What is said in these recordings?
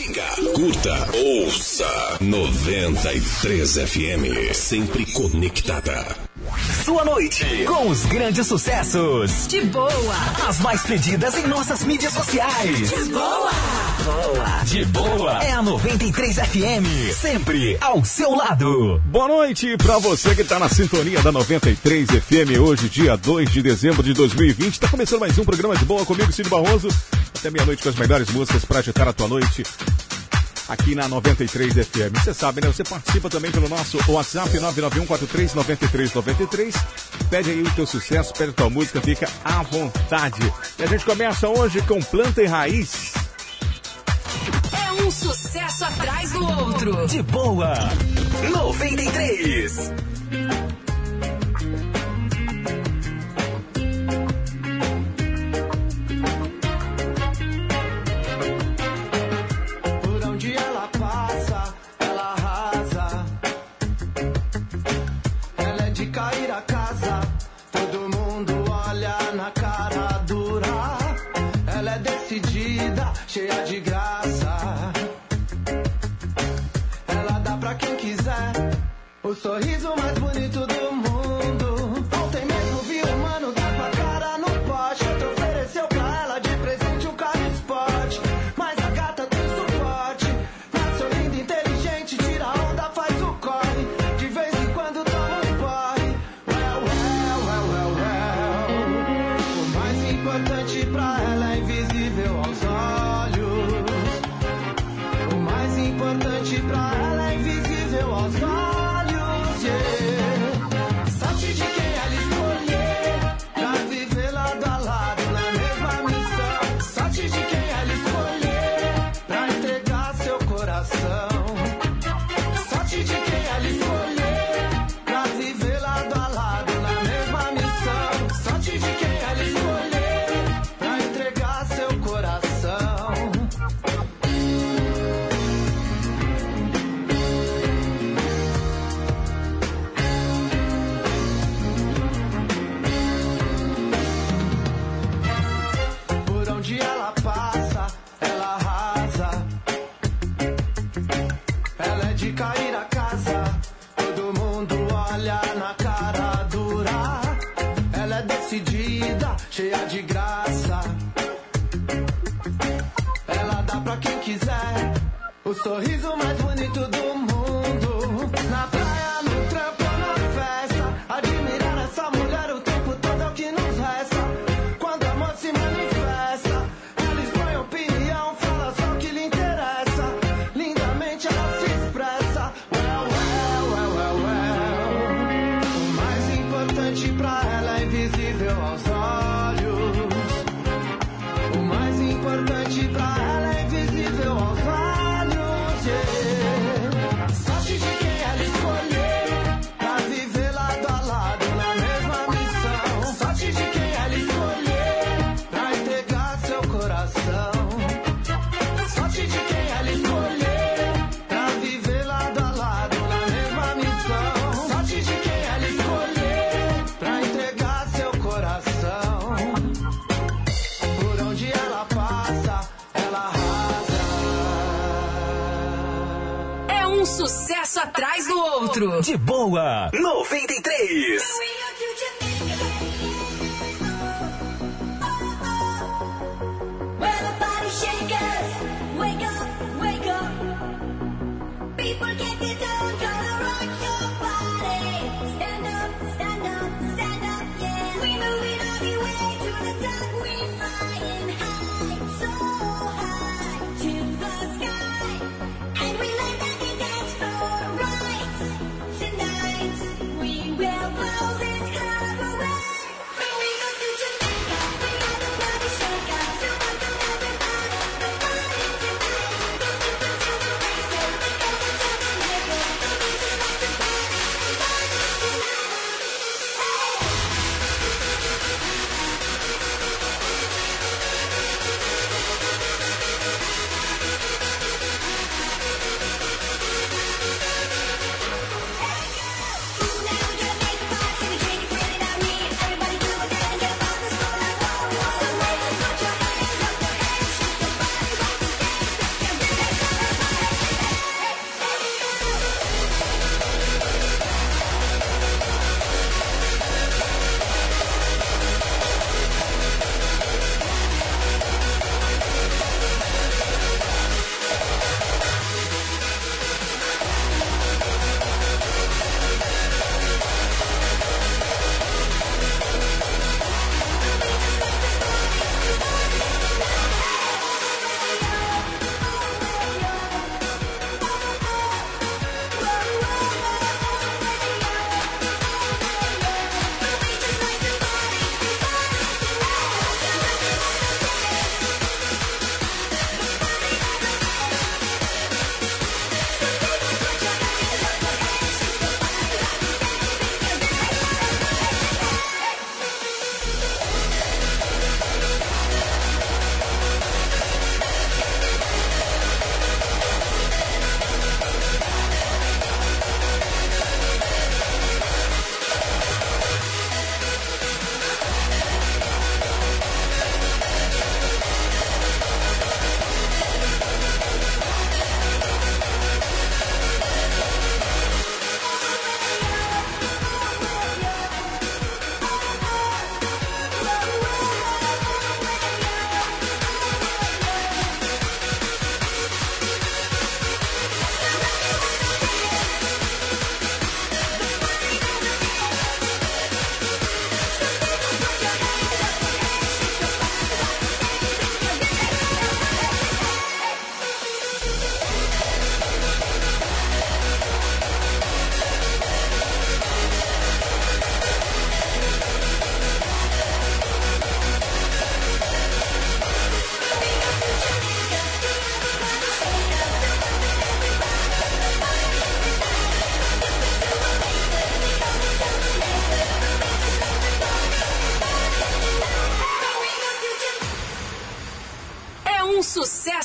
Siga, curta, ouça 93 FM, sempre conectada. Sua noite com os grandes sucessos. De boa. As mais pedidas em nossas mídias sociais. De boa. Boa. De boa. É a 93 FM, sempre ao seu lado. Boa noite pra você que tá na sintonia da 93 FM. Hoje, dia 2 de dezembro de 2020. Tá começando mais um programa De Boa comigo, Cid Barroso. Até meia-noite com as melhores músicas pra agitar a tua noite aqui na 93 FM. Você sabe, né? Você participa também pelo nosso WhatsApp 991439393. Pede aí o teu sucesso, pede a tua música, fica à vontade. E a gente começa hoje com Planta e Raiz. É um sucesso atrás do outro. De Boa 93. Cheia de graça, ela dá pra quem quiser o sorriso mais bonito do mundo. Ontem mesmo vi um mano dar com a cara no poste. Outro ofereceu pra ela de presente um carro esporte. Mas a gata tem suporte, nasceu linda, inteligente, tira onda, faz o corre. De vez em quando toma um porre. Well, well, well, well, well. O mais importante pra ela é invisível aos olhos. Importante pra ela é invisível aos olhos, yeah. Sorte de quem ela escolher pra viver lado a lado na mesma missão. Sorte de quem ela escolher pra entregar seu coração. Sorte de quem ela escolher pra viver lado a lado na mesma missão. Sorte de quem ela escolher pra entregar seu coração. Ela passa, ela arrasa. Ela é de cair a casa. Todo mundo olha na cara dura. Ela é decidida, cheia de graça. Ela dá pra quem quiser o sorriso mais bonito do mundo. Na praia, no trampo, na festa. Admirar essa mulher o tempo todo é o que nos resta. Quando o amor se manifesta, ela expõe opinião, fala só o que lhe interessa. Lindamente ela se expressa. Well, well, well, well, well. O mais importante pra ela é invisível aos olhos. O mais importante pra ela é invisível aos olhos, yeah. Sorte de quem ela escolher pra viver lado a lado na mesma missão. Sorte de quem ela escolher pra entregar seu coração. Sorte de quem ela escolher pra viver lado a lado na mesma missão. Sorte de quem ela escolher pra entregar seu coração. Por onde ela passa, ela arrasa. É um sucesso atrás do outro. De Boa 93. Tonight we will blow this club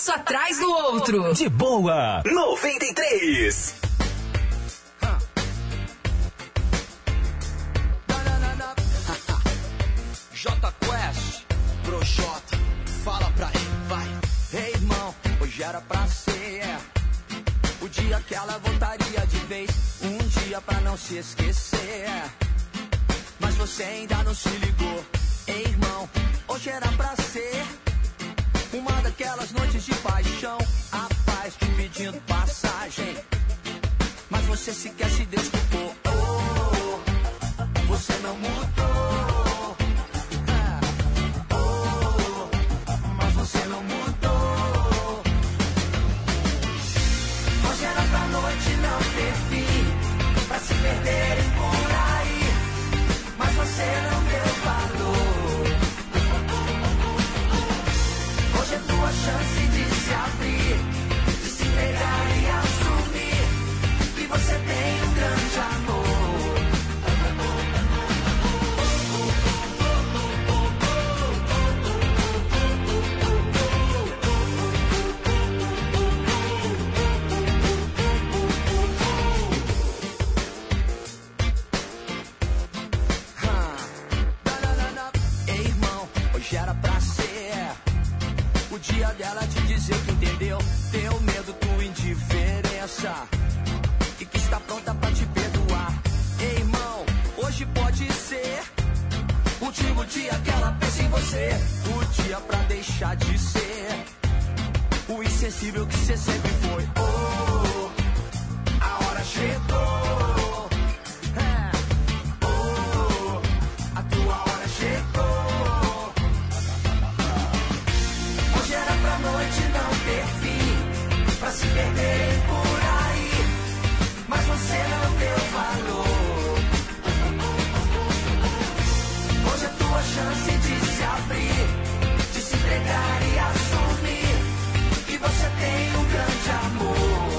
sucesso atrás do outro. De boa, 93. J Quest, Projota, fala pra ele, vai. Ei, irmão, hoje era pra ser o dia que ela voltaria de vez, um dia pra não se esquecer. Mas você ainda não se ligou. Ei, irmão, hoje era pra ser uma daquelas noites de paixão, a paz te pedindo passagem, mas você sequer se desculpou. Oh, você não mudou. Mas você não mudou. Hoje era pra noite não ter fim, pra se perderem por aí, mas você não deu valor. Hoje é tua chance de se abrir, de se entregar e assumir que você tem um grande amor. Ei, irmão, hoje era pra ser o dia dela te dizer que entendeu teu medo, tua indiferença e que está pronta pra te perdoar. Ei, irmão, hoje pode ser o último dia que ela pensa em você, o dia pra deixar de ser o insensível que você sempre foi. Oh, a hora chegou. Oh, a tua hora chegou. Hoje era pra noite não ter fim, pra se perderem por aí, mas você não deu valor. Hoje é tua chance de se abrir, de se entregar e assumir que você tem um grande amor.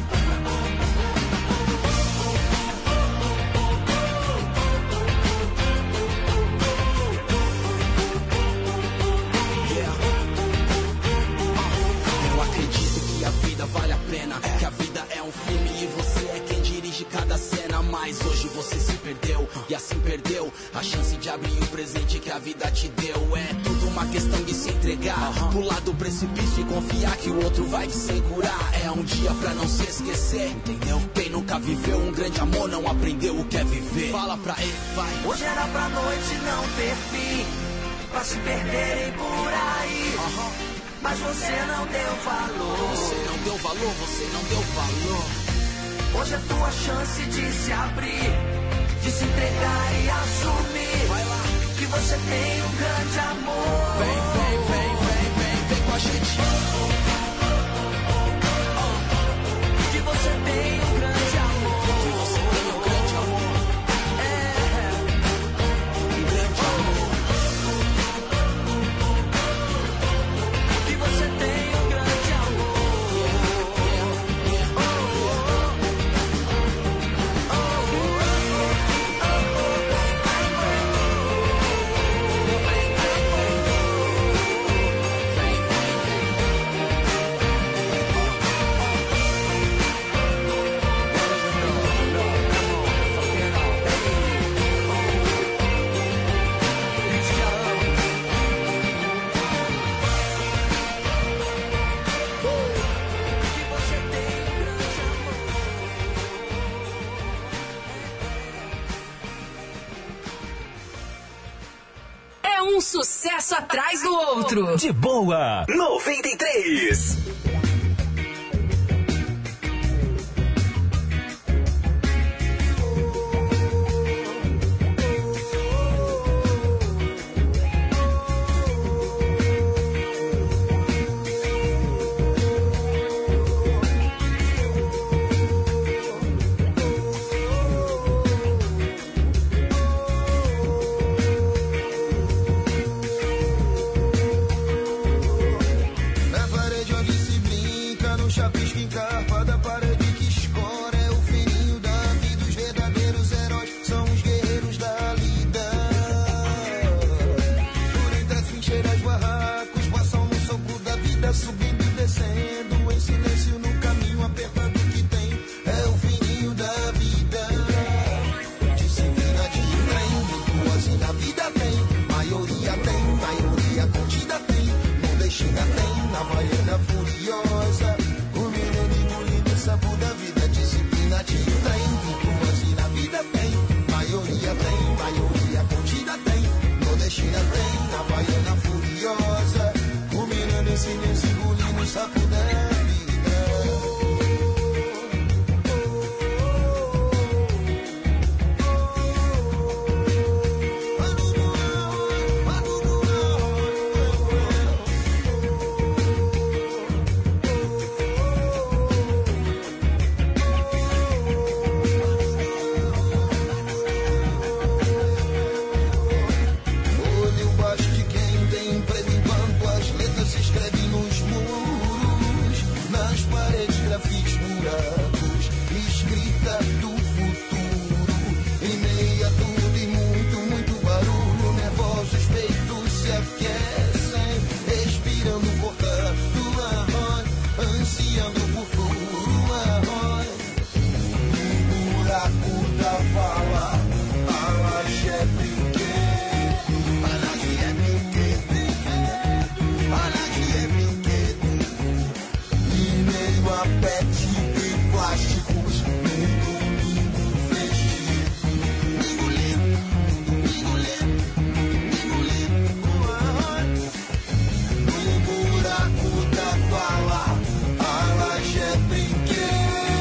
Eu acredito que a vida vale a pena, que a vida é um filme e você é quem dirige cada cena. Mas hoje você se perdeu e assim perdeu a chance de abrir o presente que a vida te deu. É tudo uma questão de se entregar, pular do precipício e confiar que o outro vai te segurar. É um dia pra não se esquecer, entendeu? Quem nunca viveu um grande amor não aprendeu o que é viver. Fala pra ele, vai. Hoje era pra noite não ter fim, pra se perderem por aí, mas você não deu valor. Você não deu valor, você não deu valor. Hoje é tua chance de se abrir, de se entregar e assumir. Vai lá, que você tem um grande amor. Vem, vem, vem, vem, vem, vem com a gente. Que você tem um grande amor. Que você tem um grande amor. É, um grande amor. Que você tem um grande amor. Um sucesso atrás do outro. De boa, 93. Subindo e descendo. buracos, escrita do futuro. Em meio a tudo e muito barulho, nervosos peitos se aquecem, respirando, cortando arroz, ansiando por furo arroz. No buraco da vala, a laje é brinquedo, a laje é brinquedo, a laje é brinquedo. E meio a pet e plásticos, no domingo festivo. Domingo lindo, no buraco da vala, a laje é brinquedo.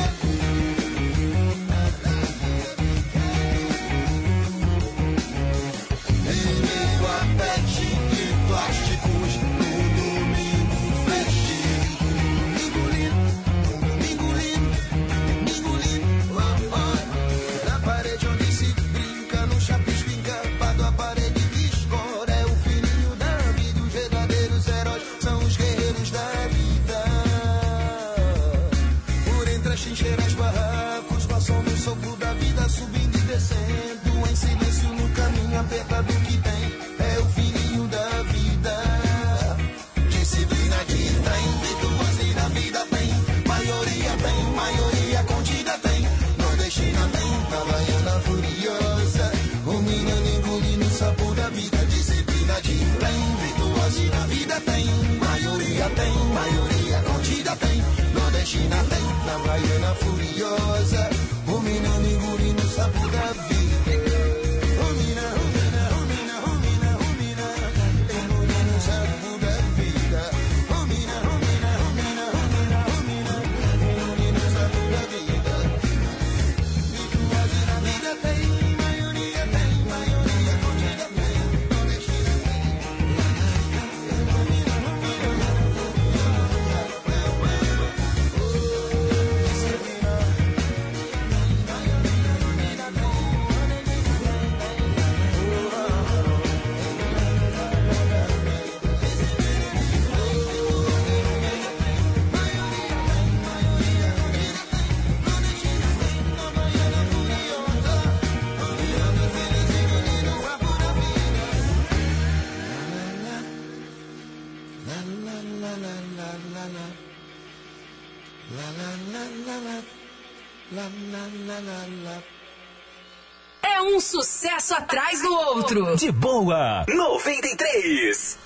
Em meio a pet e plásticos, no domingo festivo. Domingo lindo, na parede onde se brinca, no chapisco encapado, a parede que escora é o filhinho da vida. Os verdadeiros heróis são os guerreiros da vida. Por entre as trincheiras, barracos, passam no sopro da vida, subindo e descendo, em silêncio no caminho apertado que tem, é o filhinho da vida. Disciplina dita, virtuosa da vida tem, maioria contida tem, nordestina tem, havaiana furiosa, o menino engolindo o sabor da vida. Disciplina dita, virtuosa da vida tem, maioria contida tem, nordestina tem, havaiana furiosa, o menino engolindo o sabor da vida. É um sucesso atrás do outro. De boa, 93.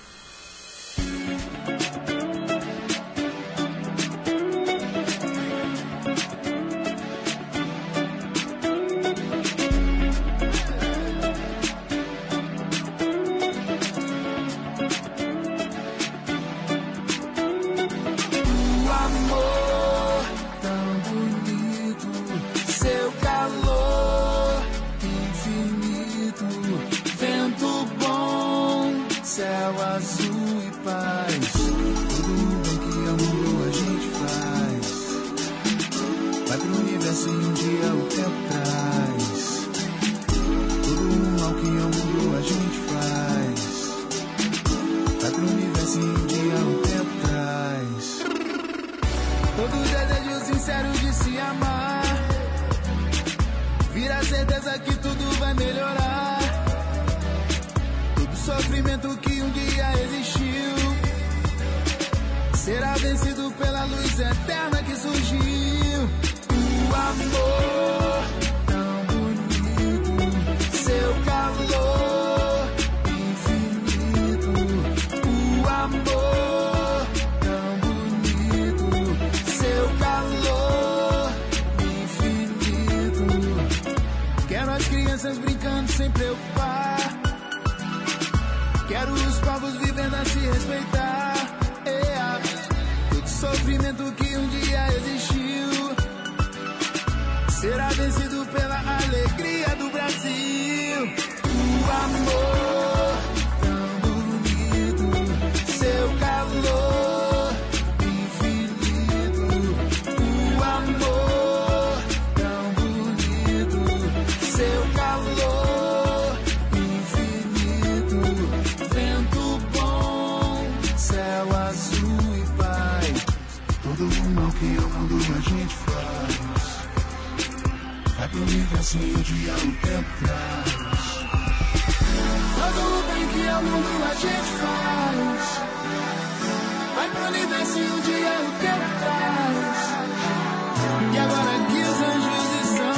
Todo o mal que ao mundo a gente faz. Vai pro universo e o dia o tempo traz. Todo o bem que ao mundo a gente faz. Vai pro universo e o dia o tempo traz. E agora que os anjos estão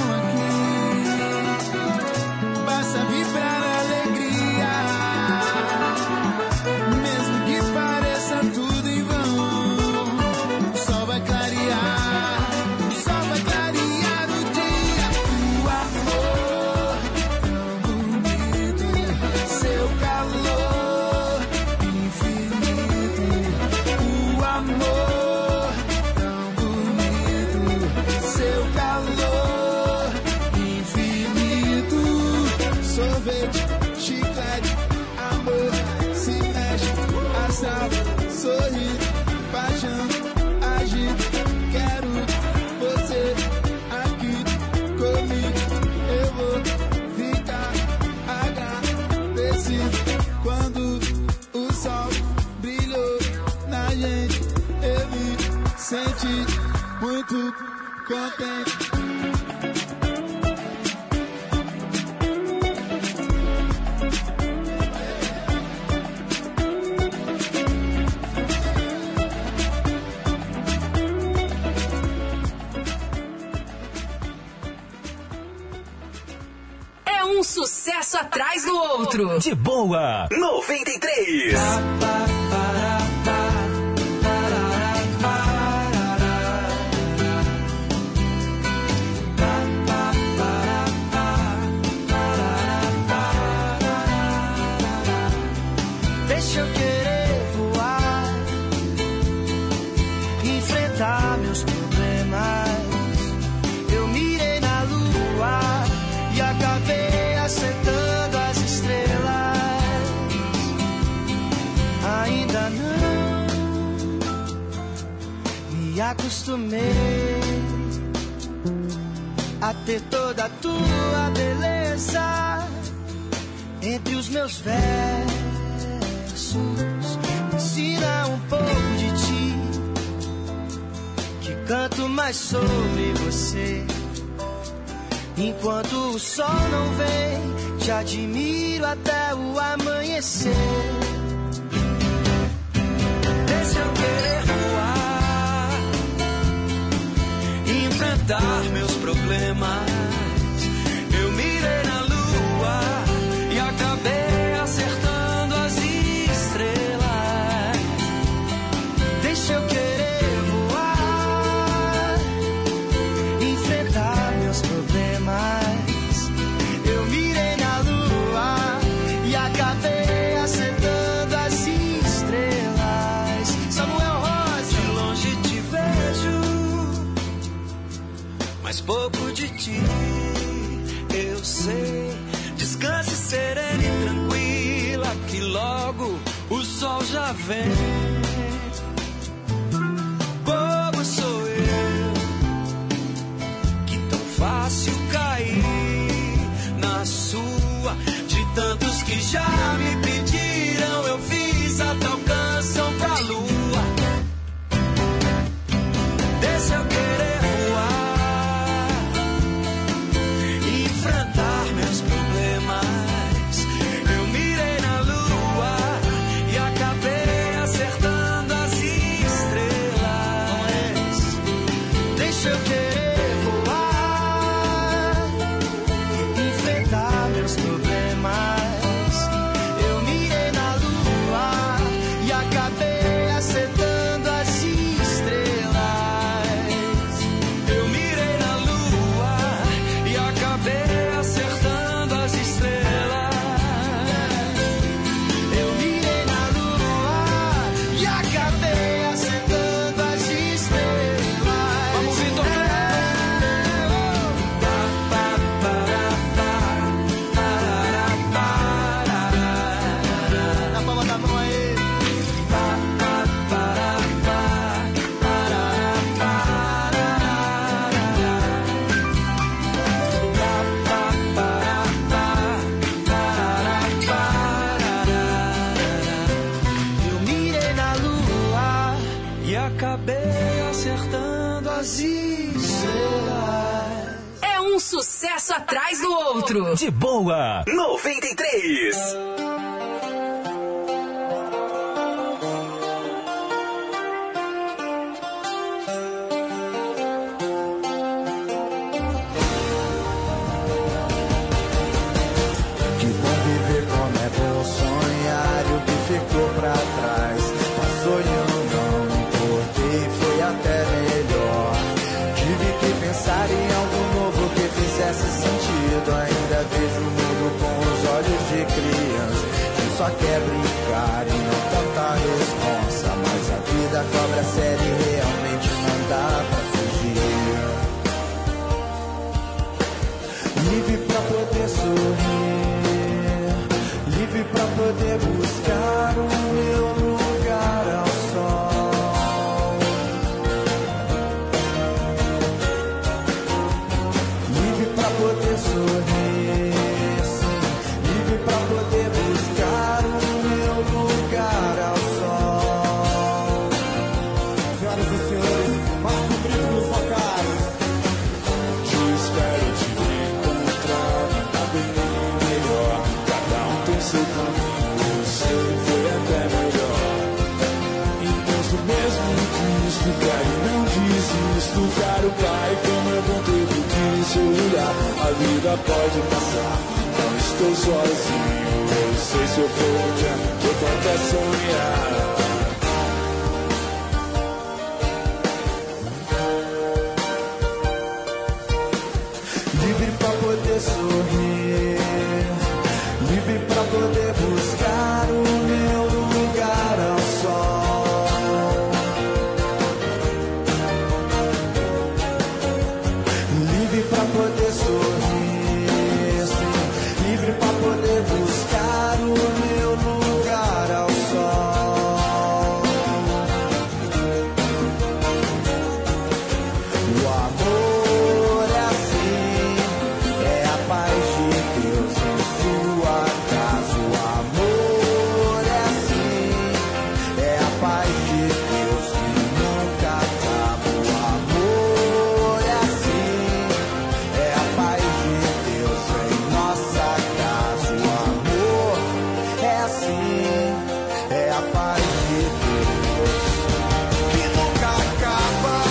aqui, basta vibrar a alegria. Mesmo que pareça tudo em vão, o sol vai clarear. O sol vai clarear o dia. O amor tão bonito, seu calor infinito. O amor tão bonito, seu calor infinito. Sorvete, chiclete, amor, se mexe, assado, sorri, paixão, agito. Quero você aqui comigo. Eu vou ficar agradecido quando o sol brilhou na gente. Eu me senti muito contente. É um sucesso atrás do outro. De boa, 93. Deixa eu querer voar, enfrentar meus problemas. Eu mirei na lua e acabei acertando as estrelas. Ainda não me acostumei a ter toda a tua beleza entre os meus versos. Ensina um pouco de ti, que canto mais sobre você. Enquanto o sol não vem, te admiro até o amanhecer. Deixa eu querer voar, enfrentar meus problemas. Eu mirei na lua e acabei acertando as estrelas. Deixa eu querer voar, enfrentar meus problemas. Eu mirei na lua e acabei acertando as estrelas. Samuel Rosa, de longe te vejo, mas pouco de ti eu sei. Descanse serena e tranquila, que logo o sol já vem. Bobo sou eu, que tão fácil cair na sua. De tantos que já me pediram, eu fiz até alcançam pra lua. Deixa eu querer voar, enfrentar meus problemas. Eu mirei na lua e acabei acertando as estrelas. Deixa eu querer voar, enfrentar meus problemas. acertando as estrelas. É um sucesso atrás do outro. De boa, 93. Que bom viver como é bom sonhar. E o que ficou pra trás passou e eu não me importei, foi até melhor. Tive que pensar em algo novo que fizesse sentido. Ainda vejo o mundo com os olhos de criança que só quer brincar e não tanta responsa. Mas a vida cobra série e realmente não dá pra fugir. Livre pra poder sorrir, livre pra poder buscar o meu lugar ao sol. Livre pra poder sorrir, sim, livre pra poder buscar o meu lugar ao sol. Senhoras e senhores, Marco Brito nos vocais. Te espero te encontrar, tá bem melhor. Cada tem seu caminho, o seu foi até melhor. Então mesmo Cristo cai, não desisto. Caro Pai, como é bom ter do seu olhar. A vida pode passar, não estou sozinho. Eu sei se eu for onde eu tô até sonhar. Livre pra poder sorrir, livre pra poder buscar o meu lugar ao sol. Livre pra poder sorrir, sim, livre pra poder buscar o meu lugar ao sol. O amor é assim, é a paz de Deus em sua casa. O amor é assim, é a paz de Deus que nunca acaba. O amor é assim, é a paz de Deus em nossa casa. O amor é assim, é a paz de Deus que nunca acaba.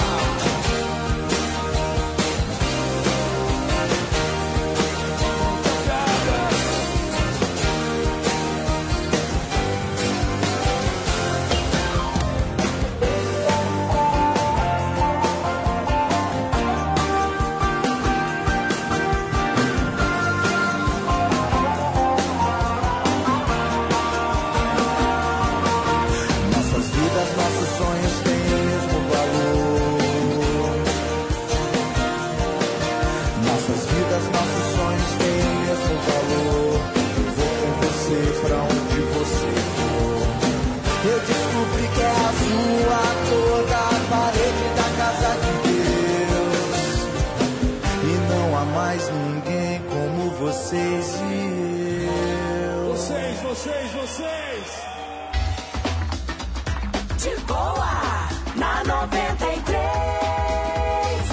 Nossas vidas, nossos sonhos têm o mesmo valor. Nossas vidas, nossos sonhos têm o mesmo valor. Eu vou com você pra onde você for. Eu descobri que é azul a toda a parede da casa de Deus. E não há mais ninguém como vocês e eu. Vocês. De boa, na 93.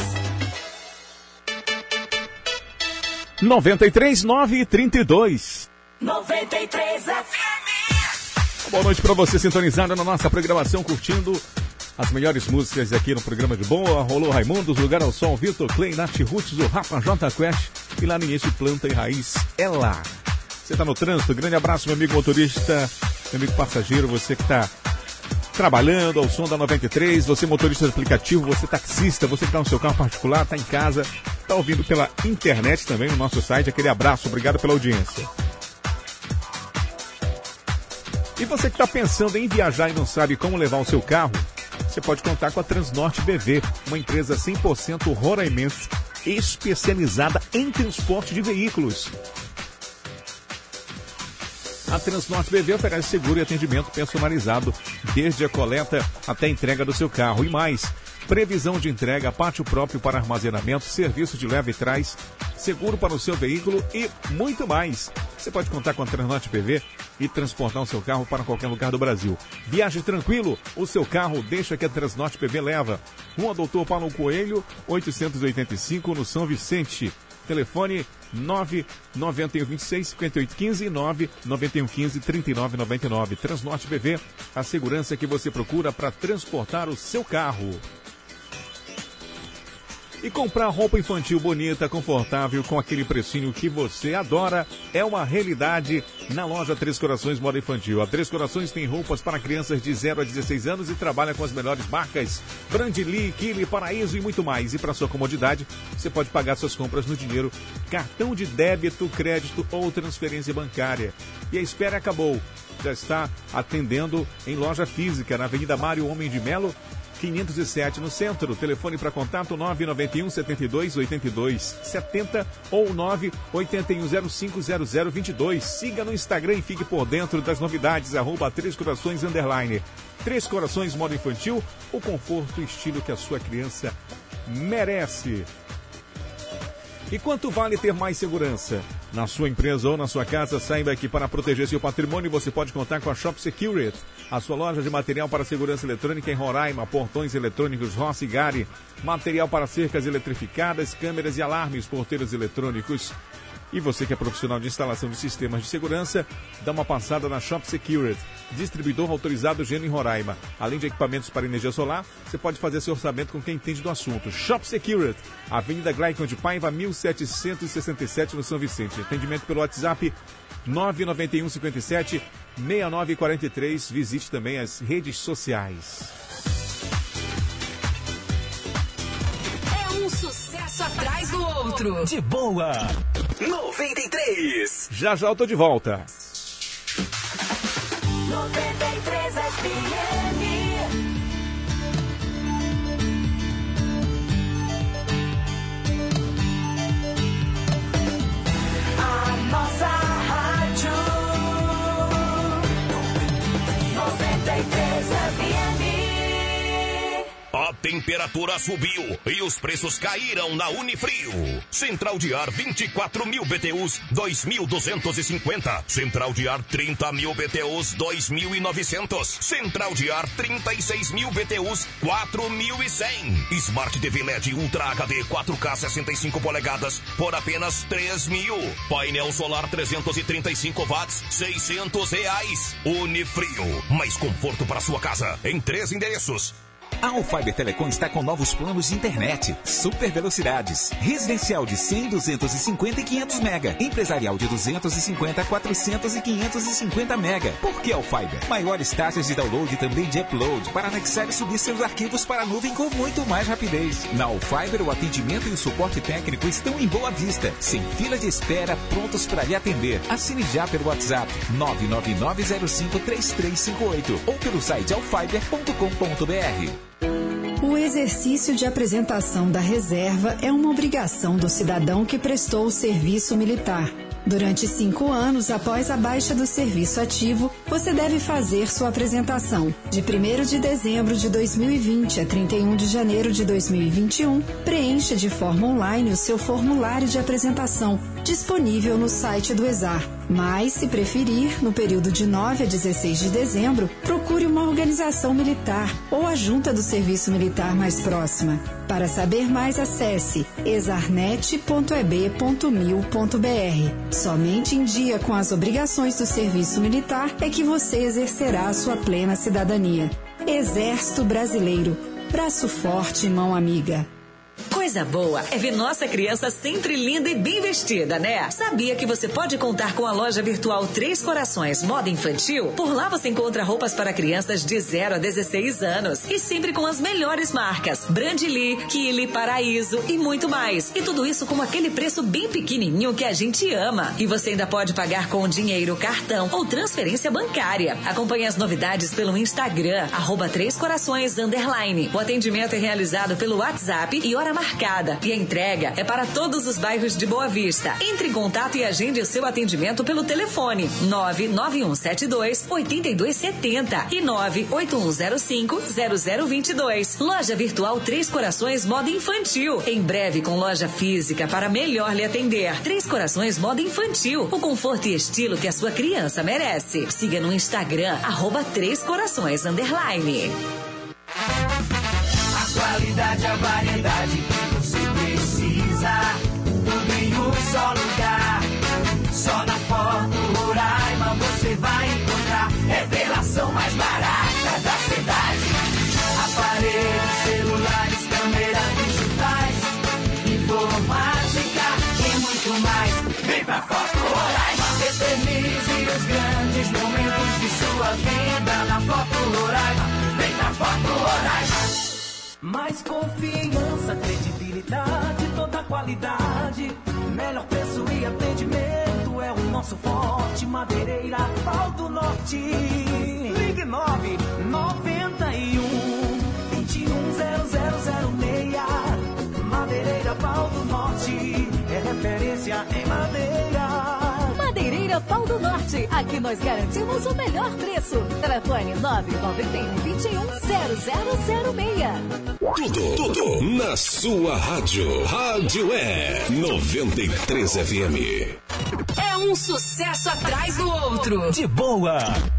93 932. 93 FM. Boa noite pra você sintonizado na nossa programação, curtindo as melhores músicas aqui no programa de boa. Rolou Raimundos, Lugar ao Sol, Vitor Clay, Nath Roots, o Rafa J Quest e lá ninguém de Planta e Raiz é lá. Você tá no trânsito, grande abraço, meu amigo motorista, meu amigo passageiro, você que tá trabalhando ao som da 93, você motorista de aplicativo, você taxista, você que tá no seu carro particular, tá em casa, tá ouvindo pela internet também no nosso site, aquele abraço, obrigado pela audiência. E você que está pensando em viajar e não sabe como levar o seu carro, você pode contar com a Transnorte BV, uma empresa 100% roraimense especializada em transporte de veículos. A Transnorte BV oferece seguro e atendimento personalizado, desde a coleta até a entrega do seu carro e mais. Previsão de entrega, pátio próprio para armazenamento, serviço de leva e trás, seguro para o seu veículo e muito mais. você pode contar com a Transnorte PV e transportar o seu carro para qualquer lugar do Brasil. Viaje tranquilo, o seu carro deixa que a Transnorte PV leva. Rua Doutor Paulo Coelho, 885, no São Vicente. Telefone 99126-5815 e 99115-3999. Transnorte PV, a segurança que você procura para transportar o seu carro. E comprar roupa infantil bonita, confortável, com aquele precinho que você adora, é uma realidade na loja Três Corações Moda Infantil. A Três Corações tem roupas para crianças de 0 a 16 anos e trabalha com as melhores marcas Brandly, Kili, Paraíso e muito mais. E para sua comodidade, você pode pagar suas compras no dinheiro, cartão de débito, crédito ou transferência bancária. E a espera acabou. Já está atendendo em loja física, na Avenida Mário Homem de Melo, 507 no centro. Telefone para contato 991 72 82 70 ou 981050022. Siga no Instagram e fique por dentro das novidades. @Três Corações _ Três Corações Moda Infantil, o conforto e estilo que a sua criança merece. E quanto vale ter mais segurança? Na sua empresa ou na sua casa, saiba que para proteger seu patrimônio você pode contar com a Shop Security, a sua loja de material para segurança eletrônica em Roraima, portões eletrônicos Rossi e Gari, material para cercas eletrificadas, câmeras e alarmes, porteiros eletrônicos. E você que é profissional de instalação de sistemas de segurança, dá uma passada na Shop Security, distribuidor autorizado Gênio em Roraima. Além de equipamentos para energia solar, você pode fazer seu orçamento com quem entende do assunto. Shop Security, Avenida Glaicon de Paiva, 1767 no São Vicente. Atendimento pelo WhatsApp 991 57 6943. Visite também as redes sociais. Sucesso atrás do outro. De boa. 93. Já eu tô de volta. 93 FM. A nossa rádio 93 FM. A temperatura subiu e os preços caíram na Unifrio. Central de ar 24.000 BTUs, 2.250. Central de ar 30.000 BTUs, 2.900. Central de ar 36.000 BTUs, 4.100. Smart TV LED Ultra HD 4K 65 polegadas por apenas 3.000. Painel solar 335 watts, R$600. Unifrio, mais conforto para sua casa em 3 endereços. A Alfiber Telecom está com novos planos de internet, super velocidades, residencial de 100, 250 e 500 mega, empresarial de 250, 400 e 550 mega. Por que Alfiber? Maiores taxas de download e também de upload para anexar e subir seus arquivos para a nuvem com muito mais rapidez. Na Alfiber, o atendimento e o suporte técnico estão em Boa Vista, sem fila de espera, prontos para lhe atender. Assine já pelo WhatsApp 999053358 ou pelo site alfiber.com.br. O exercício de apresentação da reserva é uma obrigação do cidadão que prestou o serviço militar. Durante 5 anos após a baixa do serviço ativo, você deve fazer sua apresentação. De 1º de dezembro de 2020 a 31 de janeiro de 2021, preencha de forma online o seu formulário de apresentação, disponível no site do ESAR. Mas, se preferir, no período de 9 a 16 de dezembro, procure uma organização militar ou a junta do serviço militar mais próxima. Para saber mais, acesse exarnet.eb.mil.br. Somente em dia com as obrigações do serviço militar é que você exercerá a sua plena cidadania. Exército Brasileiro. Braço forte e mão amiga. Coisa boa é ver nossa criança sempre linda e bem vestida, né? Sabia que você pode contar com a loja virtual Três Corações Moda Infantil? Por lá você encontra roupas para crianças de 0 a 16 anos e sempre com as melhores marcas Brandly, Kili, Paraíso e muito mais. E tudo isso com aquele preço bem pequenininho que a gente ama. E você ainda pode pagar com dinheiro, cartão ou transferência bancária. Acompanhe as novidades pelo Instagram @3corações_. O atendimento é realizado pelo WhatsApp e hora marcada embarcada. E a entrega é para todos os bairros de Boa Vista. Entre em contato e agende o seu atendimento pelo telefone 99172-8270 e 98105-0022. Loja virtual Três Corações Moda Infantil. Em breve com loja física para melhor lhe atender. Três Corações Moda Infantil. O conforto e estilo que a sua criança merece. Siga no Instagram, @3corações_. A qualidade, a variedade que você precisa, tudo em um só lugar. Só na Foto Roraima você vai encontrar revelação mais barata da cidade. Aparelhos, celulares, câmeras digitais, informática e muito mais. Vem pra Foto Roraima. Eternize os grandes momentos de sua vida na Foto Roraima. Vem pra Foto Roraima. Mais confiança, credibilidade, toda qualidade. Melhor preço e atendimento é o nosso forte. Madeireira Pau do Norte. Ligue 991-210006. Madeireira Pau do Norte é referência em madeira. Madeireira Pau do Norte, aqui nós garantimos o melhor preço. Telefone 991-210006. Tudo na sua rádio. Rádio é 93 FM. É um sucesso atrás do outro. De boa,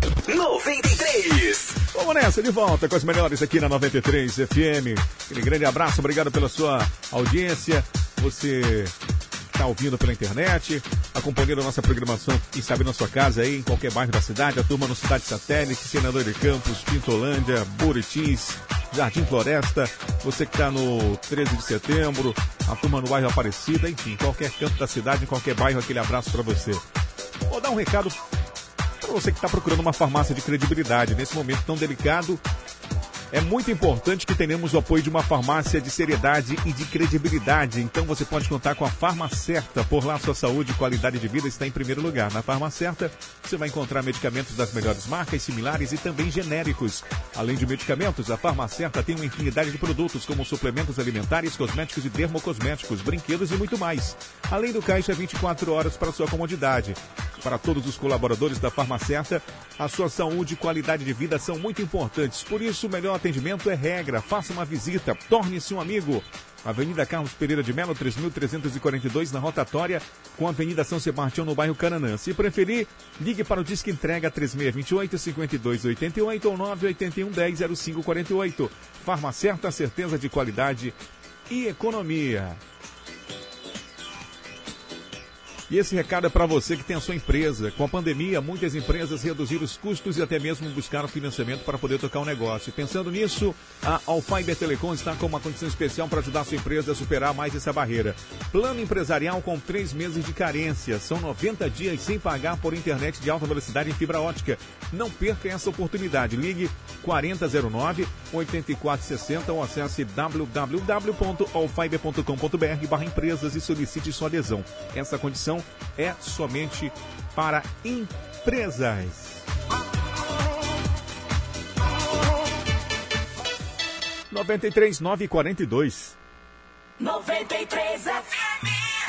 93. Vamos nessa, de volta com as melhores aqui na 93 FM. Aquele grande abraço, obrigado pela sua audiência. Você está ouvindo pela internet, acompanhando a nossa programação, quem sabe na sua casa aí, em qualquer bairro da cidade, a turma no Cidade Satélite, Senador de Campos, Pintolândia, Buritins, Jardim Floresta, você que está no 13 de setembro, a turma no bairro Aparecida, enfim, qualquer canto da cidade, em qualquer bairro, aquele abraço para você. Vou dar um recado para você que está procurando uma farmácia de credibilidade nesse momento tão delicado. É muito importante que tenhamos o apoio de uma farmácia de seriedade e de credibilidade. Então você pode contar com a Farmacerta. Por lá, sua saúde e qualidade de vida está em primeiro lugar. Na Farmacerta, você vai encontrar medicamentos das melhores marcas, similares e também genéricos. Além de medicamentos, a Farmacerta tem uma infinidade de produtos, como suplementos alimentares, cosméticos e dermocosméticos, brinquedos e muito mais. Além do caixa 24 horas para sua comodidade. Para todos os colaboradores da Farmacerta, a sua saúde e qualidade de vida são muito importantes. Por isso, o melhor atendimento é regra. Faça uma visita, torne-se um amigo. Avenida Carlos Pereira de Melo, 3.342, na rotatória, com a Avenida São Sebastião, no bairro Canaã. Se preferir, ligue para o Disque Entrega 3628-5288 ou 981-10-0548. Farmacerta, certeza de qualidade e economia. E esse recado é para você que tem a sua empresa. Com a pandemia, muitas empresas reduziram os custos e até mesmo buscaram financiamento para poder tocar o negócio. Pensando nisso, a Alfiber Telecom está com uma condição especial para ajudar a sua empresa a superar mais essa barreira. Plano empresarial com 3 meses de carência. São 90 dias sem pagar por internet de alta velocidade em fibra ótica. Não perca essa oportunidade. Ligue 4009-8460 ou acesse www.alfiber.com.br/empresas e solicite sua adesão. Essa condição é somente para empresas. – 93.942. 93 FM.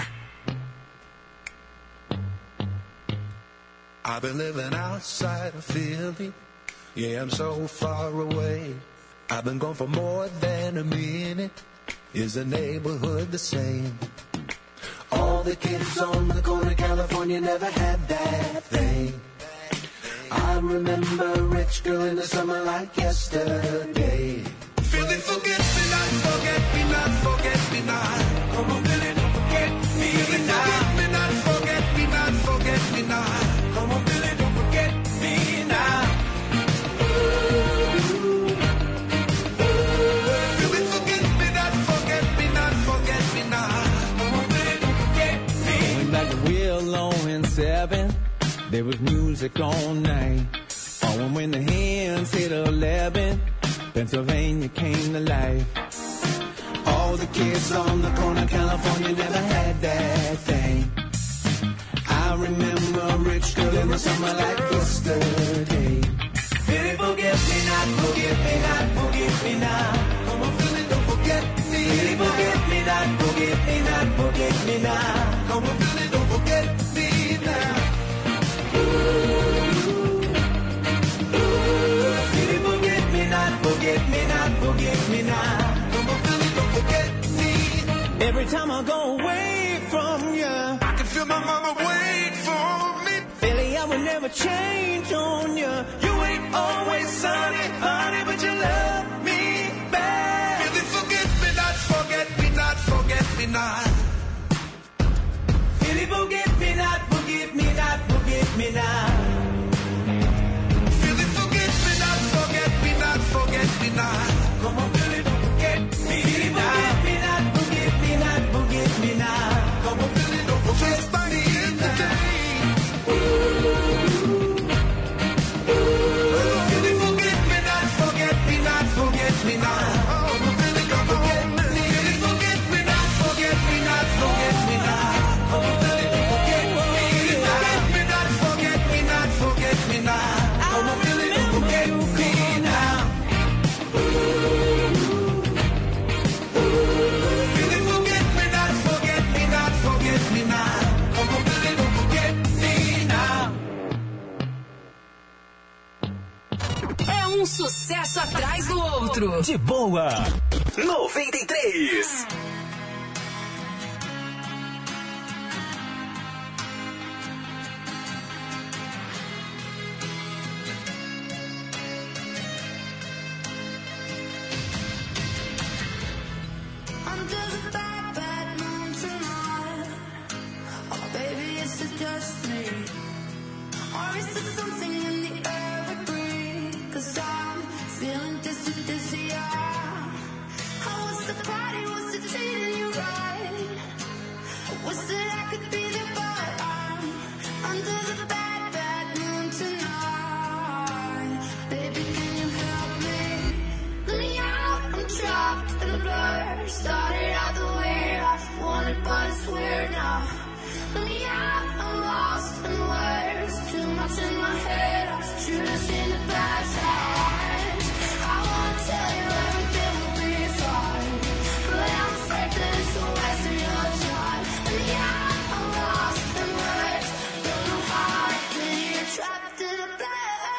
I've been living outside of Philly. Yeah, I'm so far away. I've been gone for more than a minute. Is the neighborhood the same? All the kids on the corner, California, never had that thing. I remember a rich girl in the summer like yesterday. Philly, forget me not, forget me not, forget me not. Come on, Philly, don't forget me not. Forget me not, forget me not, forget me not. Come on, Philly, don't forget me now. Philly, forget me not, forget me not, forget me not. Come on, Philly, don't forget me. Going back to Willow and 7, there was music all night. Oh, and when the hands hit 11, Pennsylvania came to life. All the kids on the corner, California, never had that thing. I remember a rich girl in the summer like yesterday. Philly, forget me not, forget me not, forget me not. Come on, Philly, don't forget me. Philly, forget me not, not, forget me not, forget me now. Come on, really don't forget me now. Really forget me not, forget me not, forget me now. Come on, really don't forget me. Every time I go away from you, I can feel my mama wait for me. Billy, I would never change on you. You ain't always sunny, honey, but you love me back. Really forget me not, forget me not, forget me not. Really forget me not, forget me not, forget me not. Really forget me not, forget me not, forget me not. Come on, Billy, don't forget me. Really forget me not, forget me not, forget me now. Come on, Billy, don't forget me. Really forget me not, forget me not, forget me now. Come on, Billy, don't forget me. Really forget me not, forget me not, forget me now. Come on, Billy, don't forget me. Really forget me not, forget me not, forget me now. Come on, Billy, don't forget me now. Really forget me not, forget me not, forget me now. Come on, Billy, don't forget me now. É um sucesso atrás do outro. De boa. 93. Under the bad, bad moon tonight. Oh, baby, is it just me? Or is it something in the air we breathe? 'Cause I'm feeling dizzy, dizzy, yeah. How was the party? Was it treating you right? Or was it I could be there, but I'm under the bad, bad moon tonight. Baby, can you help me? Let me out, I'm trapped in a blur. Started out the way I wanted, but it's weird now. Let me out, I'm lost in words. Too much in my head, I should have seen the bad times. I wanna tell you everything will be fine, but I'm afraid that it's a waste of your time. Let me out, I'm lost in words. Don't know how I did it, trapped in a bed.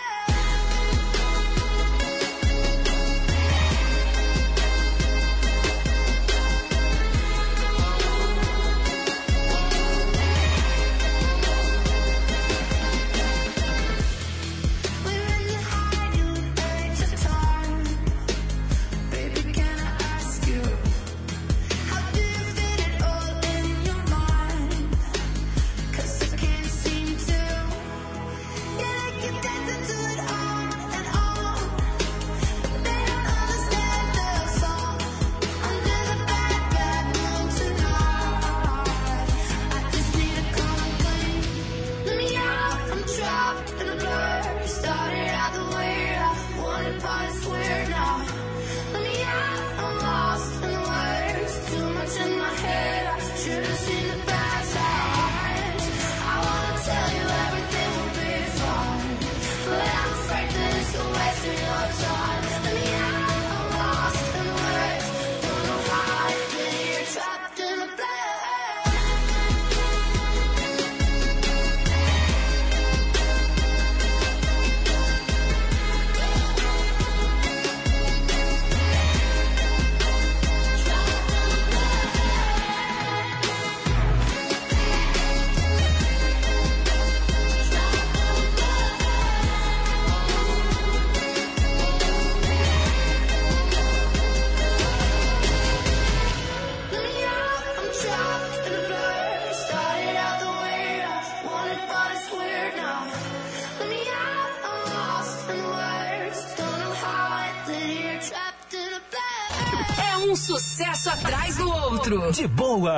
Sucesso atrás do outro. De boa.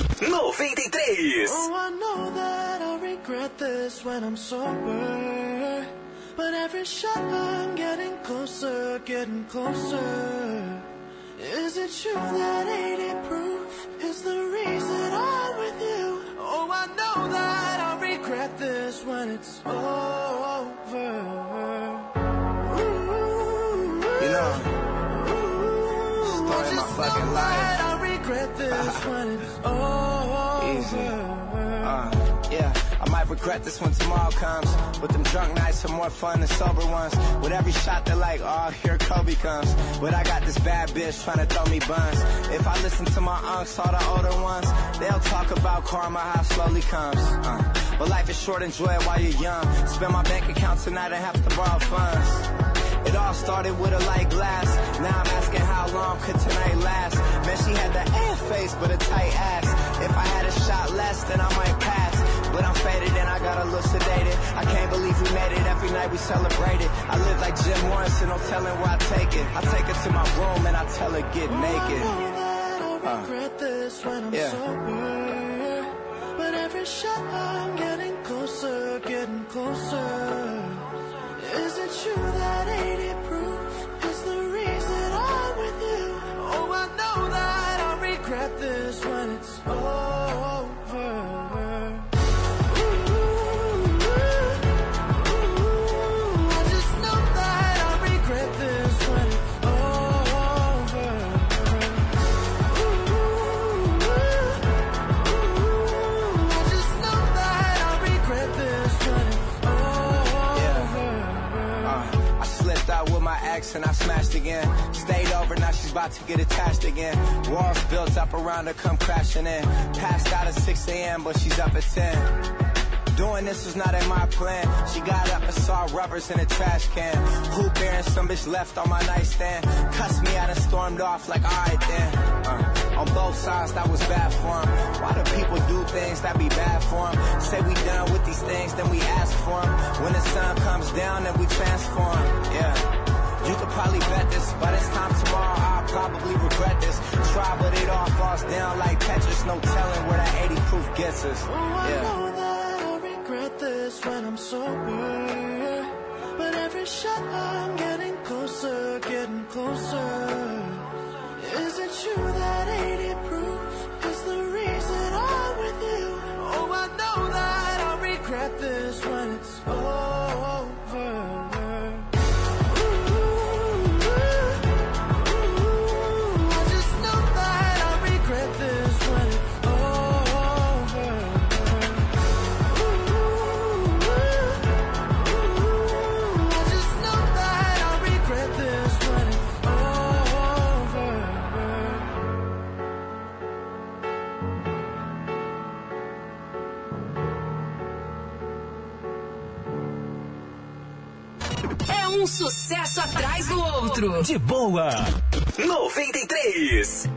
93. Oh, I know that I regret this when I'm sober, but every shot I'm getting closer, getting closer. Is it true that 80 proof is the reason I'm with you? Oh, I know that I regret this when it's over. Ooh, you know, story of my fucking life. I regret regret this when it's over. Easy. Yeah, I might regret this when tomorrow comes. But them drunk nights are more fun than sober ones. With every shot they're like, oh, here Kobe comes. But I got this bad bitch trying to throw me buns. If I listen to my unks, all the older ones, they'll talk about karma, how it slowly comes. But life is short, enjoy it while you're young. Spend my bank account tonight and have to borrow funds. It all started with a light glass. Now I'm asking how long could tonight last. Man, she had the ass face but a tight ass. If I had a shot less, then I might pass. But I'm faded and I got a little sedated. I can't believe we made it, every night we celebrated. I live like Jim Morrison, no telling where I take it. I take her to my room and I tell her get naked. I know that I regret this when I'm sober. But every shot I'm getting closer, getting closer. Is it true that 80 proof is the reason I'm with you? Oh, I know that I regret this when it's over. And I smashed again. Stayed over, now she's about to get attached again. Walls built up around her, come crashing in. Passed out at 6 a.m., but she's up at 10. Doing this was not in my plan. She got up and saw rubbers in a trash can. Hoop bearing, some bitch left on my nightstand. Cussed me out and stormed off like, alright then. On both sides, that was bad for him. Why do people do things that be bad for them? Say we done with these things, then we ask for them. When the sun comes down, then we transform. Yeah. You could probably bet this. By this time tomorrow, I'll probably regret this. Try, but it all falls down like Tetris. No telling where that 80 proof gets us. Oh, I know that I regret this when I'm sober. But every shot I'm getting closer, getting closer. Is it true that 80 proof is the reason I'm with you? Oh, I know that I regret this when it's over. Um sucesso atrás do outro. De boa. 93.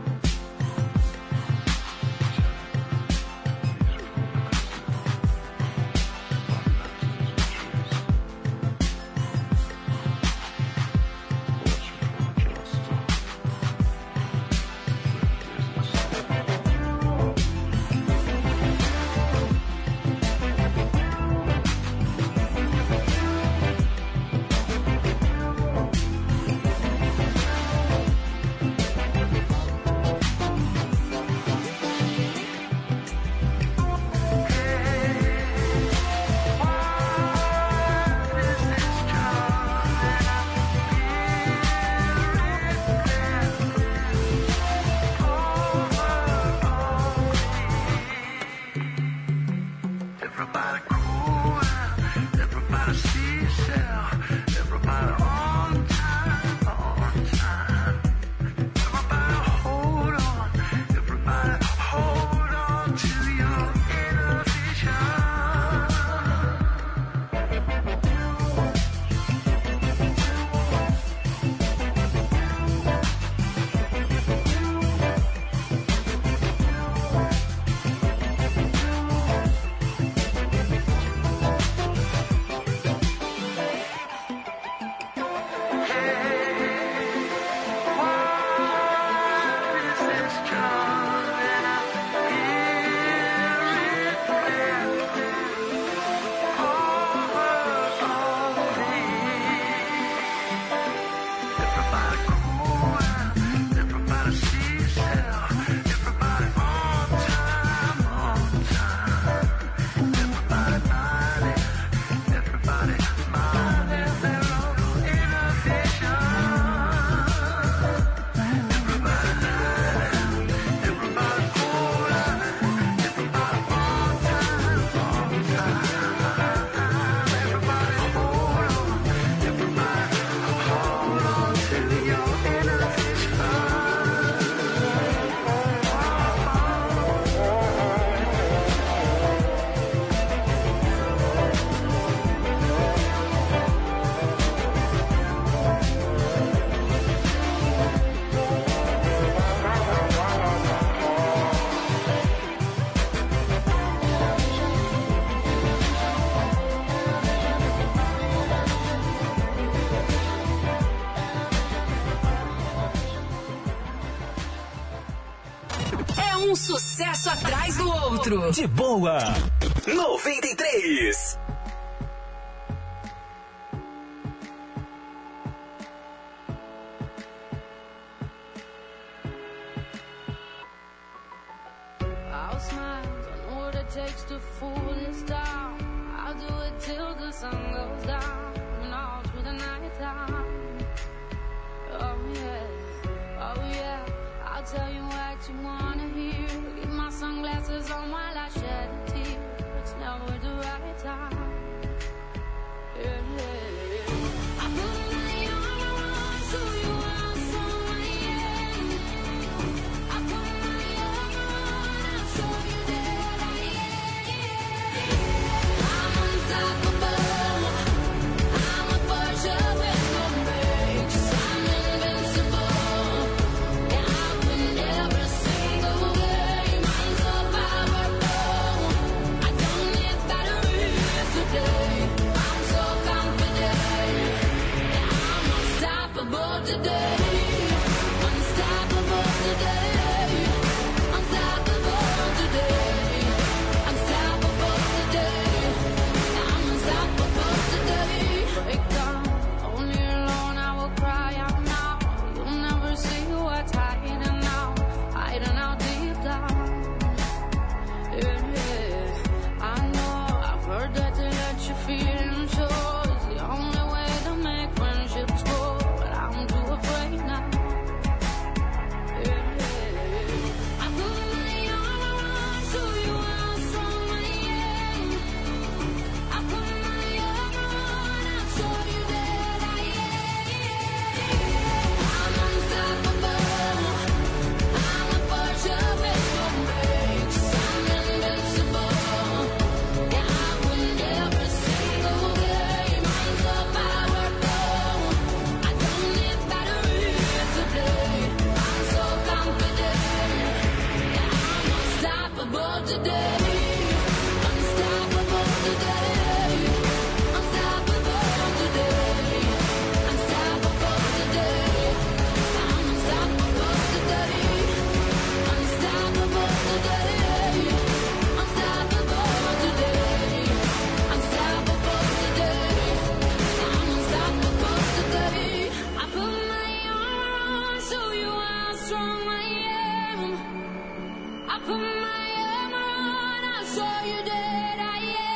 um sucesso atrás do outro. De boa. 93. I'll smile, I know what it takes to fool this town. I'll do it till the sun goes down and all through the night time. Oh yeah, I'll tell you what you wanna hear. Keep my sunglasses on while I shed a tear. It's never the right time. Yeah. I put my armor on so you are someone, yeah. I put my armor on, I'll show you that I am. I'm unstoppable. I'm a Porsche with no brakes. I'm invincible. Yeah, I win every single game. I'm so powerful. I don't need batteries today. I'm so confident. Yeah, I'm unstoppable today. Unstoppable today. Unstoppable today. Unstoppable today. I'm unstoppable today. Break down, only alone I will cry out now. You'll never see what's hiding out deep down. Yeah, I know, I've heard that to let you feel and show is the only way to make friendships grow, but I'm too afraid now. Yeah, I put my armor on so you are strong, yeah. I put my armor on, I'll show you that I am. I'm unstoppable. I'm a Porsche with no brakes. I'm invincible. Yeah, I win every single game. I'm so powerful. I don't need batteries today. I'm so confident. Yeah, I'm unstoppable today. Unstoppable today. Unstoppable today. Unstoppable today. I'm unstoppable today. Unstoppable today. Unstoppable today. Unstoppable today. I'm unstoppable today. I put my armor on so you are strong, I am. I put my armor on, I'll show you that I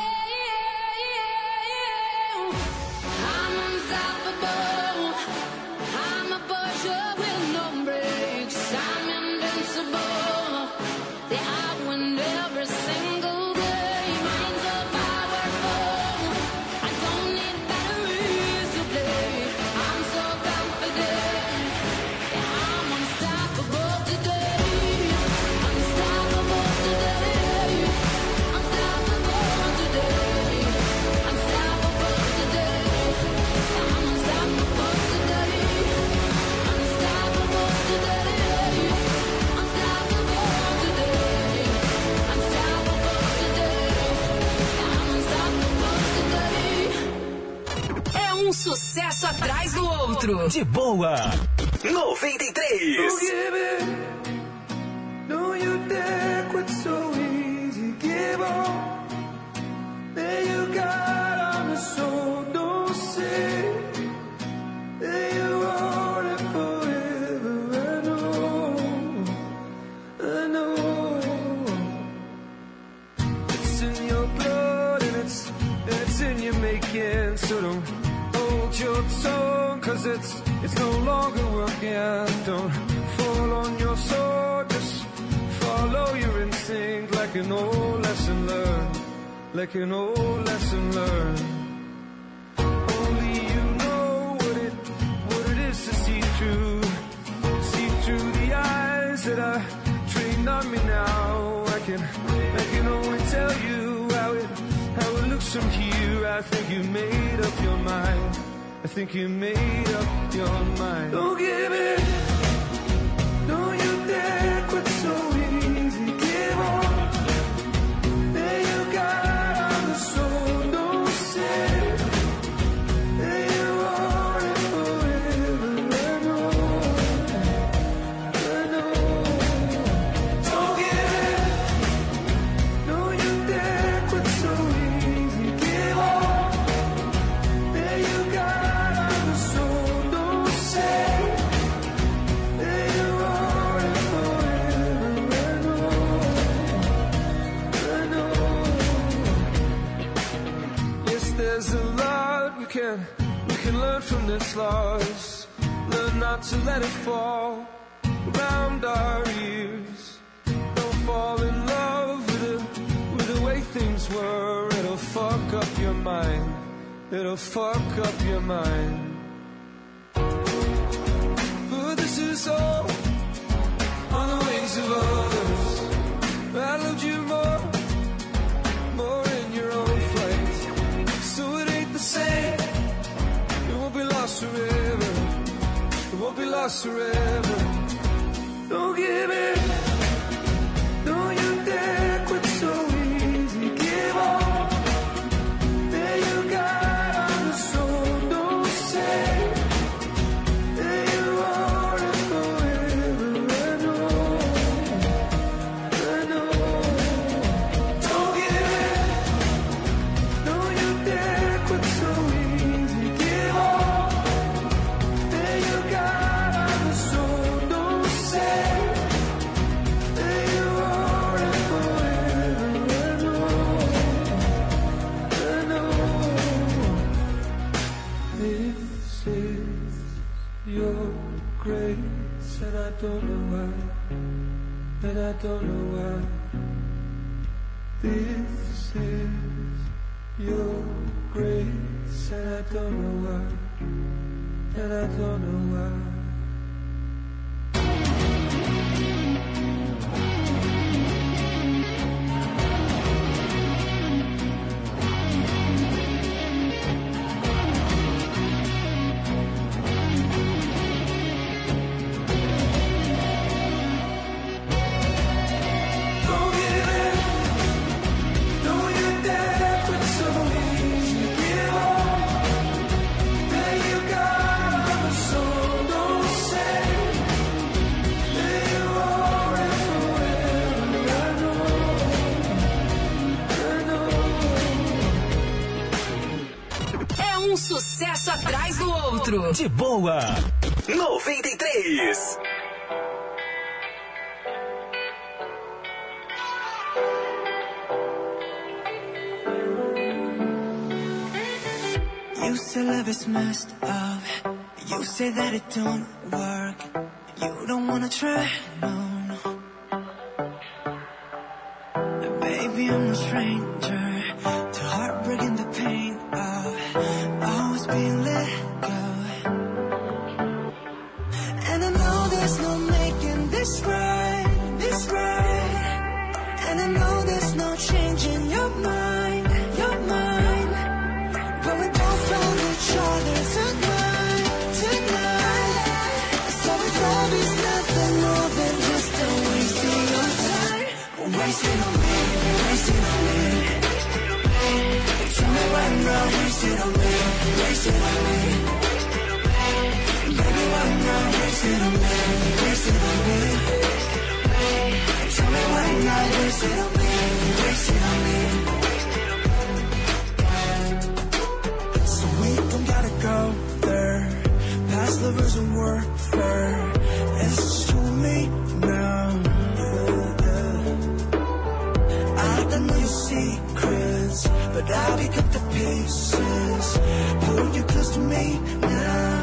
am. I'm unstoppable. I'm a Porsche with no brakes. I'm invincible. Yeah, I win every single game. I'm so powerful. I don't need batteries to play. I'm so confident. Yeah, I'm unstoppable today. Unstoppable today. Unstoppable today. Unstoppable today. I'm unstoppable today. Unstoppable today. Unstoppable today. Unstoppable today. I'm unstoppable today. É um sucesso atrás do outro. De boa. 93. Don't give it. Don't you dare quit so easy. Give on. There you got on the soul. Don't say that you want it forever. I know. It's in your blood and it's in your making. So don't hold your tongue, 'cause it's no longer working. Don't fall on your sword, just follow your instinct like an old lesson learned. Like an old lesson learned. Only you know what it is to see through the eyes that are trained on me now. I can only tell you how it looks from here. I think you made up your mind. I think you made up your mind. Don't give it. Don't you dare quit so easy. Give on. There you got on the soul. Don't say that you want it forever. I know. Don't give that we can learn from this loss. Learn not to let it fall around our ears. Don't fall in love with the way things were. It'll fuck up your mind. It'll fuck up your mind. But this is all on the wings of others. I loved you more in your own flight. So it ain't the same. It won't be lost forever. It won't be lost forever. Don't give in. Don't you dare quit so easy. Give up. There you got on the soul. Don't say that you want it forever. I know. Don't give in. Don't you dare quit so easy. Give up. There you got on the soul. Don't say that you want it forever. I know. This is your grace, and I don't know why. And I don't know why. This is your grace, and I don't know why. And I don't know why. Don't give in. Don't you dare quit so easy. Give up. There you got on the soul. Don't say that you want it forever. I know. É um sucesso atrás do outro. De boa. 93. You say love is messed up. You say that it don't work. You don't wanna try, no. Baby, I'm no stranger to heartbreak and the pain of always being let go. And I know there's no making this right, this right. And I know there's no changing your mind, your mind. But we both found each other tonight, tonight. So if love is nothing more than just a waste of your time, wasting on me, wasting on me. Tell me why not, wasting on me, wasting on me. Baby, why not, wasting on me, wasting on me. Tell me why not, wasting on me, wasting on me. So we don't gotta go there. Past lovers and warfare. It's just you and me now. I don't know your secrets, but I'll pick up the pieces. Pull you close to me now.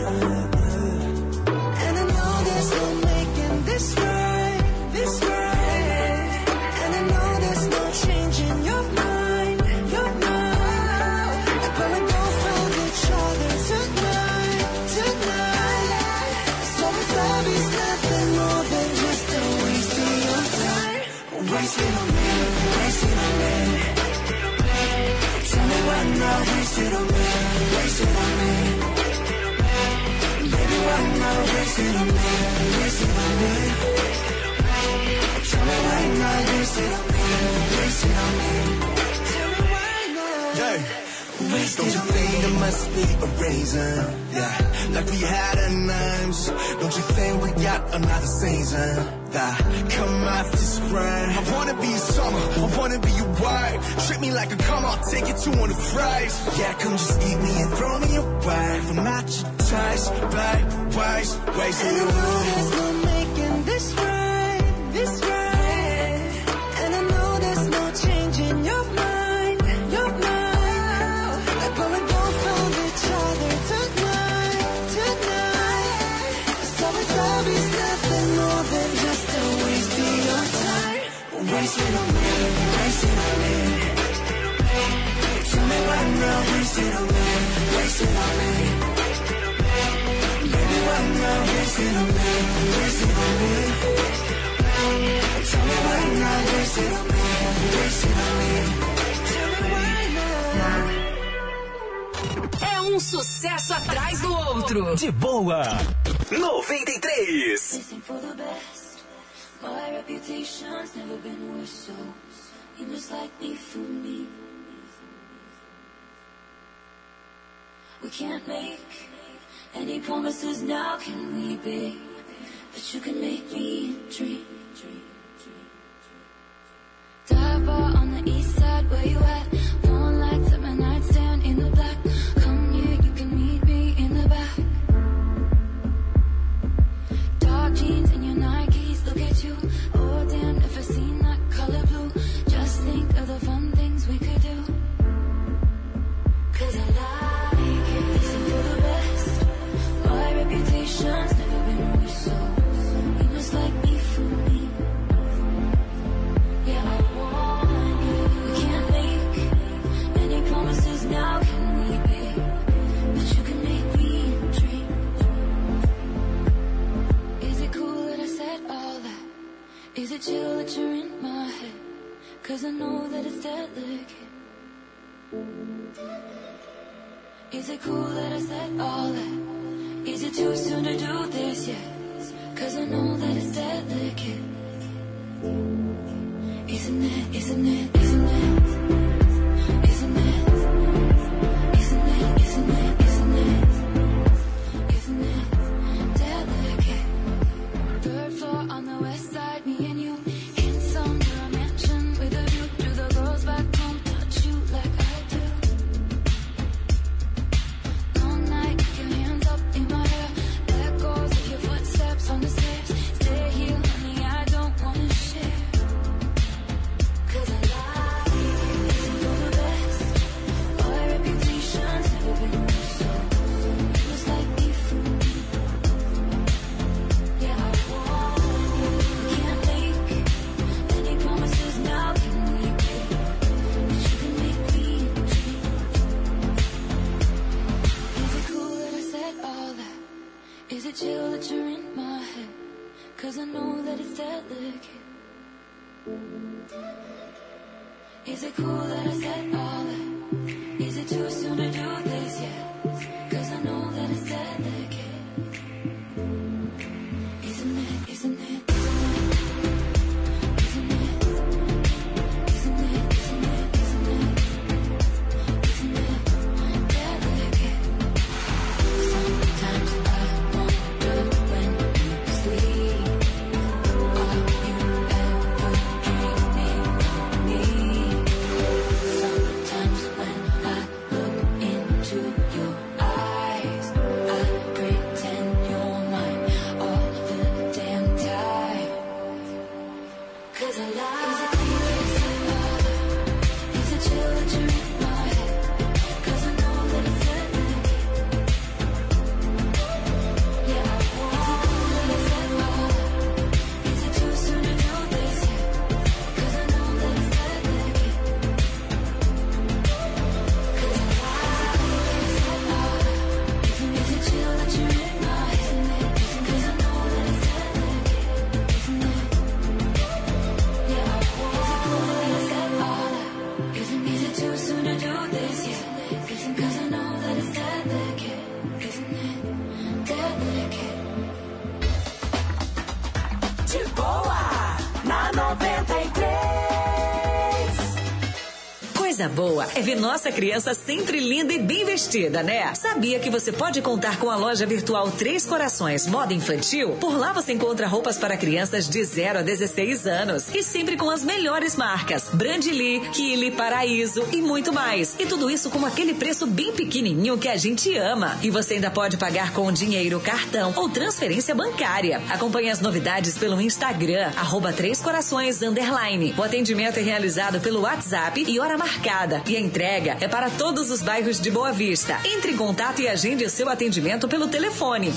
And I know there's no making this right, this right. And I know there's no changing your mind, your mind. But we both found each other tonight, tonight. So if love is nothing more than just a waste of your time, wasting on me, wasting on me. Tell me why not, wasting on me, wasting on me. Baby, why not, wasting on me, wasting on me. Tell me why not, wasting on me, wasting on me. Tell me why not. Yeah. Don't you think there must be a reason? Yeah, like we had a names. Don't you think we got another season? That come off this grind. I wanna be your summer, I wanna be your wife. Treat me like a come, I'll take it to one of the fries. Yeah, come just eat me and throw me a wife. I'm not your choice, black, white, waste. And I know there's no making this right, this right. And I know there's no changing your mind, your mind. But we both found each waste it on me, waste it on me. Tell me why not waste it on me, waste it on me. Baby, why not waste it on me, waste it on me. Tell me why not waste it on me, waste it on me. Tell me why not. É um sucesso atrás do outro. De boa. 93. Listen for the best. My reputation's never been worse, so you must like me for me. We can't make any promises now, can we, babe? But you can make me dream. Dive bar on the east side, where you at? One lights up my nightstand in the black. Come here, you can meet me in the back. Dark jeans and your Nikes, look at you. Oh damn, never seen that color blue. Just think of the fun things we could do. 'Cause I like it, listen for the best. My reputation's never been worse, so you must like me for me. Yeah, I want you. We can't make any promises now, can we, babe? But you can make me dream. Is it cool that I said all that? Is it chill that you're in my head? 'Cause I know that it's delicate. Is it cool that I said all that? Is it too soon to do this yet? 'Cause I know that it's delicate. Isn't it, isn't it, isn't it? Isn't it? Isn't it, isn't it, isn't it? Isn't it delicate? Third floor on the west side, me and you in some mansion with a view. Do the girls back home touch you like I do? Long night, your hands up in my hair. Let go of your footsteps on the stairs. Stay here, honey, I don't wanna share. 'Cause I like it, listen for the best. My reputation's never been worse, so you must like me for me. Yeah, I want you. We can't make any promises now, can we, babe? But you can make me dream. Is it cool that I said all that? Is it chill that you're in my head? 'Cause I know that it's delicate. Is it cool that I said all that? Is it too soon to do this yet? 'Cause I know that it's delicate. Isn't it, isn't it, isn't it? Isn't it? Isn't it, isn't it, isn't it? Isn't it delicate? Sometimes I wonder when you sleep, are you ever dreaming of me? Sometimes when I look into your eyes, I pretend you're mine all the damn time. 'Cause I like. Is it cool that I said all that? Is it chill that you're in my head? 'Cause I know that it's delicate. Yeah, I want. Is it cool that I said all that? Is it too soon to do this yet? 'Cause I know that it's delicate. 'Cause I like. Is it cool that I said all that? Is it chill that you're in my head? 'Cause I know that it's delicate. Isn't it? Yeah, I want. Is it cool that I said all that? Is it too soon to do this yet? 'Cause I know that it's delicate. Isn't it delicate? De boa, na 93. Coisa boa é ver nossa criança sempre linda e bem vestida, né? Sabia que você pode contar com a loja virtual Três Corações Moda Infantil? Por lá você encontra roupas para crianças de 0 a 16 anos e sempre com as melhores marcas: Brandly, Kili, Paraíso e muito mais. E tudo isso com aquele preço bem pequenininho que a gente ama. E você ainda pode pagar com dinheiro, cartão ou transferência bancária. Acompanhe as novidades pelo Instagram, @3corações_. O atendimento é realizado pelo WhatsApp e hora marcada Marcada. E a entrega é para todos os bairros de Boa Vista. Entre em contato e agende o seu atendimento pelo telefone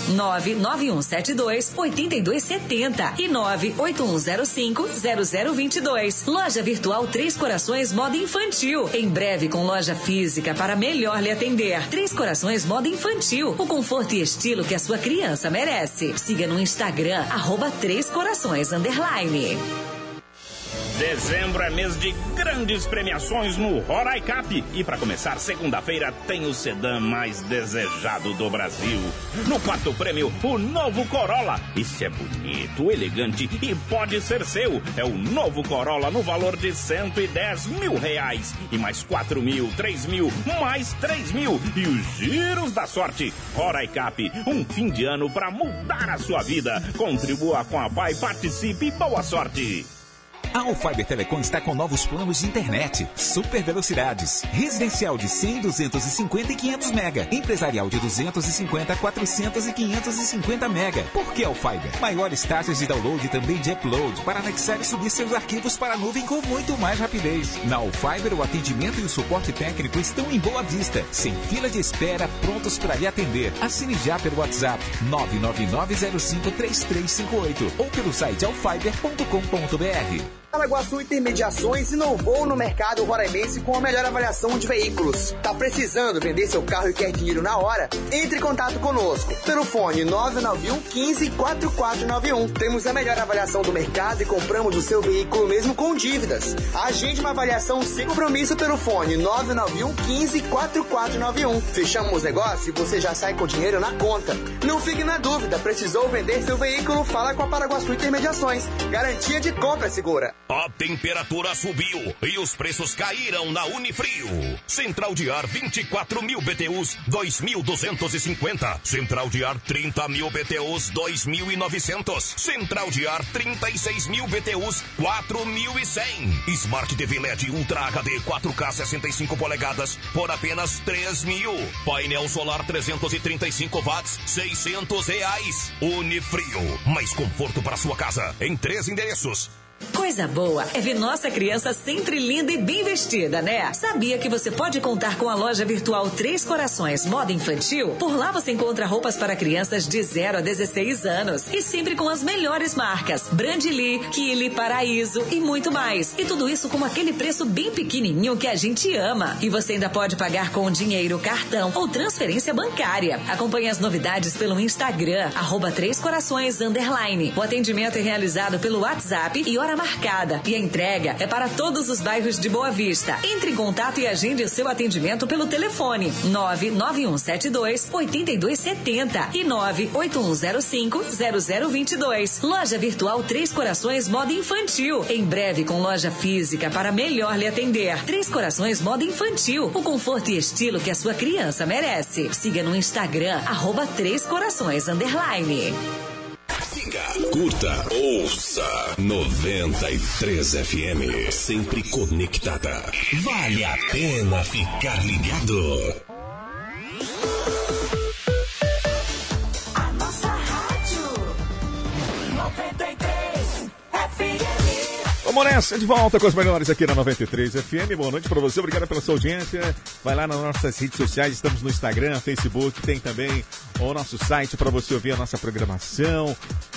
99172-8270 e 98105-0022. Loja virtual Três Corações Moda Infantil. Em breve com loja física para melhor lhe atender. Três Corações Moda Infantil. O conforto e estilo que a sua criança merece. Siga no Instagram, @3corações_. Dezembro é mês de grandes premiações no Roraicap. E para começar, segunda-feira tem o sedã mais desejado do Brasil. No quarto prêmio, o novo Corolla. Esse é bonito, elegante e pode ser seu. É o novo Corolla no valor de R$110 mil. E mais 4 mil, 3 mil, mais 3 mil. E os giros da sorte. Roraicap, um fim de ano para mudar a sua vida. Contribua com a Pai, participe e boa sorte. A Alfiber Telecom está com novos planos de internet, super velocidades, residencial de 100, 250 e 500 mega, empresarial de 250, 400 e 550 mega. Por que Alfiber? Maiores taxas de download e também de upload para anexar e subir seus arquivos para a nuvem com muito mais rapidez. Na Alfiber, o atendimento e o suporte técnico estão em Boa Vista, sem fila de espera, prontos para lhe atender. Assine já pelo WhatsApp 999053358 ou pelo site alfiber.com.br. Paraguaçu Intermediações inovou no mercado roraimense com a melhor avaliação de veículos. Tá precisando vender seu carro e quer dinheiro na hora? Entre em contato conosco pelo fone 991 15 4491. Temos a melhor avaliação do mercado e compramos o seu veículo mesmo com dívidas. Agende uma avaliação sem compromisso pelo fone 991 15 4491. Fechamos o negócio e você já sai com dinheiro na conta. Não fique na dúvida, precisou vender seu veículo? Fala com a Paraguaçu Intermediações. Garantia de compra segura. A temperatura subiu e os preços caíram na Unifrio. Central de ar 24 mil BTUs, 2.250. Central de ar 30 mil BTUs, 2.900. Central de ar 36 mil BTUs, 4.100. Smart TV LED Ultra HD 4K 65 polegadas por apenas 3.000. Painel solar 335 watts, R$600. Unifrio, mais conforto para sua casa em 3 endereços. Coisa boa é ver nossa criança sempre linda e bem vestida, né? Sabia que você pode contar com a loja virtual Três Corações Moda Infantil? Por lá você encontra roupas para crianças de 0 a 16 anos. E sempre com as melhores marcas. Brandly, Kili, Paraíso e muito mais. E tudo isso com aquele preço bem pequenininho que a gente ama. E você ainda pode pagar com dinheiro, cartão ou transferência bancária. Acompanhe as novidades pelo Instagram, @3corações_. O atendimento é realizado pelo WhatsApp e hora marcada. E a entrega é para todos os bairros de Boa Vista. Entre em contato e agende o seu atendimento pelo telefone 99172-8270 e 98105-0022. Loja virtual Três Corações Moda Infantil. Em breve com loja física para melhor lhe atender. Três Corações Moda Infantil. O conforto e estilo que a sua criança merece. Siga no Instagram, @3corações_. Curta, ouça 93 FM, sempre conectada. Vale a pena ficar ligado. A nossa rádio 93 FM. Vamos nessa, de volta com as melhores aqui na 93 FM. Boa noite para você, obrigado pela sua audiência. Vai lá nas nossas redes sociais, estamos no Instagram, Facebook, tem também o nosso site para você ouvir a nossa programação,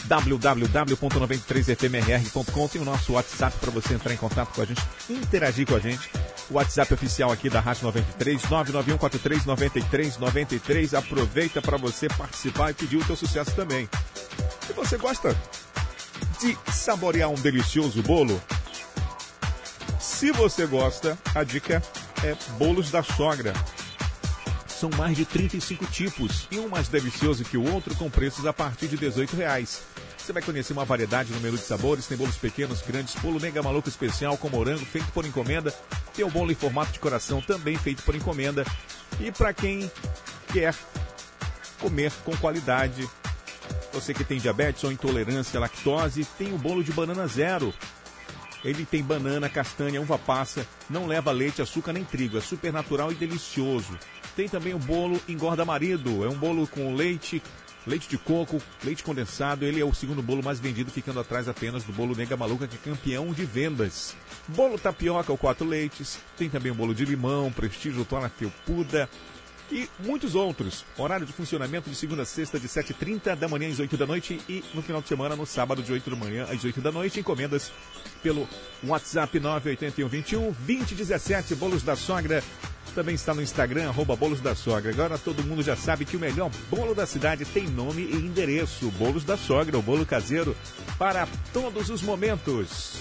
www.93fmrr.com. Tem o nosso WhatsApp para você entrar em contato com a gente, interagir com a gente. O WhatsApp oficial aqui da Rádio 93, 991439393. Aproveita para você participar e pedir o teu sucesso também. Se você gosta de saborear um delicioso bolo, se você gosta, a dica é bolos da sogra. São mais de 35 tipos e um mais delicioso que o outro, com preços a partir de R$18. Você vai conhecer uma variedade no menu de sabores, tem bolos pequenos, grandes, bolo mega maluco especial com morango, feito por encomenda, tem o bolo em formato de coração, também feito por encomenda. E para quem quer comer com qualidade, você que tem diabetes ou intolerância à lactose, tem o bolo de banana zero. Ele tem banana, castanha, uva passa, não leva leite, açúcar nem trigo, é super natural e delicioso. Tem também o bolo engorda marido, é um bolo com leite, leite de coco, leite condensado, ele é o segundo bolo mais vendido, ficando atrás apenas do bolo Nega Maluca, que é campeão de vendas. Bolo tapioca ou 4 leites, tem também o bolo de limão, prestígio, torna felpuda e muitos outros. Horário de funcionamento de segunda a sexta, de 7h30 da manhã às 8 da noite e no final de semana, no sábado, de 8 da manhã às 8 da noite. Encomendas pelo WhatsApp 98121-2017. Bolos da Sogra também está no Instagram, @Bolos da Sogra. Agora todo mundo já sabe que o melhor bolo da cidade tem nome e endereço. Bolos da Sogra, o bolo caseiro para todos os momentos.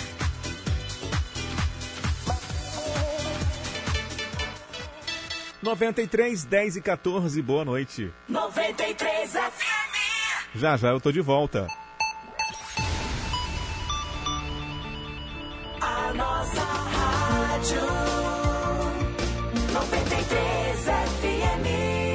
(93, 10 e 14), boa noite. 93 FM. Já eu tô de volta. A nossa rádio 93 FM.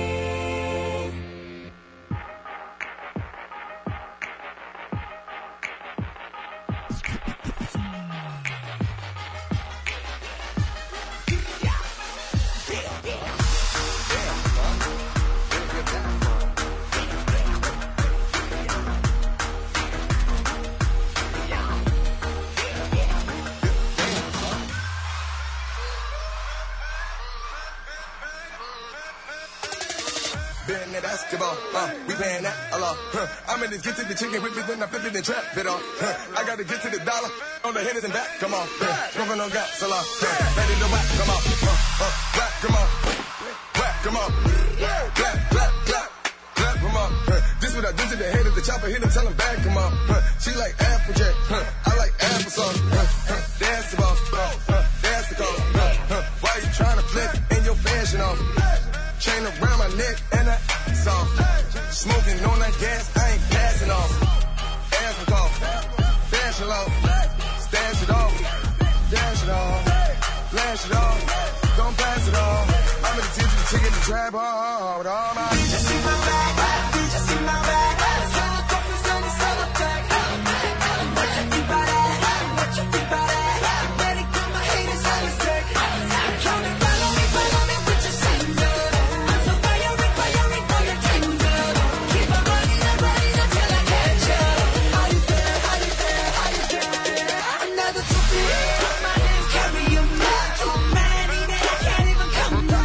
Basketball, we playing that a lot. I'm in this get to the chicken whip it, then I flip it and trap it off. I gotta get to the dollar on the hitters and back, come on. Smoking on gas a lot. Ready to whack, come on. Whack, come on. Whack, come on. Clap, clap, clap. Clap, come on. This what I do to the haters, the chopper hit them, tell them back, come on. She like Applejack, I like applesauce. Dance the ball, dance the call. Why you trying to flip in your fashion off? Chain around my neck and that soft. Smoking on that gas, I ain't passing off. Ass me call, fashion low. Stash it off, dash it off. Flash it off, don't pass it off. I'm in the teacher, chicken to trap hard with all my. Did you see my back? Did you see my back? Sell a couple, sell a back. What you think about that? What you think about that? Better get my haters on the stick. Come and follow me with your singer. I'm so firing for your tender. Keep on running until I catch you. How you there? How you there? How you there? Another trophy. My hands carry you now. Too many that I can't even come down.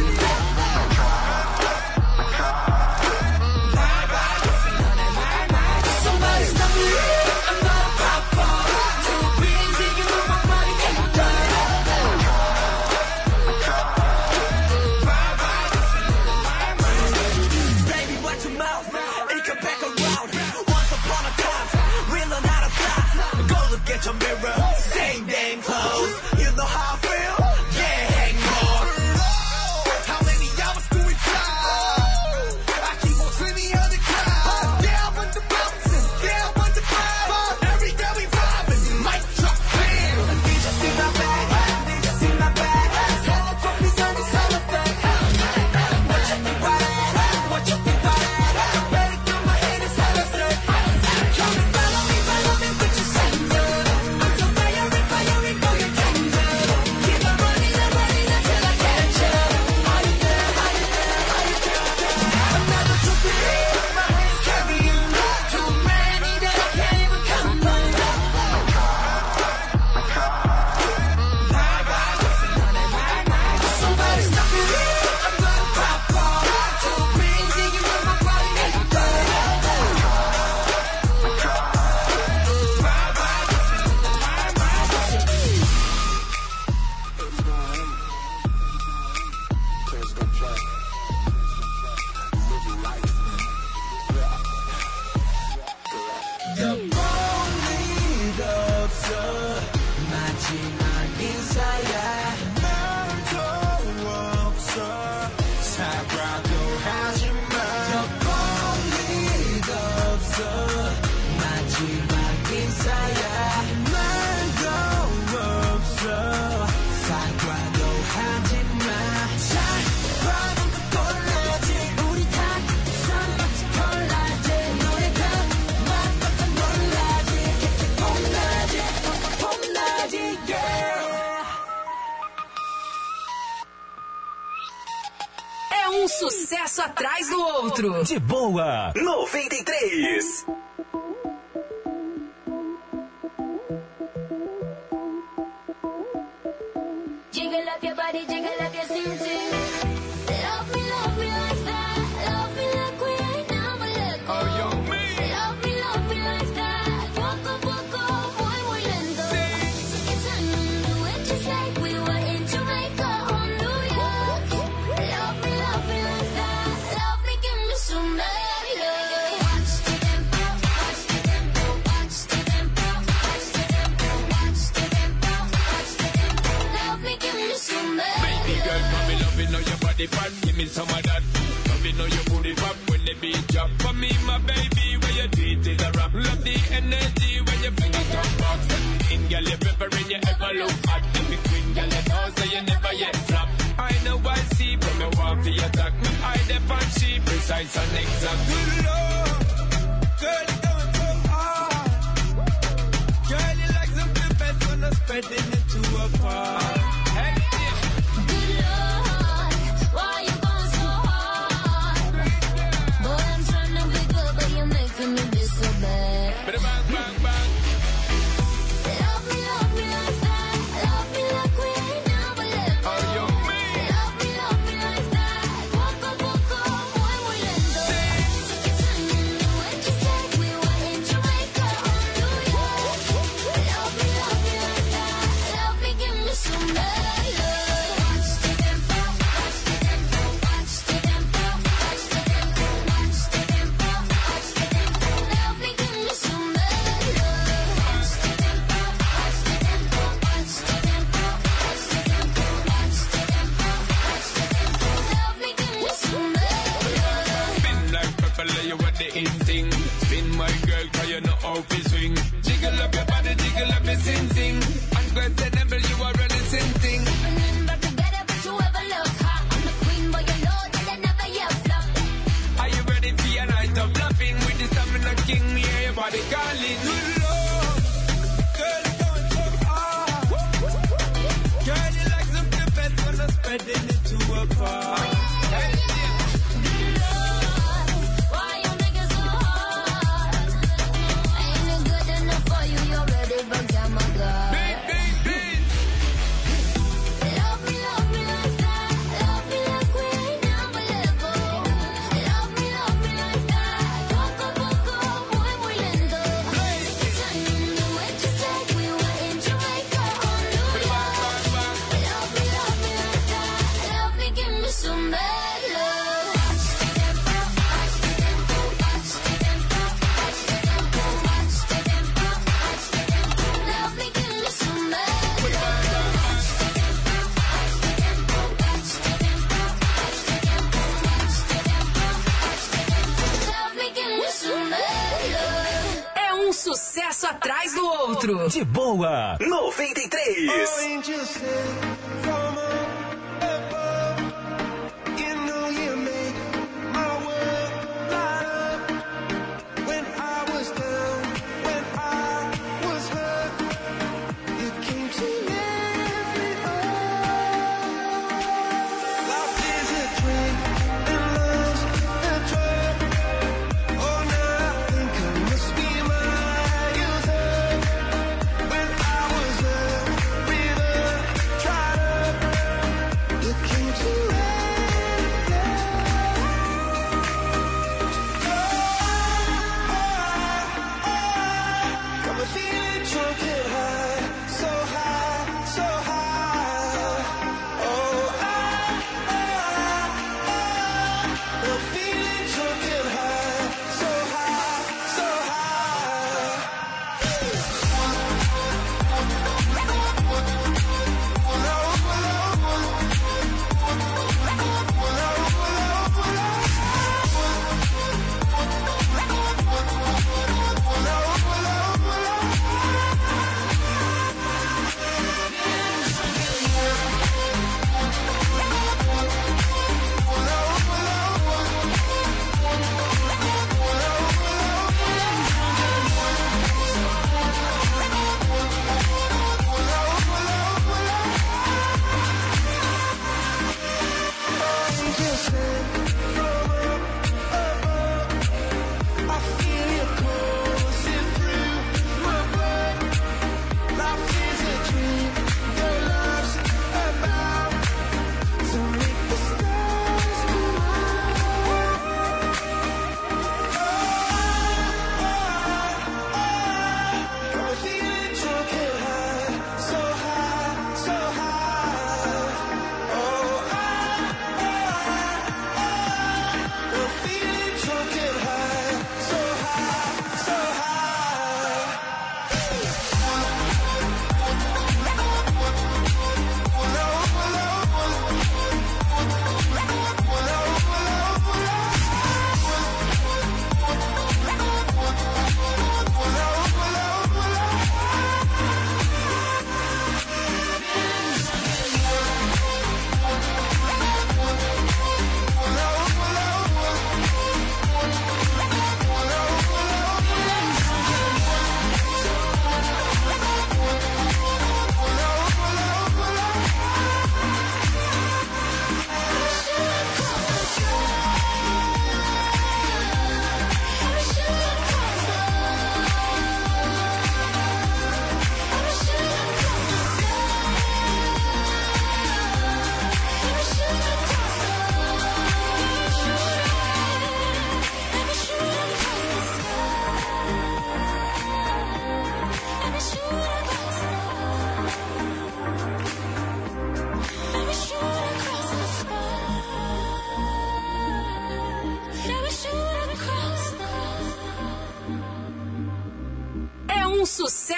Somebody stop me. I'm not a papa. Too busy, you know my money can't die. Baby, watch your mouth. It can back around. Once upon a time, we'll learn how to fly. Go look at your mirror. Same damn clothes. You know how I feel? Yeah, hang more. How many hours do we fly? I keep on swimming on the cloud. Down with the mountains, down with the clouds. Every day we vibing, mic drop bam. Did you see my back? Did you see my back? Hella trophies on this hella thing. What you think about that? What you think about that? Better get my haters hella straight. Come and follow me with your singer. I'm so firing for your tender. Keep on running until I catch you. How you there? How you there? How you there? Another trophy. My hands carry you. Too many that I can't even count. Somebody stop me. I'm gonna pop off. Too busy, you know my body ain't done. The bonito 마지막 인사야 말도 없어 사과도 하지마 The bonito 마지막 인사야 말도 없어 사과도 하지마 사과도 꼴라지 우리 다 썸같이 콜라지 노래가 맛보다 몰라지 폼나지 폼나지 yeah sucesso atrás do outro. De boa, 93. Jiggle up your body, jiggle up your sing-sing. Love me like that. Love me like we ain't never let go. Love me like that. Poco a poco, muy lento. Take your time and do it just like we were in Jamaica or New York. Love me like that. Love me, give me some melody. Watch the tempo, watch the tempo, watch the tempo, watch the tempo, watch the tempo, watch the tempo. Love me, give me some melody. Baby girl, come me loving on your body fat. Give me some of that. Loving on your booty pop when the beat drop. For me, my baby, when you treat it a rap. Love the energy when you fling it up back. In girl, you preferring you ever look hot. Every queen girl, you know, so you never yet flop. I know I see from me want to attack me. I depend she precise and exact. Good Lord, girl, you going so hard. Girl, you like something best when I'm spreading it to a part. Hey, yeah. Good Lord, why you going so hard? Boy, I'm trying to be good, but you're making me be so bad. Bang, bang, bang. Love me like that. Love me like we ain't never let go. Love me like that. Poco a poco, muy lento. Take your time and do it just like we were in Jamaica or New York. Love me like that. Love me, give me some melody. Watch the tempo, watch the tempo, watch the tempo, watch the tempo, watch the tempo, watch the tempo. Love me, give me some melody. Watch the tempo, watch the tempo, watch the tempo, watch the tempo, watch the tempo, watch the tempo. Love me, give me some melody. Spin like propeller, you are the in thing. Spin my girl, cause you know how to swing. Jiggle up your body, jiggle up your sing. Unquestionable, you are really sing. Remember together, but you ever look hot. I'm the queen, but you know that I never yet flop. Are you ready for your night of laughing? With the stamina king, hear your body calling. Good Lord, girl, you going so hard. Girl, you like something best when I'm spreading it to a part. Hey, yeah. Good Lord, why you niggas so hard? Ain't it good enough for you? You're ready, but oh my God. Love me like that. Love me like we ain't never let go. Love me like that. Poco a poco, muy lento. Take your time and do it just like we were in Jamaica or New York. Love me like that. Love me, give me some melody. Watch the tempo, watch the tempo, watch the tempo, watch the tempo, watch the tempo, watch the tempo. Love me, give me some melody. Watch the tempo, watch the tempo, watch the tempo, watch the tempo, watch the tempo, watch the tempo. Love me, give me some melody. É um sucesso atrás do outro. De boa, 93. Angels sing from above. You know you make my world light up. When I was down, when I was hurt, you came to lift me up. Life is a drink and love's a drug. Oh, now I think I must be my user. When I was a river, dried up.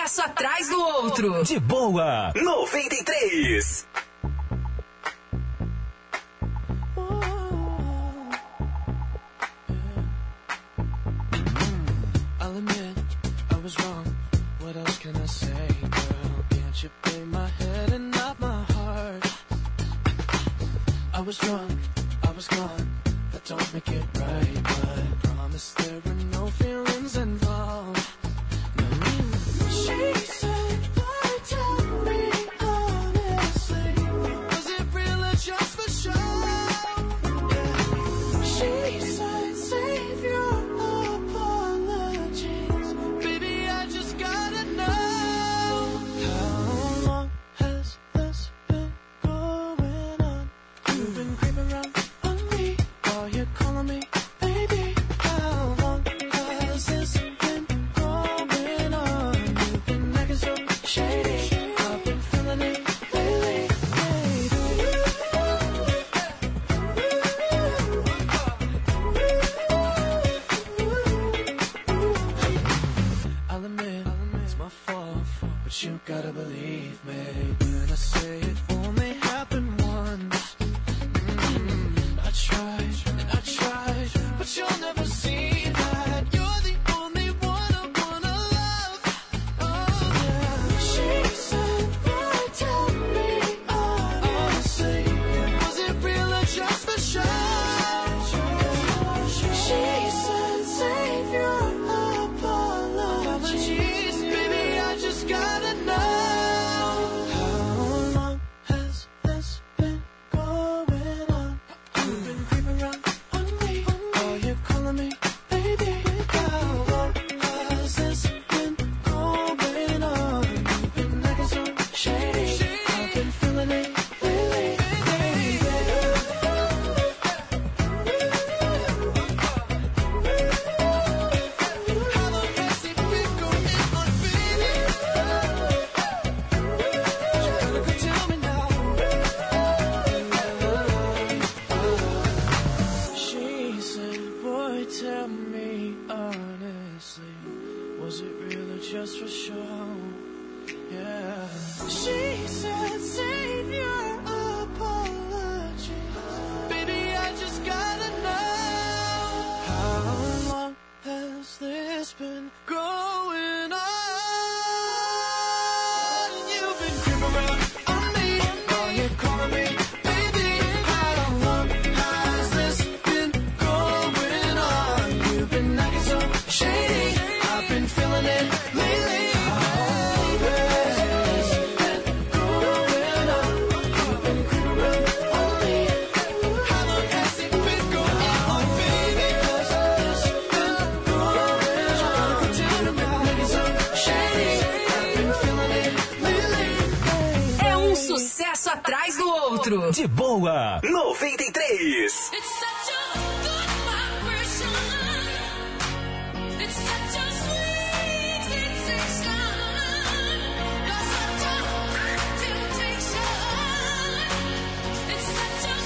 sucesso atrás do outro. De boa, 93. I'll admit I was wrong. What else can I say, girl? Can't you play my head and not my heart? I was drunk, I was gone. That don't make it right, but I promise there were no feelings involved. She said, boy, tell me honestly, was it real or just for show? She said, save your apologies, baby, I just gotta know. How long has this been going on? You've been creeping around on me while you're calling me baby. How long has this been going on? You've been acting so shady, I've been feeling it lately, I'll admit, it's my fault, but you gotta believe me when I say it only happened once. I tried, and I tried, but you'll never see that. You're the only one I wanna love. Oh yeah. She said, boy, tell me honestly, was it real or just for show? She said, save your apologies, baby, I just gotta know. How long has this been going on? You've been creeping around on me while you're calling me baby. How long has this been going on? You've been acting so shady, I've been feeling it lately, baby. How long has it been going on, baby? You gotta go tell me now. She said, boy, tell me honestly, was it real or just for show? Yeah. She said, save your apology, baby, I just gotta know. How long has this been going on? You've been creeping around on me while you're calling me baby. How long has this been going on? You've been acting so shady, I've been feeling it lately. How long has this been going on? You've been creeping around on me. How long has it been going on, baby? Has this been going on? Tell me now, acting so shady, I've been feeling it lately. É sucesso atrás do outro. De boa, 93. It's such a good vibration. It's such a sweet sensation. You're such a temptation. It's such a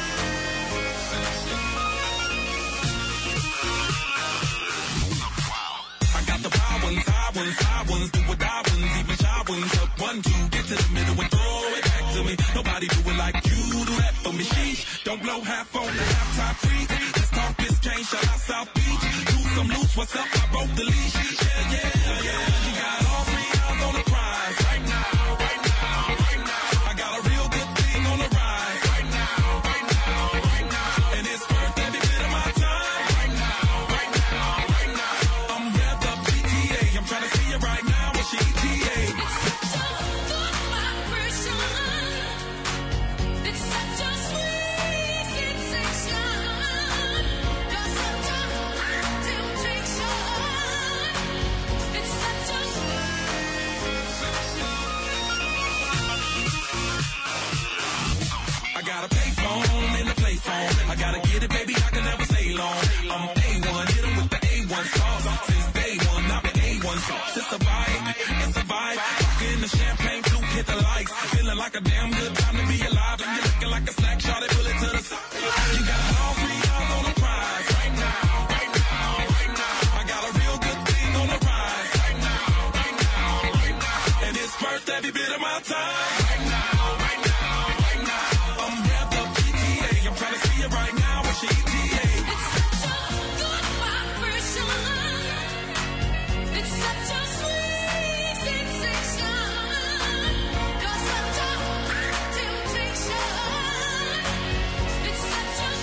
I got the wild ones, high ones, high ones, do what I ones, even shy ones. Up 1, 2, get to the middle and throw it back to me. Nobody do it like you do that for me. Sheesh, don't blow half on the halftime free. Let's talk this change, shout out South Beach. Do some loose, what's up? I broke the leash. Yeah, yeah, yeah. You got all 3 eyes on the prize right now, right now, right now. I got a real good thing on the rise right now, right now, right now. And it's worth every bit of my time right now, right now, right now. I'm revved up GTA. I'm trying to see you right now. What's your ETA? It's such a sweet sensation. You're such a temptation. It's such a I got a payphone and a play phone. I gotta get it, baby. I can never stay long. I'm A1, hit 'em with the A1 sauce. Since day one, I've been A1 sauce. It's a vibe, it's a vibe. Rockin' the champagne flute, hit the lights. Feeling like a damn good time to be alive. And you're looking like a snack, shot it, pull it to the side. You got all 3 eyes on the prize right now, right now, right now. I got a real good thing on the rise right now, right now, right every bit of my time. Right now, right now, right now. I'm revved up GTA. I'm trying to see you right now. What's your ETA? It's such a good vibration. It's such a sweet sensation. You're such a temptation. It's such a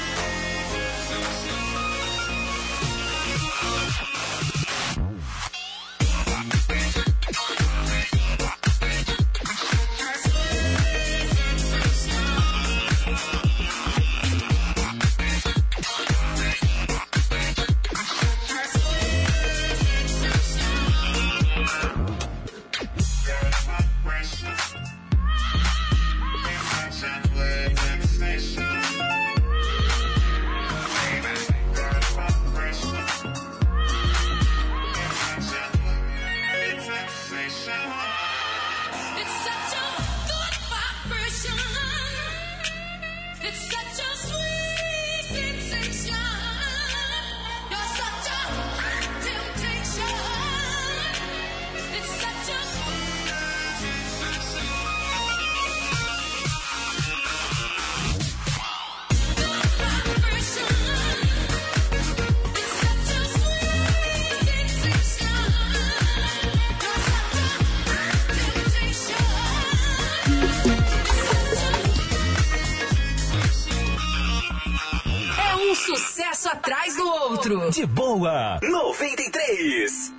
sucesso atrás do outro. De boa, 93.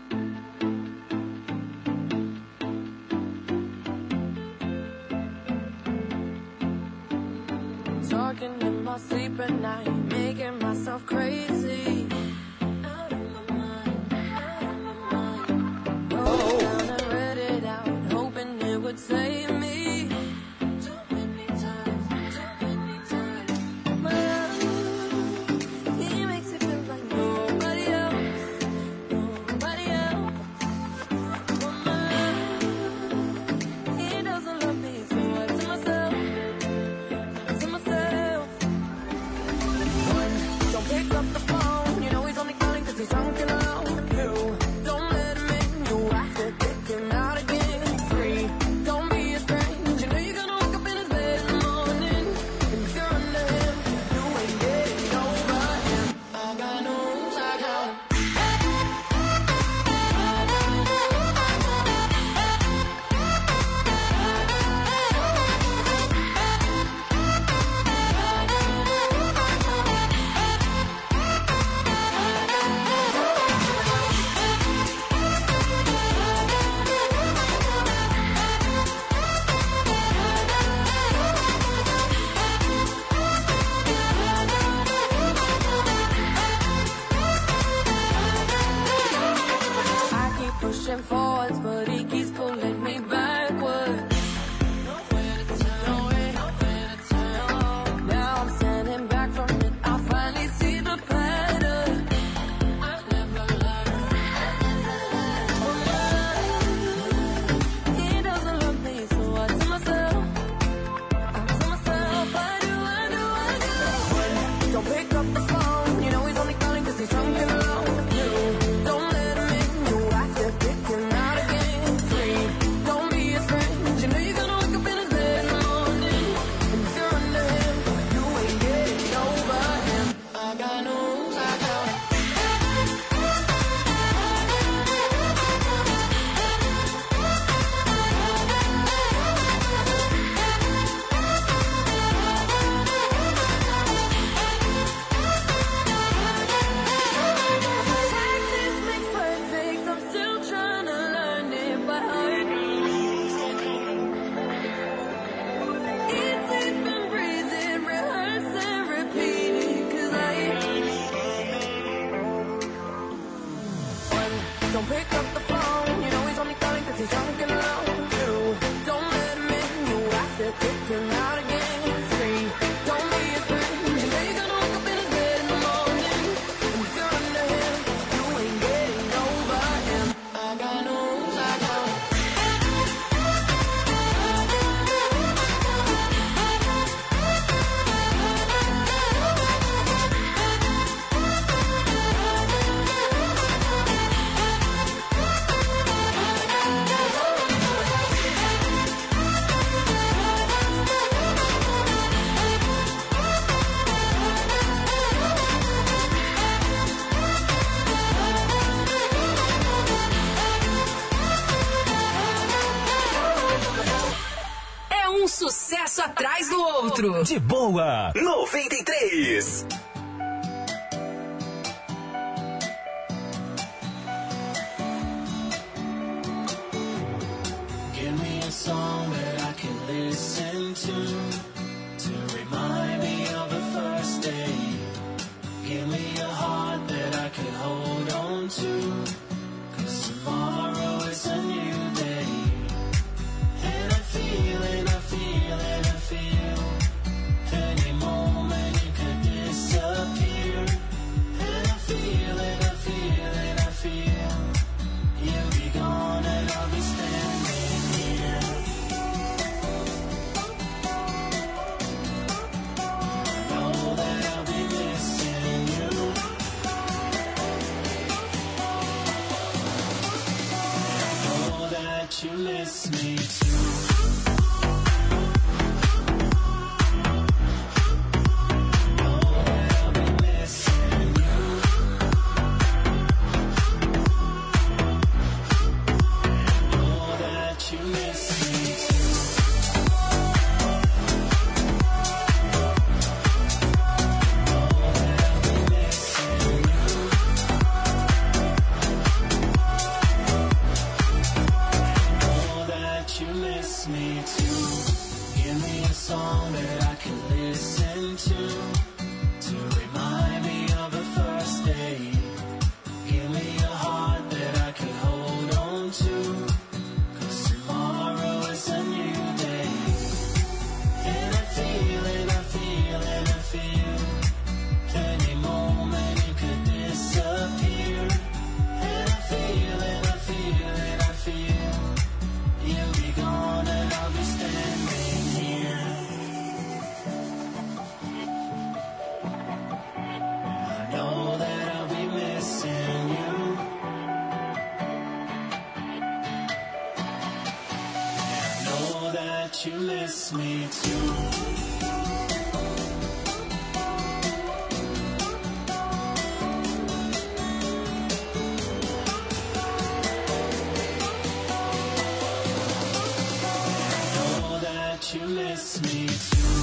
talking in my sleep at night, making myself crazy. Out of my mind, out of my mind. Wrote it down and read it out, hoping it would save me. Too many times, too many times. My love, he makes it feel like nobody else, nobody else. Oh my love, he doesn't love me, so I tell myself. Don't pick up the phone, you know um sucesso atrás do outro. De boa, 93. Give me a song that I can listen to remind me of the first day. Give me a heart that I can hold on to, 'cause tomorrow is a new day. And I feel, and I feel, and I feel, any moment it could disappear. And I feel, and I feel, and I feel, you'll be gone and I'll be standing here. I know that I'll be missing you. I know that you miss me too. You miss me too. You miss me too.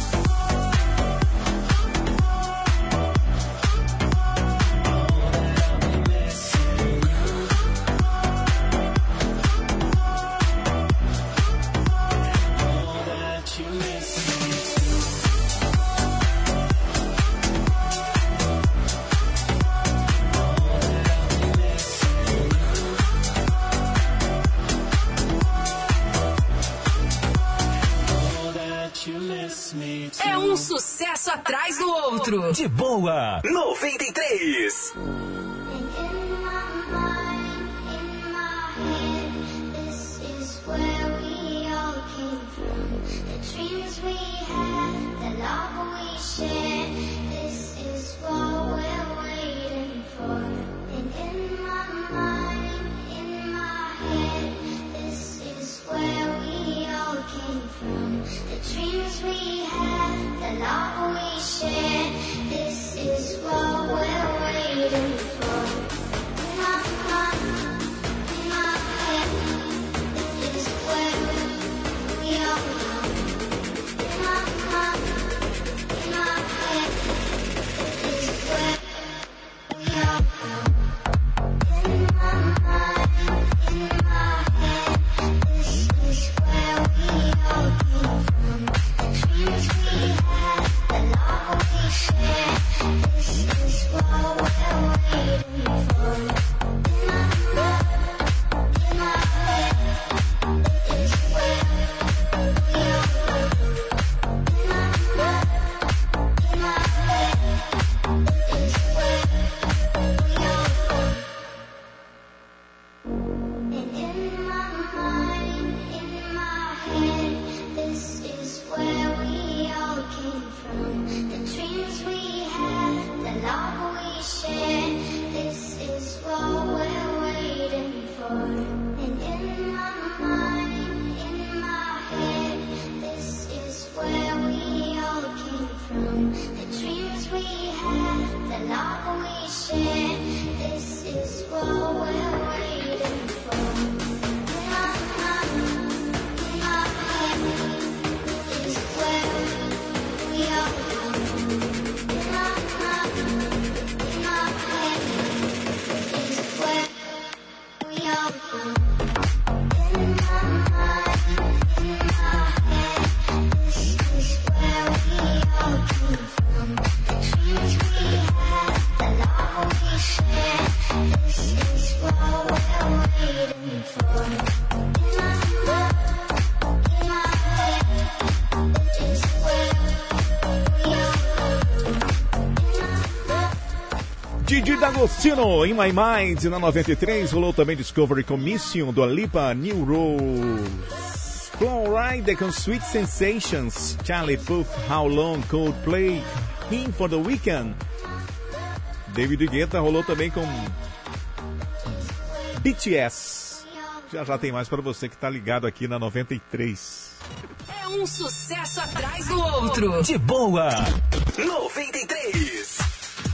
É um sucesso atrás do outro. De boa, 93. The dreams we had, the love we shared, this is what we're waiting for. In my mind, in my head, this is where we are now. In my mind, in my head, this is where we are now. In my mind, in my head, this is where we are now. Dreams we had, the love we shared, this is what we're waiting for. Didi D'Agostino, In My Mind, na 93. Rolou também Discovery Commission, do Alipa, New Rose. Flowride com Sweet Sensations, Charlie Puth, How Long, Coldplay, Him for the Weekend. David Guetta rolou também com BTS. Já tem mais para você que tá ligado aqui na 93. É um sucesso atrás do outro. De boa. 93.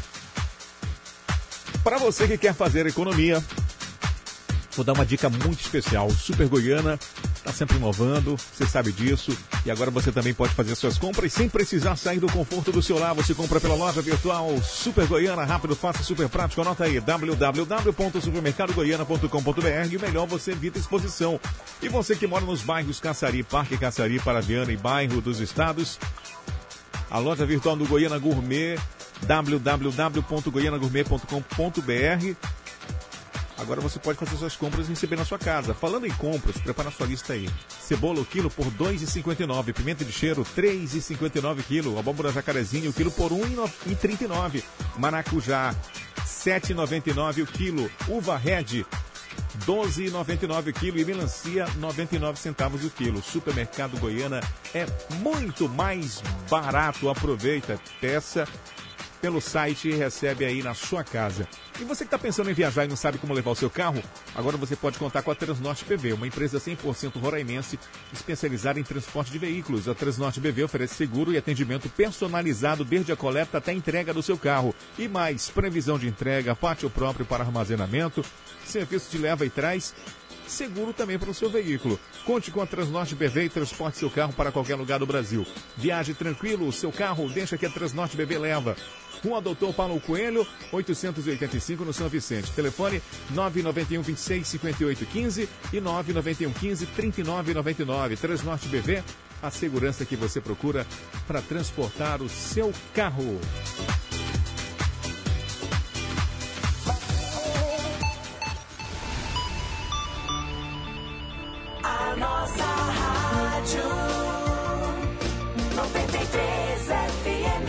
Para você que quer fazer economia, vou dar uma dica muito especial. Super Goiana está sempre inovando, você sabe disso. E agora você também pode fazer suas compras sem precisar sair do conforto do seu lar. Você compra pela loja virtual Super Goiana, rápido, fácil, super prático. Anota aí, www.supermercadogoiana.com.br. E o melhor, você evita exposição. E você que mora nos bairros Caçari, Parque Caçari, Paraviana e Bairro dos Estados, a loja virtual do Goiana Gourmet, www.goianagourmet.com.br. Agora você pode fazer suas compras e receber na sua casa. Falando em compras, prepara a sua lista aí. Cebola o quilo por R$ 2,59. Pimenta de cheiro R$ 3,59 o quilo. Abóbora jacarezinho o quilo por R$ 1,39. Maracujá R$ 7,99 o quilo. Uva Red R$ 12,99 o quilo. E melancia R$ 99 centavos o quilo. Supermercado Goiana é muito mais barato. Aproveita, peça pelo site e recebe aí na sua casa. E você que está pensando em viajar e não sabe como levar o seu carro, agora você pode contar com a Transnorte BV, uma empresa 100% roraimense especializada em transporte de veículos. A Transnorte BV oferece seguro e atendimento personalizado desde a coleta até a entrega do seu carro. E mais, previsão de entrega, pátio próprio para armazenamento, serviço de leva e trás, seguro também para o seu veículo. Conte com a Transnorte BV e transporte seu carro para qualquer lugar do Brasil. Viaje tranquilo, o seu carro deixa que a Transnorte BV leva. Rua Doutor Paulo Coelho, 885 no São Vicente. Telefone 991 26 58 15 e 991 15 39 99. Transnorte BV, a segurança que você procura para transportar o seu carro. A nossa rádio 93 FM.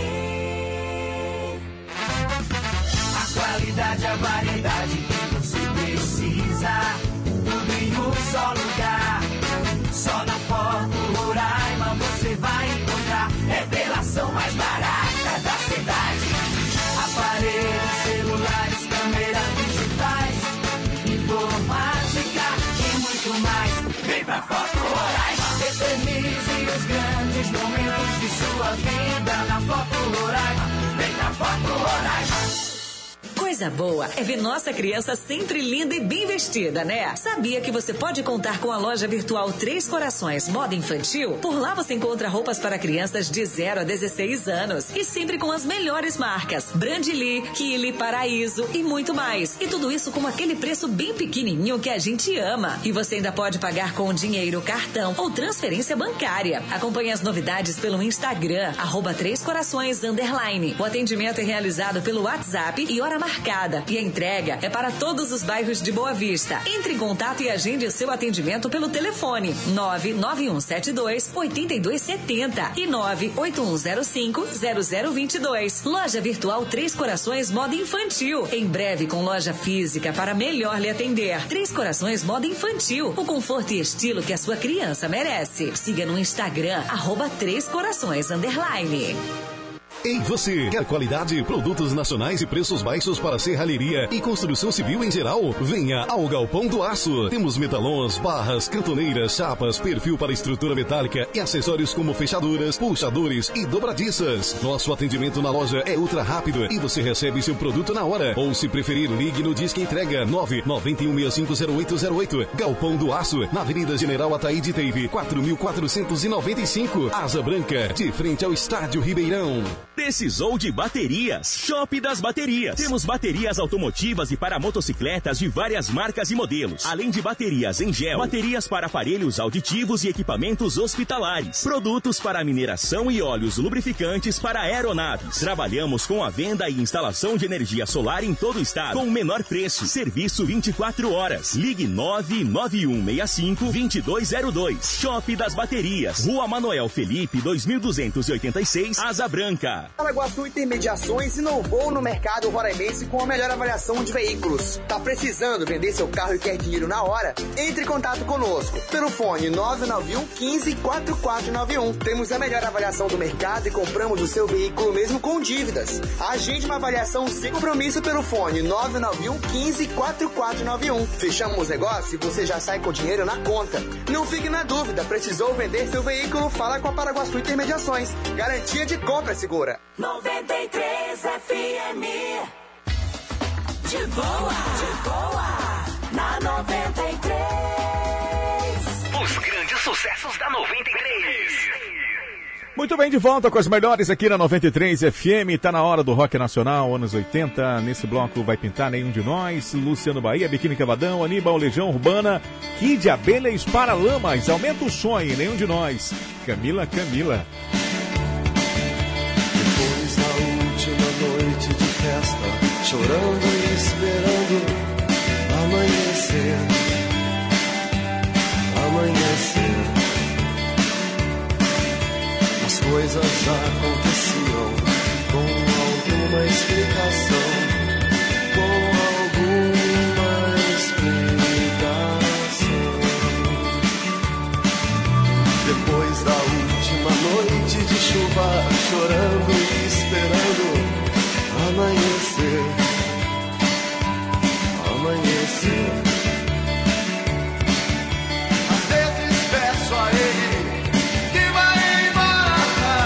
A qualidade, a variedade que você precisa, tudo em um só lugar. Só na Foto Roraima você vai encontrar revelação mais barata da cidade. Aparelhos celulares, câmeras digitais, informática e muito mais. Vem pra Foto Roraima, eternize os grandes momentos de sua vida na Foto Roraima. Vem pra Foto Roraima. Coisa boa é ver nossa criança sempre linda e bem vestida, né? Sabia que você pode contar com a loja virtual Três Corações Moda Infantil? Por lá você encontra roupas para crianças de 0 a 16 anos e sempre com as melhores marcas: Brandly, Kili, Paraíso e muito mais. E tudo isso com aquele preço bem pequenininho que a gente ama. E você ainda pode pagar com dinheiro, cartão ou transferência bancária. Acompanhe as novidades pelo Instagram, @3corações_. O atendimento é realizado pelo WhatsApp e hora marcada. E a entrega é para todos os bairros de Boa Vista. Entre em contato e agende o seu atendimento pelo telefone 99172-8270 e 98105-0022. Loja virtual Três Corações Moda Infantil. Em breve com loja física para melhor lhe atender. Três Corações Moda Infantil. O conforto e estilo que a sua criança merece. Siga no Instagram, @3corações_. Ei, você, quer qualidade, produtos nacionais e preços baixos para serralheria e construção civil em geral? Venha ao Galpão do Aço. Temos metalons, barras, cantoneiras, chapas, perfil para estrutura metálica e acessórios como fechaduras, puxadores e dobradiças. Nosso atendimento na loja é ultra rápido e você recebe seu produto na hora. Ou se preferir, ligue no Disque Entrega 991650808. Galpão do Aço, na Avenida General Ataíde Teive, 4495. Asa Branca, de frente ao Estádio Ribeirão. Precisou de baterias? Shop das Baterias. Temos baterias automotivas e para motocicletas de várias marcas e modelos. Além de baterias em gel, baterias para aparelhos auditivos e equipamentos hospitalares. Produtos para mineração e óleos lubrificantes para aeronaves. Trabalhamos com a venda e instalação de energia solar em todo o estado, com o menor preço. Serviço 24 horas. Ligue 99165-2202. Shop das Baterias. Rua Manoel Felipe, 2286, Asa Branca. Paraguaçu Intermediações inovou no mercado roraimense com a melhor avaliação de veículos. Tá precisando vender seu carro e quer dinheiro na hora? Entre em contato conosco pelo fone 991 15 4491. Temos a melhor avaliação do mercado e compramos o seu veículo mesmo com dívidas. Agende uma avaliação sem compromisso pelo fone 991 15 4491. Fechamos o negócio e você já sai com dinheiro na conta. Não fique na dúvida, precisou vender seu veículo? Fala com a Paraguaçu Intermediações. Garantia de compra segura. 93 FM. De boa, na 93. Os grandes sucessos da 93. Muito bem, de volta com as melhores aqui na 93 FM. Tá na hora do Rock Nacional, anos 80. Nesse bloco vai pintar Nenhum de Nós, Luciano Bahia, Biquíni Cavadão, Aníbal, Legião Urbana, Kid Abelha e Paralamas. Aumenta o sonho, Nenhum de Nós. Camila. Depois da última noite de festa, chorando e esperando amanhecer. As coisas aconteciam com alguma explicação. Depois da última noite de chuva, chorando e esperando amanhecer. Às vezes peço a ele que vai embora,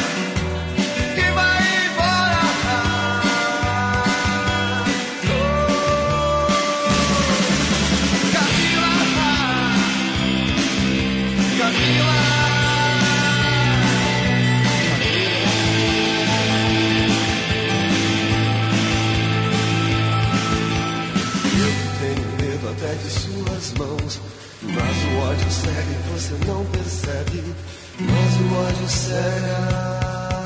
Camila. Até de suas mãos, mas o ódio segue, você não percebe, mas o ódio cega.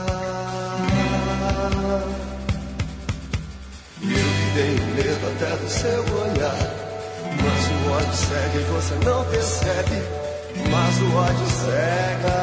Eu tenho medo até do seu olhar, mas o ódio segue, você não percebe, mas o ódio cega.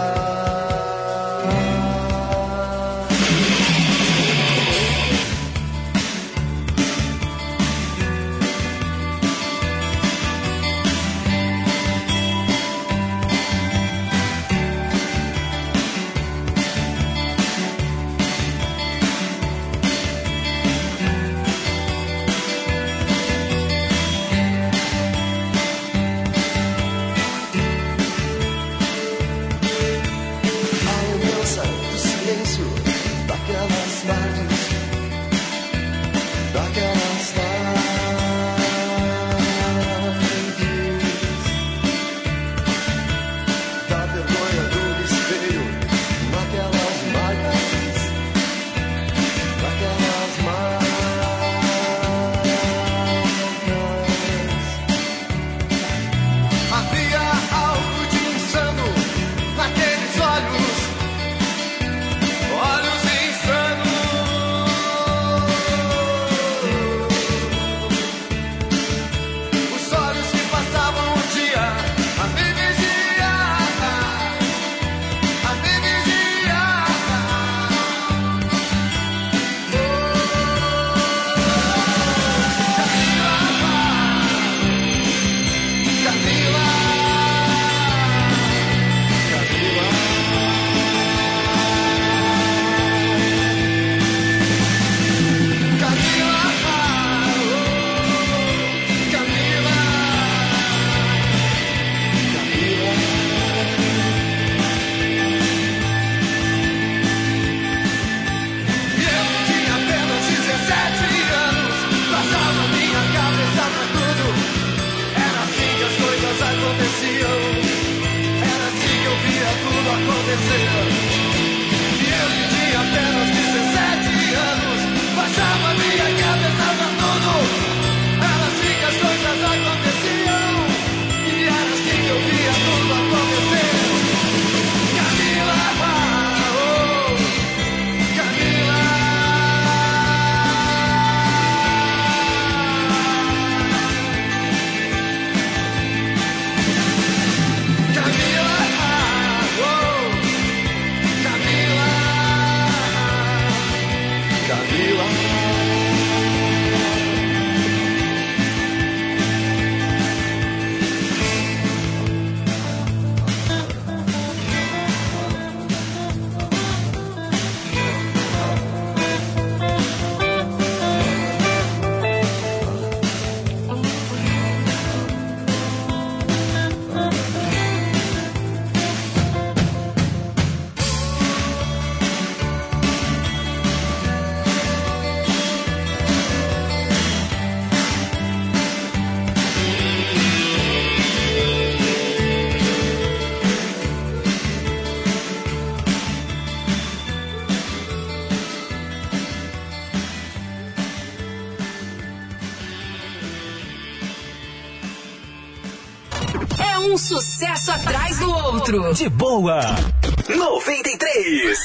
um sucesso atrás do outro. De boa. 93.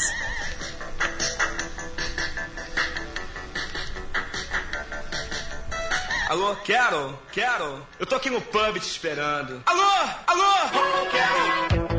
Alô, Quero? Eu tô aqui no pub te esperando. Alô, Quero!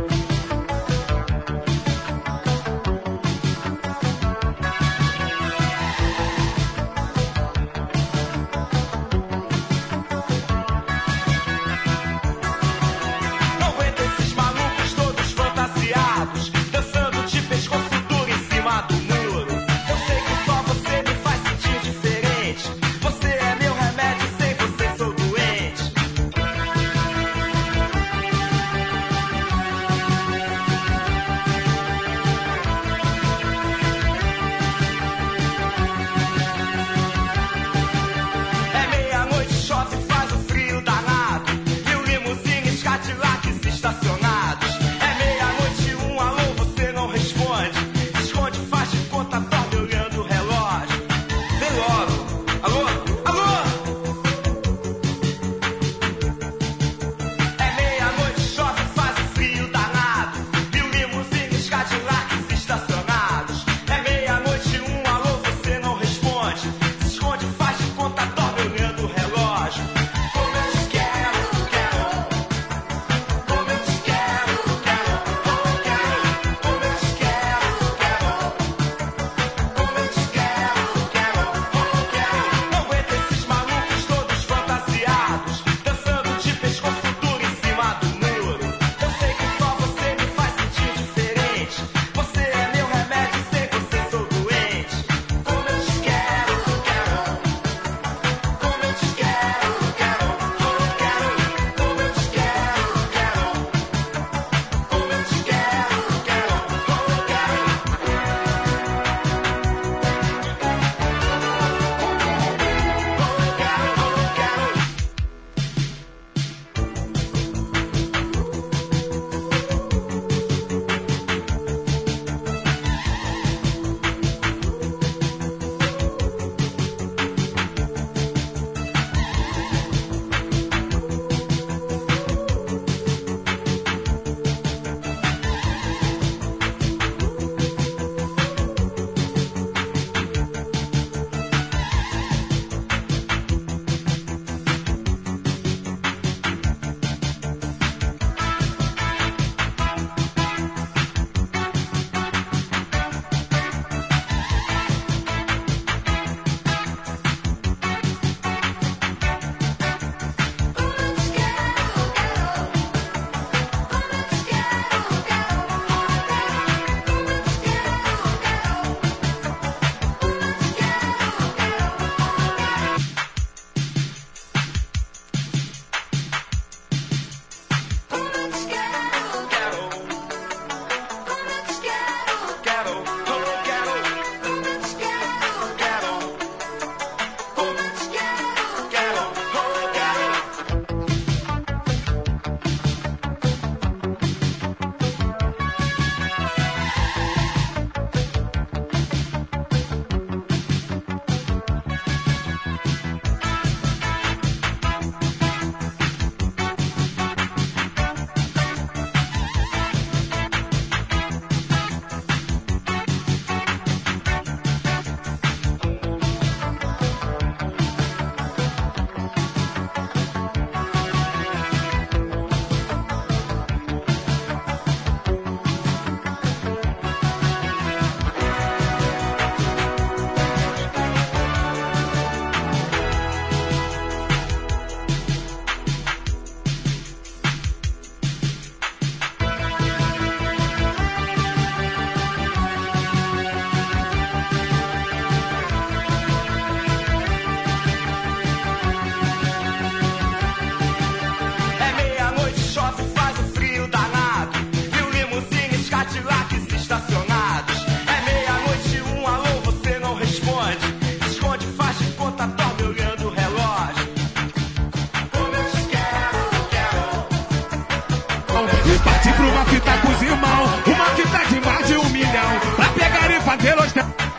Parti pro uma fita com os irmãos, uma fita de mais de 1 milhão, pra pegar e fazer os...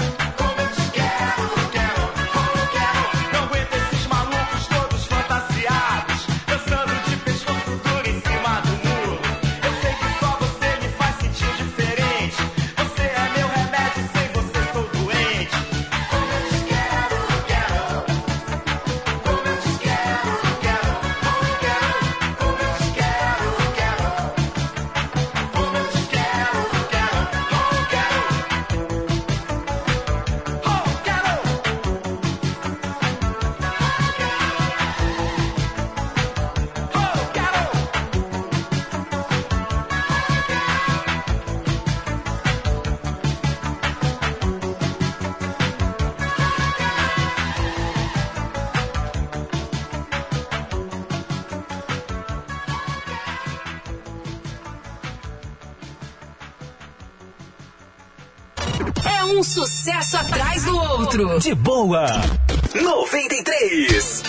Não aguento esses malucos todos fantasiados, dançando de pescoço duro em cima do É um sucesso atrás do outro. De boa. 93.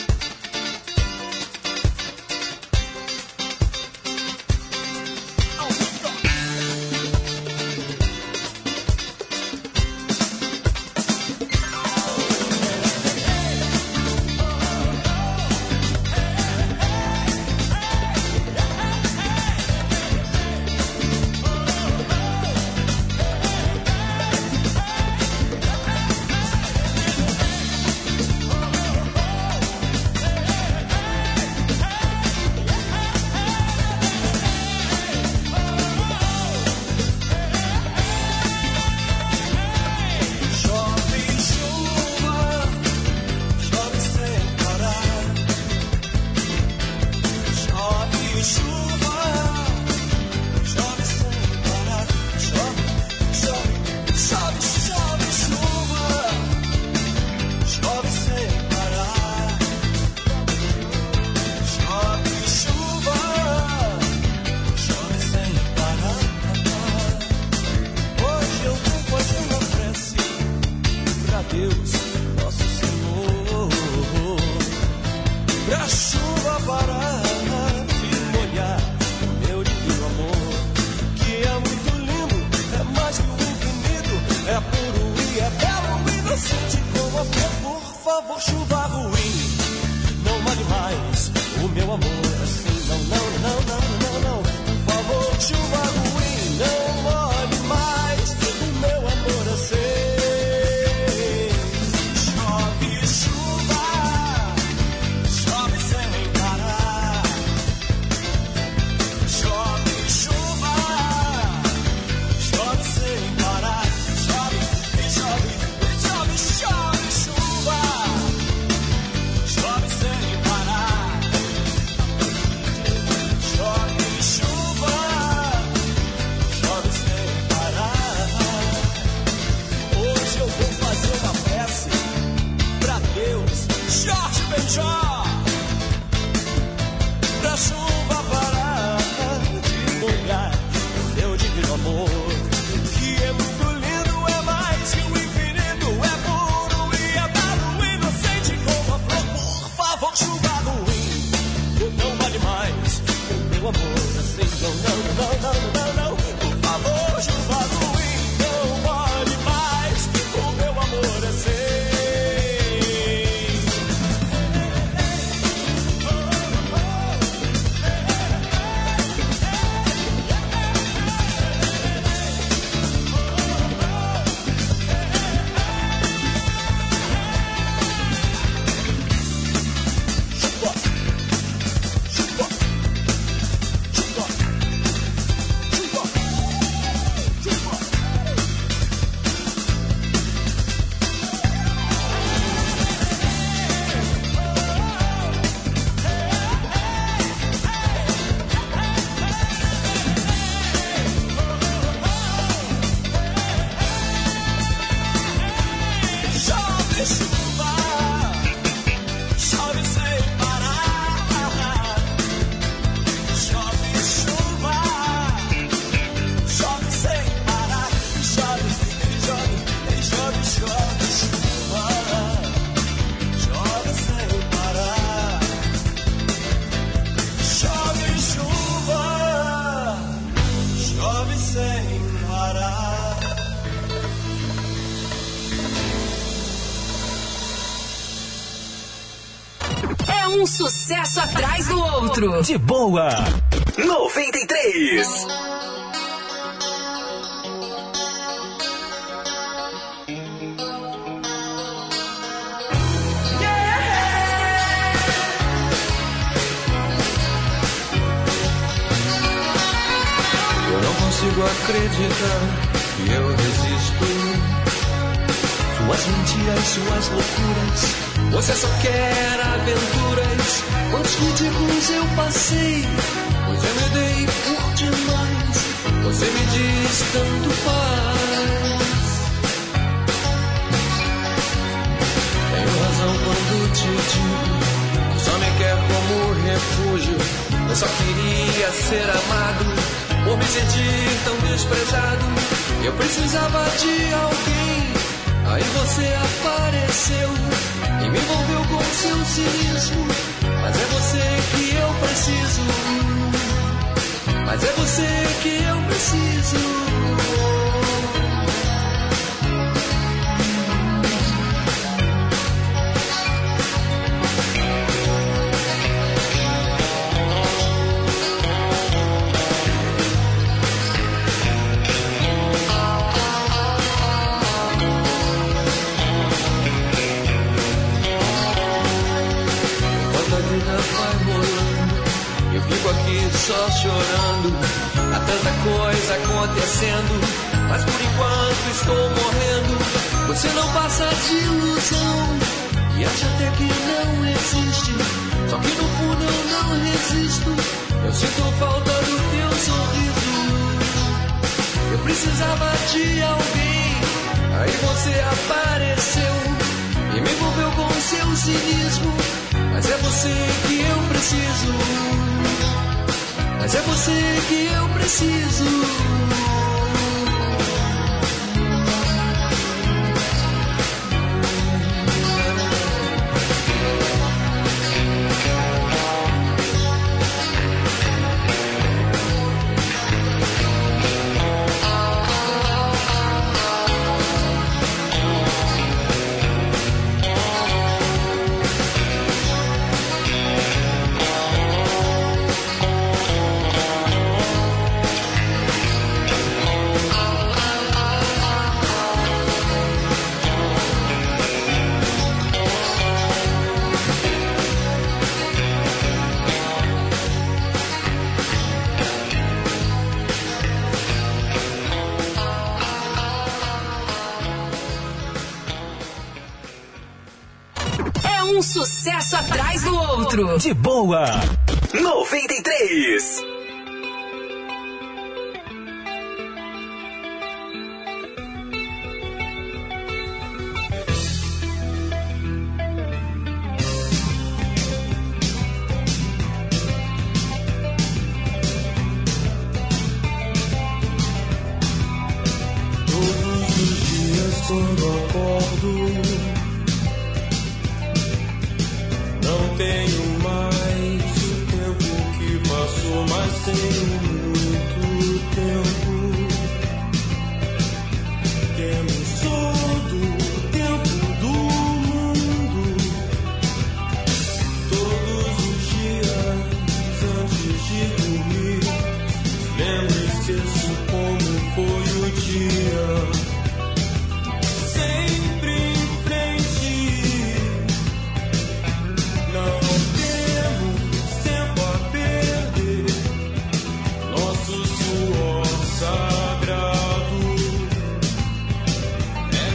Um sucesso atrás do outro. De boa. 93. Eu não consigo acreditar que eu resisto. Suas mentiras, suas loucuras. Você só quer aventuras. Quantos ridículos eu passei, pois eu me dei por demais. Você me diz tanto faz. Tenho razão quando te digo que só me quer como refúgio. Eu só queria ser amado por me sentir tão desprezado. Eu precisava de alguém, aí você apareceu e me envolveu com seu cinismo. Mas é você que eu preciso, mas é você que eu preciso. Só chorando, há tanta coisa acontecendo, mas por enquanto estou morrendo. Você não passa de ilusão e acha até que não existe, só que no fundo eu não resisto. Eu sinto falta do teu sorriso. Eu precisava de alguém, aí você apareceu e me envolveu com seu cinismo. Mas é você que eu preciso, mas é você que eu preciso. Sucesso atrás do outro. De boa. 93. Todos os dias quando acordo, não tenho mais o tempo que passou, mas tenho muito tempo. Temos todo o tempo do mundo. Todos os dias antes de dormir, lembro e esqueço como foi o dia. Sempre em frente. Não temos tempo a perder. Nosso suor sagrado é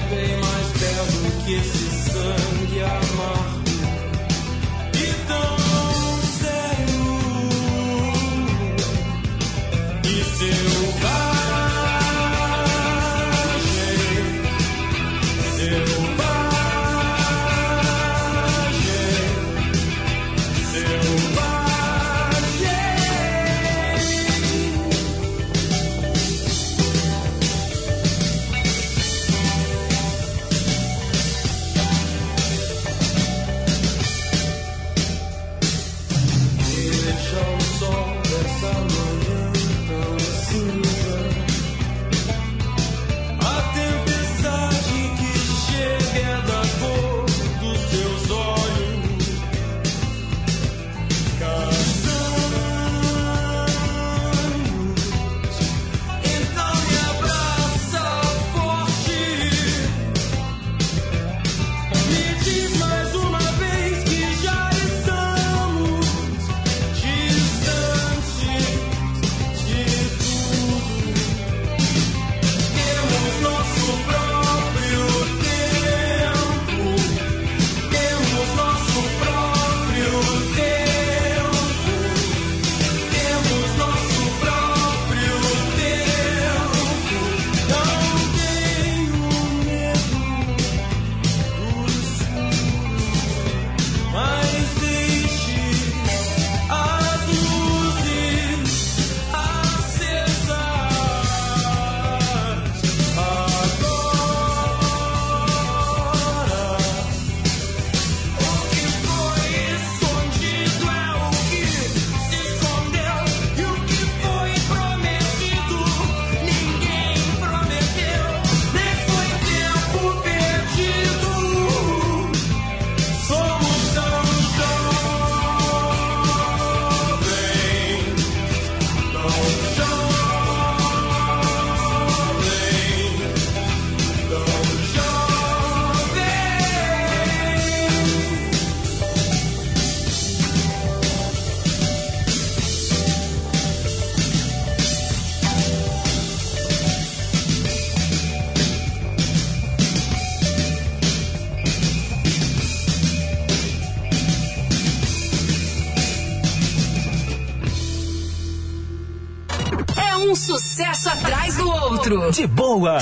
sucesso atrás do outro. De boa.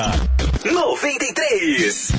93.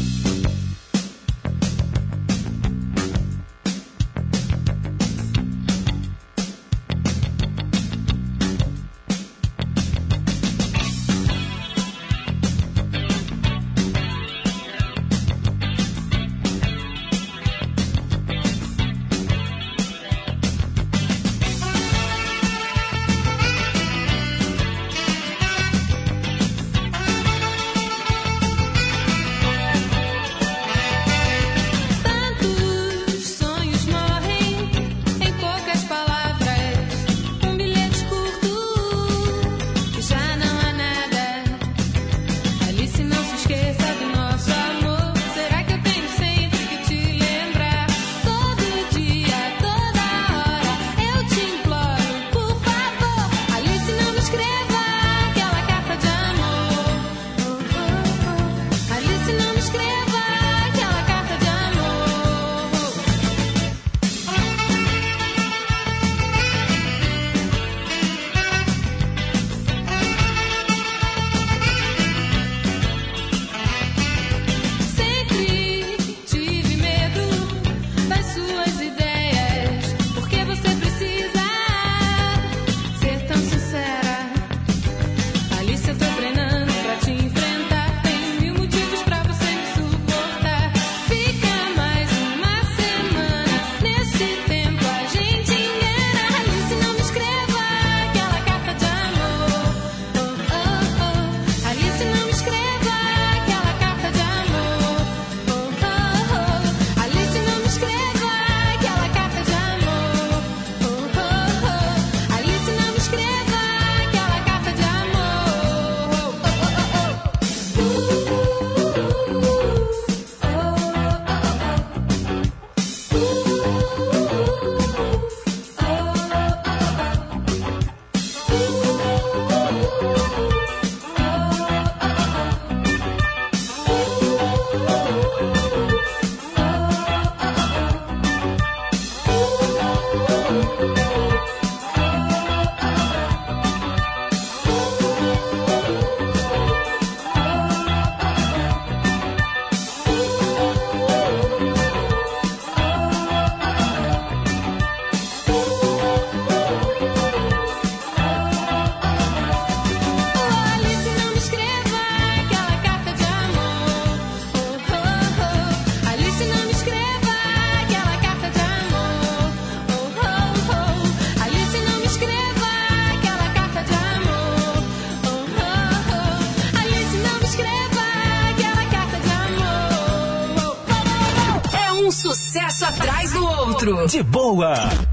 Sucesso atrás do outro. De boa.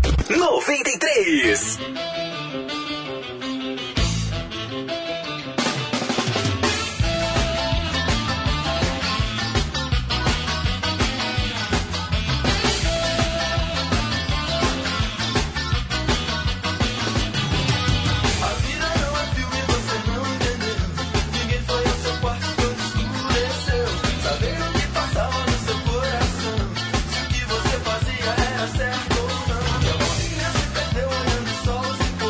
93. Certo ou não? E a bolinha se perdeu olhando o sol se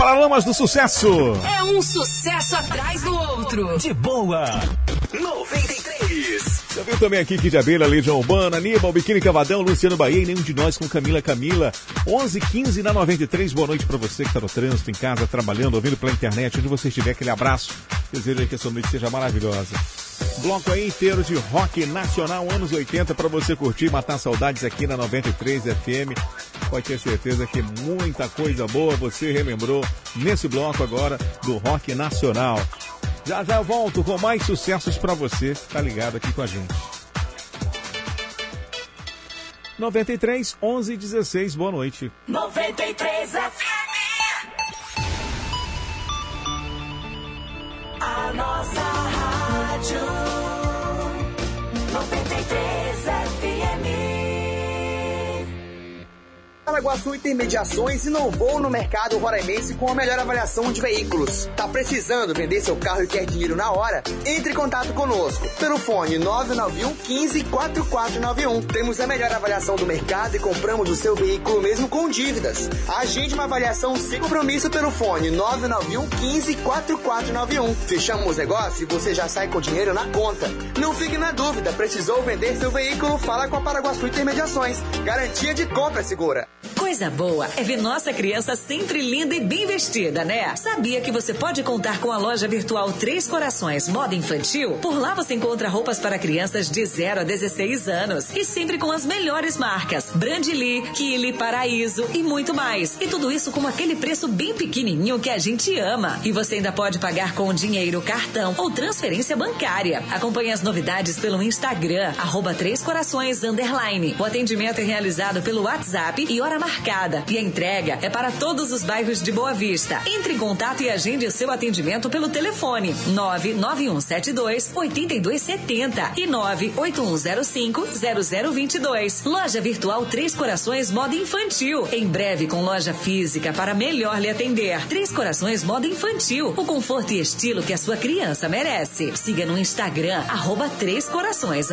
Paralamas do Sucesso. É um sucesso atrás do outro. De boa. 93. Já viu também aqui Kid Abelha, Legião Urbana, Aníbal, Biquíni Cavadão, Luciano Bahia e Nenhum de Nós com Camila. 11h15 na 93. Boa noite pra você que tá no trânsito, em casa, trabalhando, ouvindo pela internet, onde você estiver. Aquele abraço. Desejo aí que a sua noite seja maravilhosa. Bloco aí inteiro de rock nacional, anos 80, pra você curtir e matar saudades aqui na 93 FM. Pode ter certeza que muita coisa boa você relembrou nesse bloco agora do rock nacional. Já eu volto com mais sucessos pra você. Tá ligado aqui com a gente. 93, 11 e 16, boa noite. 93 FM. A nossa rádio 93 FM. Paraguaçu Intermediações inovou no mercado roraimense com a melhor avaliação de veículos. Tá precisando vender seu carro e quer dinheiro na hora? Entre em contato conosco pelo fone 991 15 4491. Temos a melhor avaliação do mercado e compramos o seu veículo mesmo com dívidas. Agende uma avaliação sem compromisso pelo fone 991 15 4491. Fechamos o negócio e você já sai com dinheiro na conta. Não fique na dúvida, precisou vender seu veículo? Fala com a Paraguaçu Intermediações. Garantia de compra segura. Coisa boa é ver nossa criança sempre linda e bem vestida, né? Sabia que você pode contar com a loja virtual Três Corações Moda Infantil? Por lá você encontra roupas para crianças de 0 a 16 anos e sempre com as melhores marcas: Brandly, Kili, Paraíso e muito mais. E tudo isso com aquele preço bem pequenininho que a gente ama. E você ainda pode pagar com dinheiro, cartão ou transferência bancária. Acompanhe as novidades pelo Instagram, @3corações_. O atendimento é realizado pelo WhatsApp e hora marcada. E a entrega é para todos os bairros de Boa Vista. Entre em contato e agende o seu atendimento pelo telefone 99172-8270 e 98105-0022. Loja virtual Três Corações Moda Infantil. Em breve com loja física para melhor lhe atender. Três Corações Moda Infantil. O conforto e estilo que a sua criança merece. Siga no Instagram, @3corações_.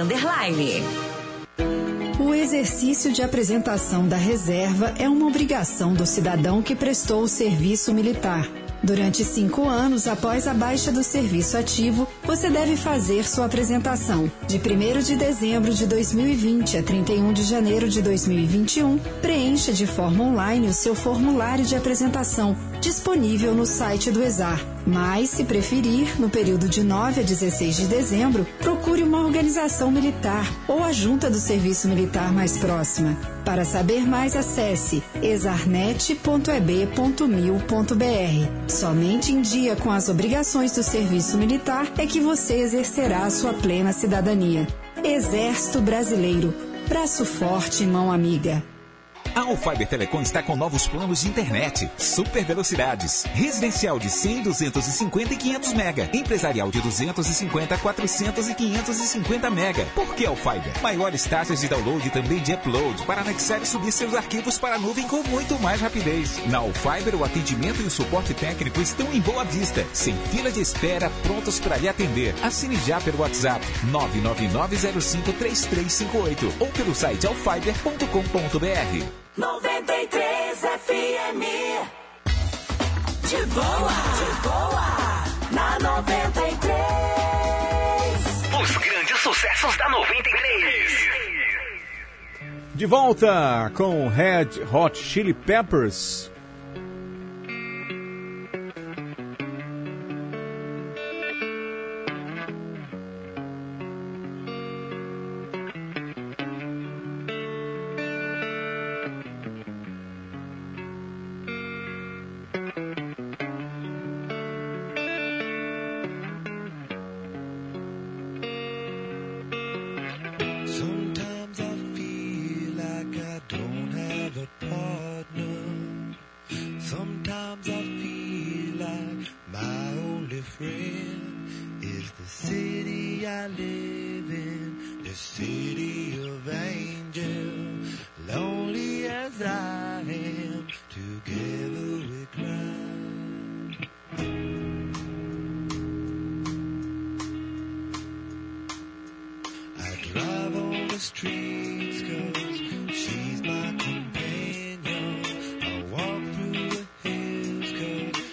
O exercício de apresentação da reserva é uma obrigação do cidadão que prestou o serviço militar. Durante 5 anos após a baixa do serviço ativo, você deve fazer sua apresentação. De 1º de dezembro de 2020 a 31 de janeiro de 2021, preencha de forma online o seu formulário de apresentação, disponível no site do ESAR. Mas, se preferir, no período de 9 a 16 de dezembro, procure uma organização militar ou a junta do serviço militar mais próxima. Para saber mais, acesse exarnet.eb.mil.br. Somente em dia com as obrigações do serviço militar é que você exercerá a sua plena cidadania. Exército Brasileiro. Braço forte, mão amiga. A Alfiber Telecom está com novos planos de internet, super velocidades, residencial de 100, 250 e 500 mega, empresarial de 250, 400 e 550 mega. Por que Alfiber? Maiores taxas de download e também de upload para anexar e subir seus arquivos para a nuvem com muito mais rapidez. Na Alfiber, o atendimento e o suporte técnico estão em Boa Vista, sem fila de espera, prontos para lhe atender. Assine já pelo WhatsApp 999053358 ou pelo site alfiber.com.br. 93 FM. De boa, na 93. Os grandes sucessos da 93. De volta com Red Hot Chili Peppers. Sometimes I feel like I don't have a partner. Sometimes I feel like my only friend is the city I live in, the city of angels. Lonely as I am, together we cry. Drive on the streets 'cause she's my companion. I walk through the hills 'cause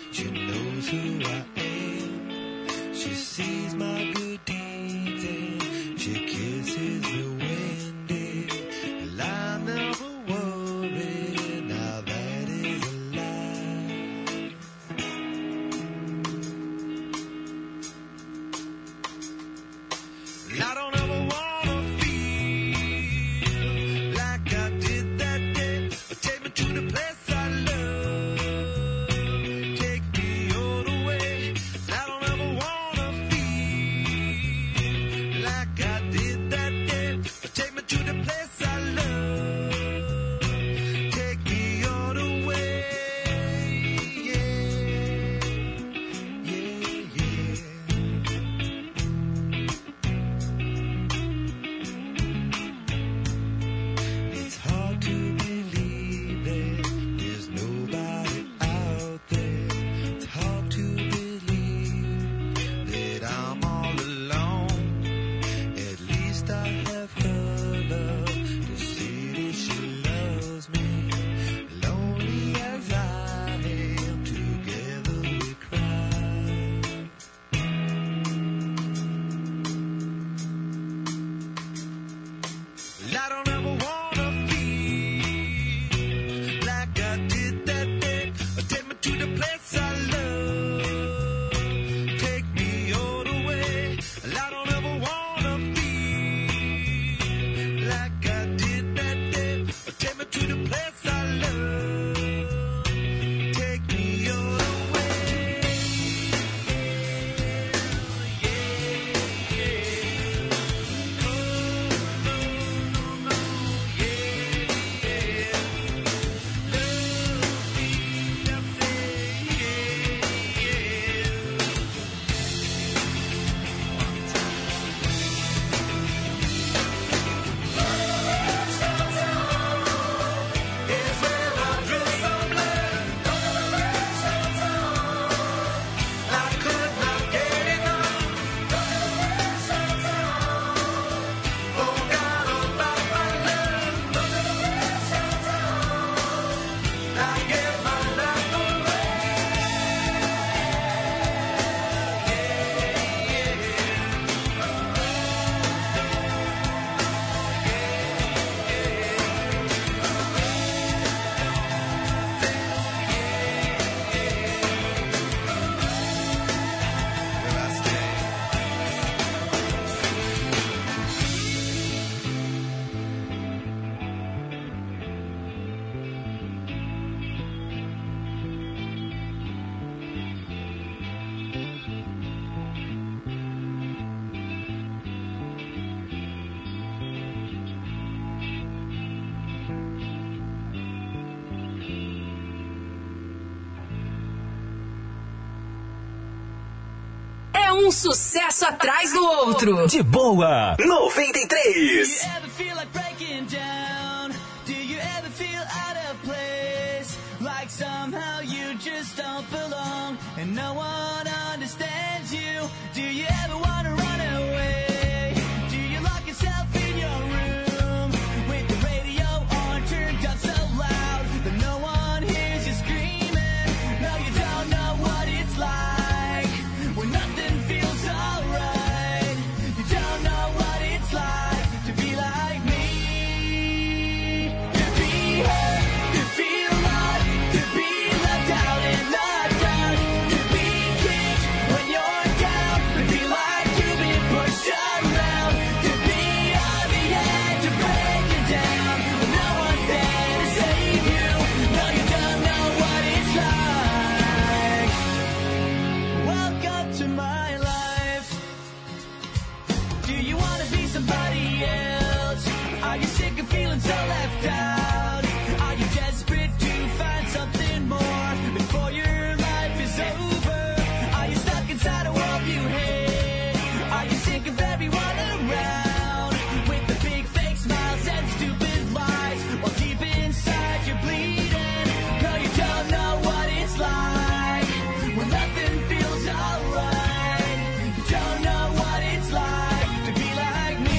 um sucesso atrás do outro. De boa, 93. Do you ever feel like breaking down? Do you ever feel out of place? Like somehow you just don't belong and no one understands you? Do you ever want to run away? Do you lock yourself in your room with the radio on turned up so loud that no one hears you screaming? No, you don't know what it's like when nothing feels alright. You don't know what it's like to be like me. To be hurt, to feel lost, to be left out in the dark, to be kicked when you're down, to feel like you've been pushed around, to be on the edge, to break you down, but no one's there to save you. No, you don't know what it's like. Welcome to my life. Do you want to be somebody else? Are you sick of feeling so left out? Are you desperate to find something more before your life is over? Are you stuck inside a world you hate? Are you sick of everyone around with the big fake smiles and stupid lies while deep inside you're bleeding? No, you don't know what it's like when nothing feels alright. You don't know what it's like to be like me.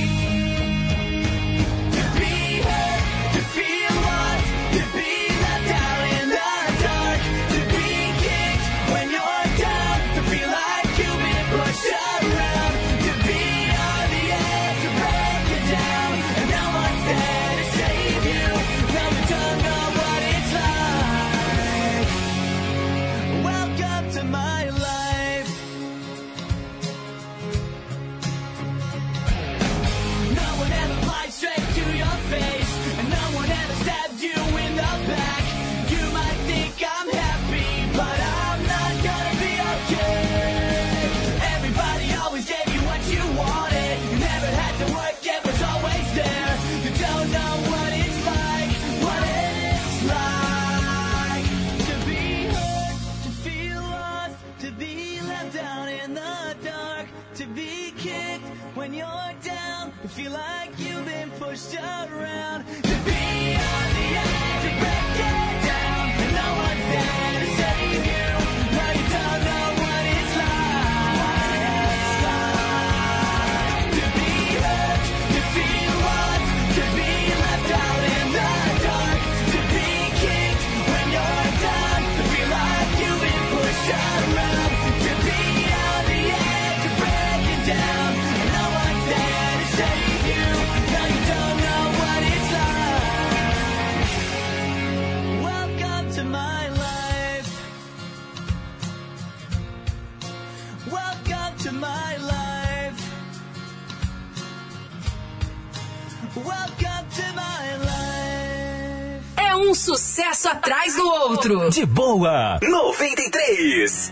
To be hurt, to feel lost, to be left out in the dark, to be kicked when you're down, to feel like you've been pushed around, to be on the edge, to break you down, and no one's there to save you. No, we don't know what it's like. Welcome to my life. No one ever lied straight to your face, and no one ever stabbed you in the back. You might think I'm happy, but I'm not gonna be okay. Everybody always gave you what you wanted. You never had to work, it was always there. You don't know what it's like to be hurt, to feel lost, to be left down in the dark, to be kicked when you're down, to feel like you've been pushed around, to be on the edge, to break it down, and no one's there to save you. No, you don't know what it's like to be hurt, to feel lost, to be left out in the dark, to be kicked when you're down, to feel like you've been pushed around, to be on the edge, to break it down, and no one's there to save you. No, you don't know what it's like. Welcome to my life. Welcome to my life. Welcome to my life. É um sucesso atrás do outro. De boa, 93.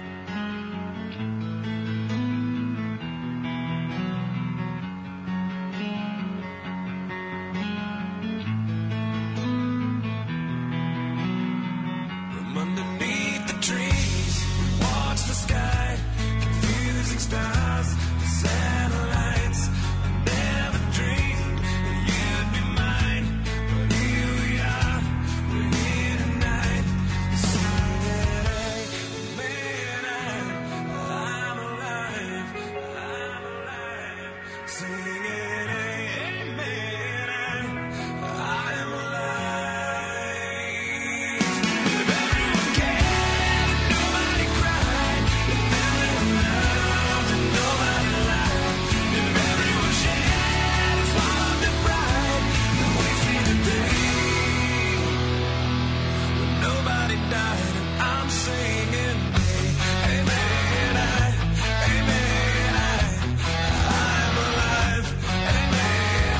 From underneath the trees, watch the sky, confusing stars, satellites. I never dreamed that you'd be mine, but here we are, we're here tonight. So that I'm alive, singing amen, I'm alive. Everyone cared, nobody cried. If everyone loved and nobody lied. If everyone shared and swallowed their pride, then we see the day when nobody died. And I'm singing amen, I'm alive. Amen,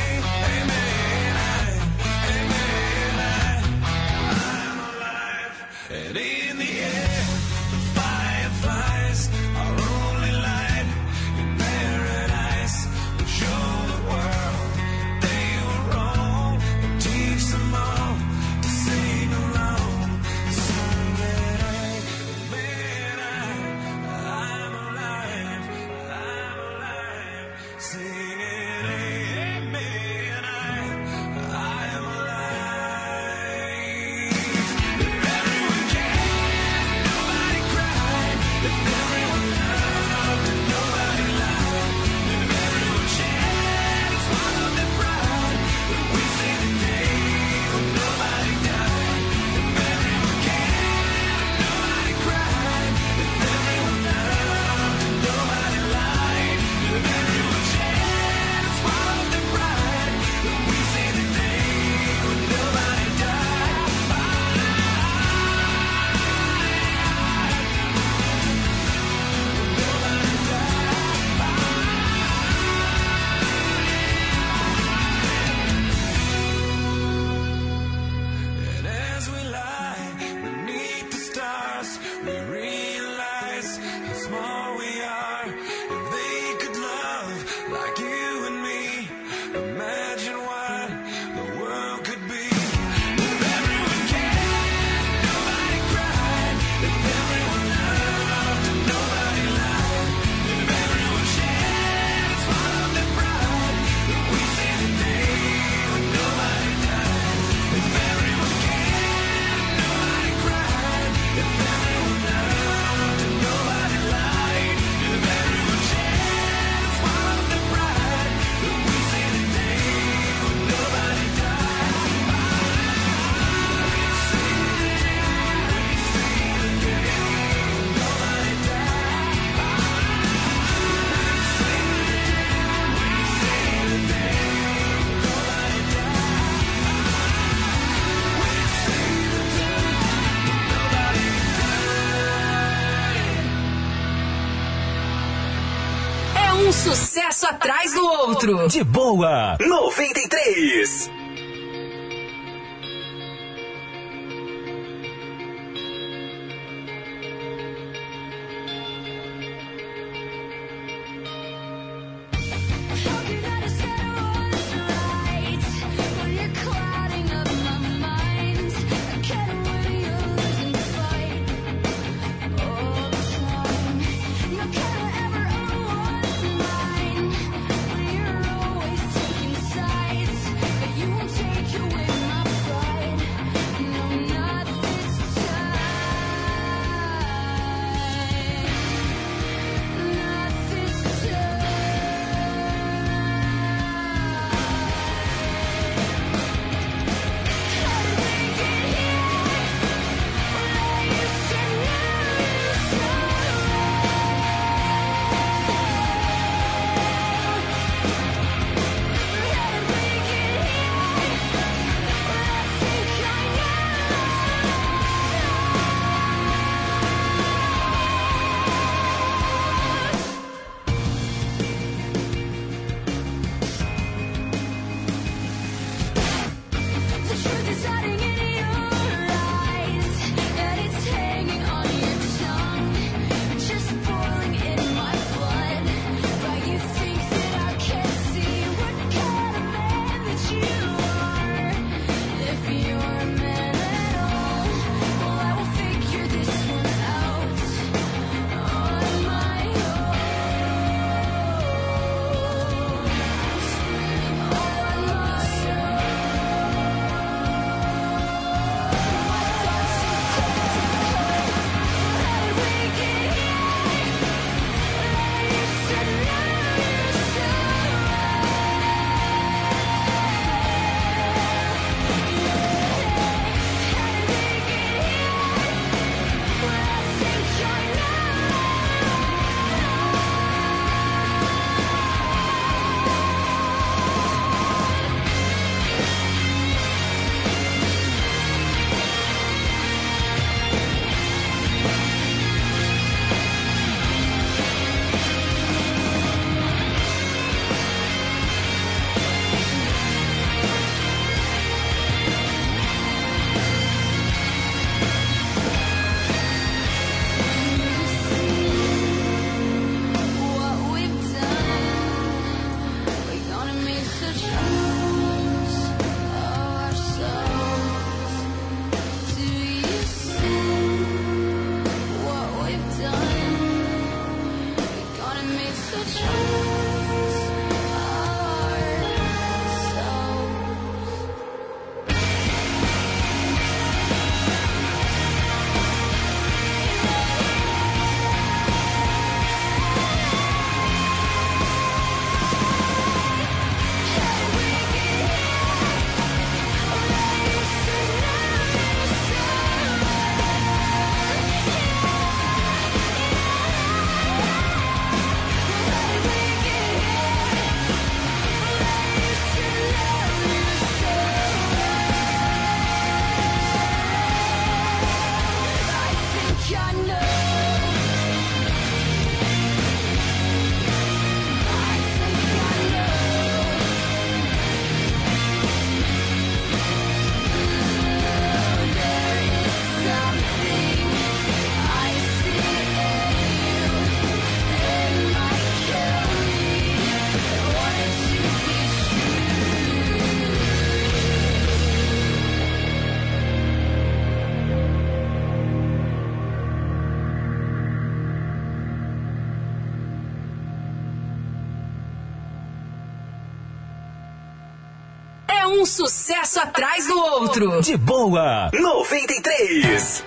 I'm alive. And in the air, the fireflies are only light in paradise. We'll show the world they were wrong and teach them all to sing along. So that I'm alive. sucesso atrás do outro. De boa, 93. Um sucesso atrás do outro. De boa, 93.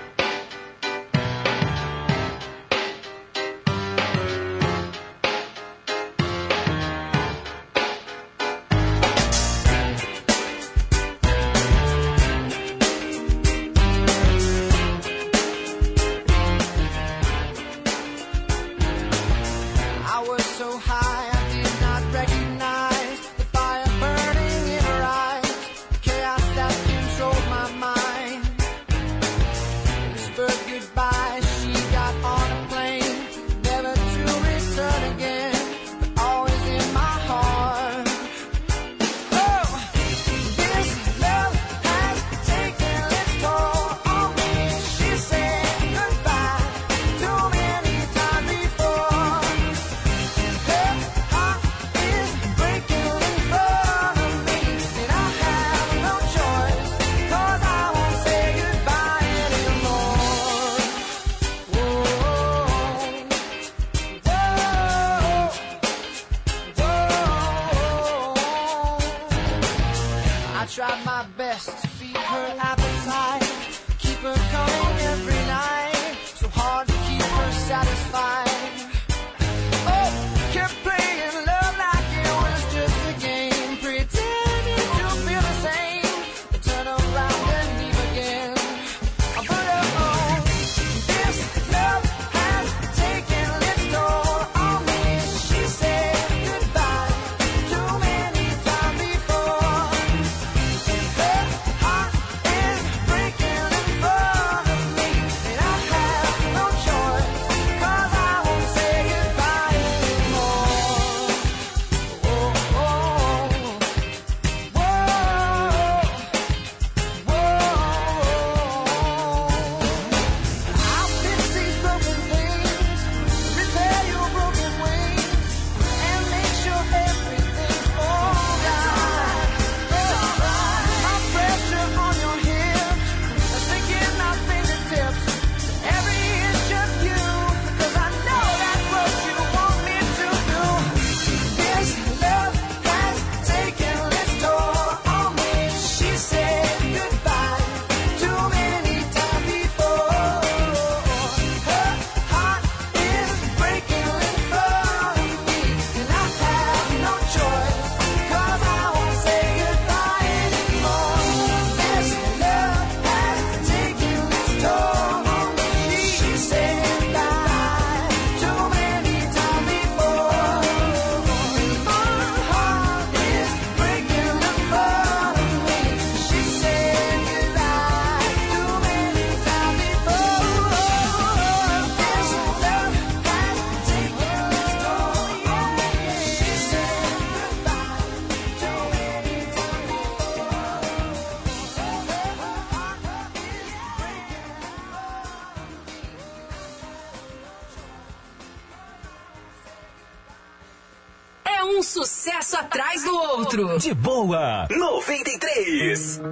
Um sucesso atrás do outro. De boa, 93.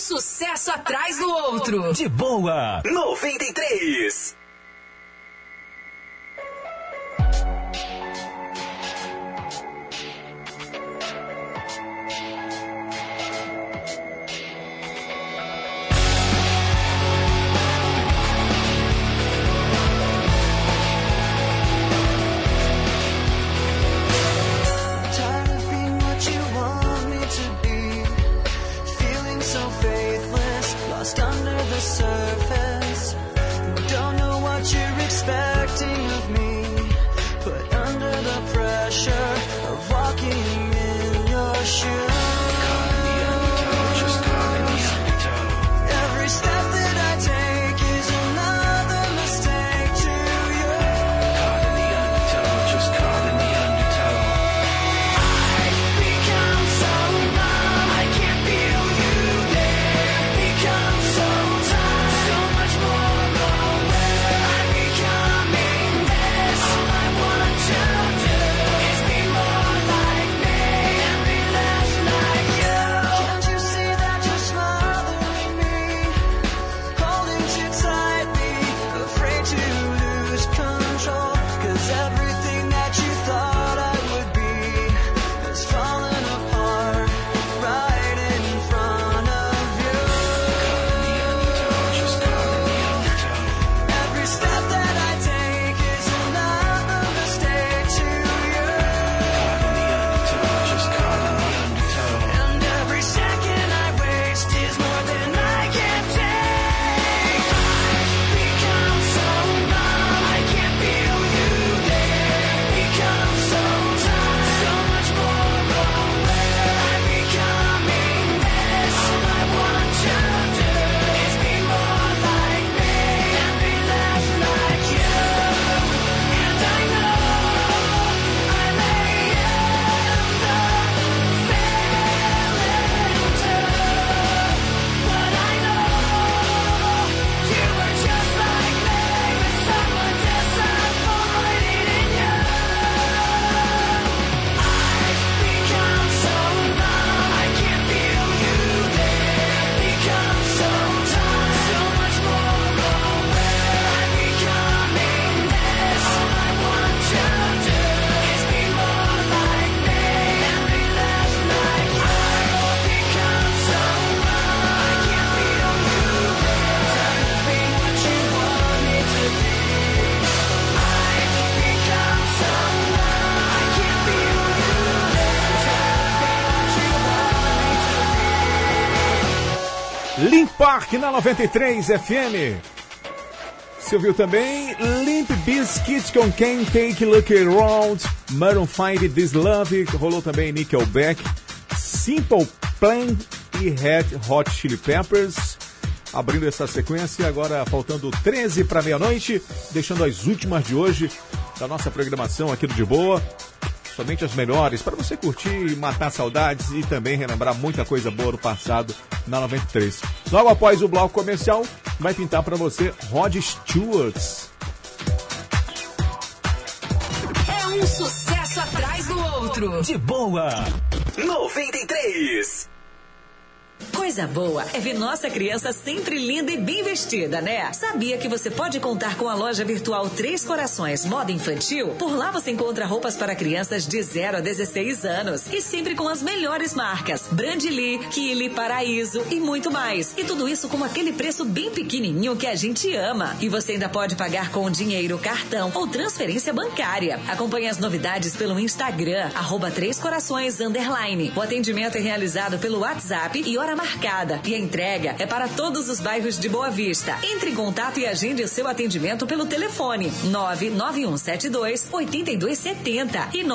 sucesso atrás do outro. De boa, 93. Tired of being what you want me to be, feeling so faithless, lost under the surface. Don't know what you're expecting of me, put under the pressure of walking in your shoes. Every step that I take is another mistake to you. Caught in the undertow, just caught in the undertow. I've become so numb, I can't feel you there. Become so tired, so much more aware. I'm becoming this. All I want to do is be more like me and be less like you. Can't you see that you're smothering me, holding too tightly, afraid to lose control? 'Cause everything that you thought I would be has fallen apart right in front of you. Every step that I take is another mistake to you. And every second I waste is more than I can take. I've become so numb, I can't feel you there. Become so tired, so much more aware. I'm becoming this. All I want to do is be more like me and be less like you. And I know I lay in the failing too, but I know you were just like me, with someone disappointed in you. I've become so numb, I can't feel you there. Become so tired, so much more aware. I'm becoming this. All I want to do is be more like me and be less like you. I've become so numb, I can't feel you there. Tired of being what you want me to be. I've become so numb, I can't feel you there. Tired of being what you want me to be. Limp Park na 93 FM. Você ouviu também Limp Bizkit com Can't Take a Look Around, Maroon 5 This Love, rolou também Nickelback, Simple Plan e Red Hot Chili Peppers. Abrindo essa sequência, agora faltando 13 para meia-noite, deixando as últimas de hoje da nossa programação aqui do De Boa. Somente as melhores, para você curtir, matar saudades e também relembrar muita coisa boa do passado na 93. Logo após o bloco comercial, vai pintar para você Rod Stewart. É um sucesso atrás do outro. De boa, 93. Coisa boa é ver nossa criança sempre linda e bem vestida, né? Sabia que você pode contar com a loja virtual Três Corações Moda Infantil? Por lá você encontra roupas para crianças de 0 a 16 anos e sempre com as melhores marcas: Brandly, Kili, Paraíso e muito mais. E tudo isso com aquele preço bem pequenininho que a gente ama. E você ainda pode pagar com dinheiro, cartão ou transferência bancária. Acompanhe as novidades pelo Instagram, @3corações_. O atendimento é realizado pelo WhatsApp e hora marcada. E a entrega é para todos os bairros de Boa Vista. Entre em contato e agende o seu atendimento pelo telefone 99172-8270 e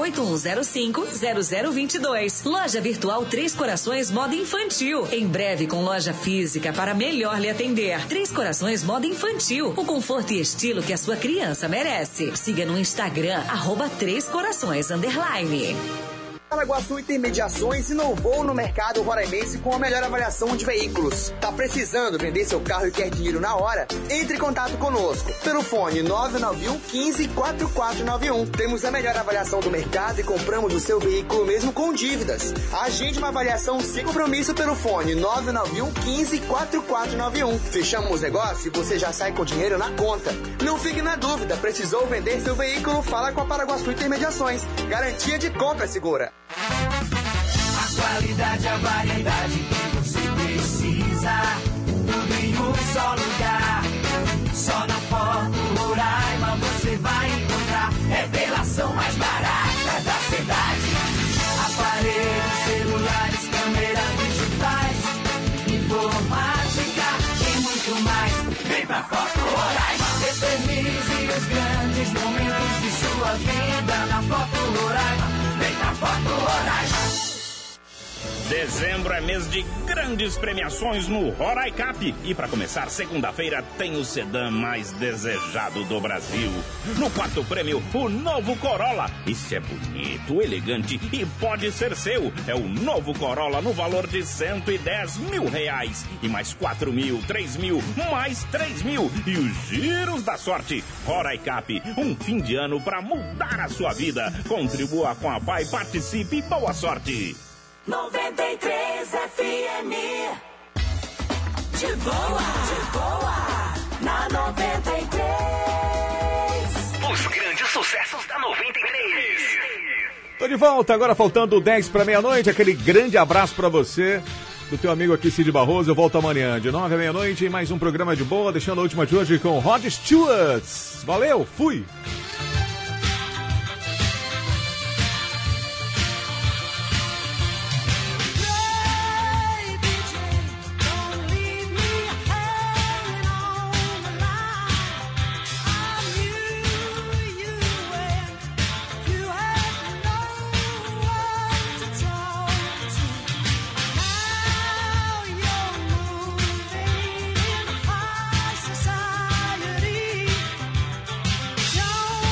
98105-0022. Loja virtual Três Corações Moda Infantil. Em breve com loja física para melhor lhe atender. Três Corações Moda Infantil. O conforto e estilo que a sua criança merece. Siga no Instagram @3corações_. Paraguaçu Intermediações inovou no mercado roraimense com a melhor avaliação de veículos. Tá precisando vender seu carro e quer dinheiro na hora? Entre em contato conosco pelo fone 991 15 4491. Temos a melhor avaliação do mercado e compramos o seu veículo mesmo com dívidas. Agende uma avaliação sem compromisso pelo fone 991 15 4491. Fechamos o negócio e você já sai com dinheiro na conta. Não fique na dúvida, precisou vender seu veículo? Fala com a Paraguaçu Intermediações. Garantia de compra segura. A qualidade, a variedade que você precisa, tudo em um só lugar. Só na Foto Roraima você vai encontrar revelação mais barata da cidade. Aparelhos celulares, câmeras digitais, informática e muito mais. Vem pra Foto Roraima. Eternize os grandes momentos de sua vida na Foto Roraima. Vem pra Foto Roraima. Dezembro é mês de grandes premiações no Roraicap. E para começar, segunda-feira tem o sedã mais desejado do Brasil. No quarto prêmio, o novo Corolla. Esse é bonito, elegante e pode ser seu. É o novo Corolla no valor de R$110 mil. E mais 4 mil, 3 mil, mais 3 mil. E os giros da sorte. Roraicap, um fim de ano para mudar a sua vida. Contribua com a PAI, participe e boa sorte. 93 FM. De boa, na 93. Os grandes sucessos da 93. Tô de volta, agora faltando 10 para meia-noite. Aquele grande abraço para você, do teu amigo aqui, Cid Barroso. Eu volto amanhã, de 9 à meia-noite, em mais um programa de boa, deixando a última de hoje com Rod Stewart. Valeu, fui! Society. Don't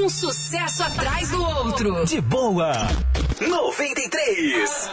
Um sucesso atrás do outro. De boa. 93.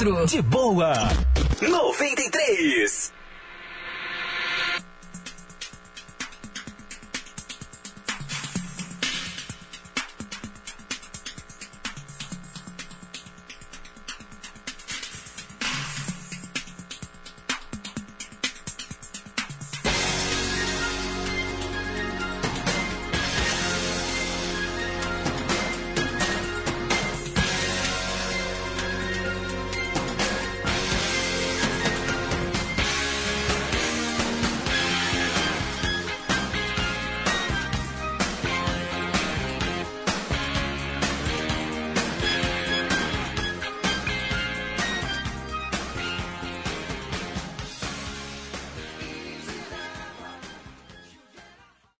outro. De boa. 93.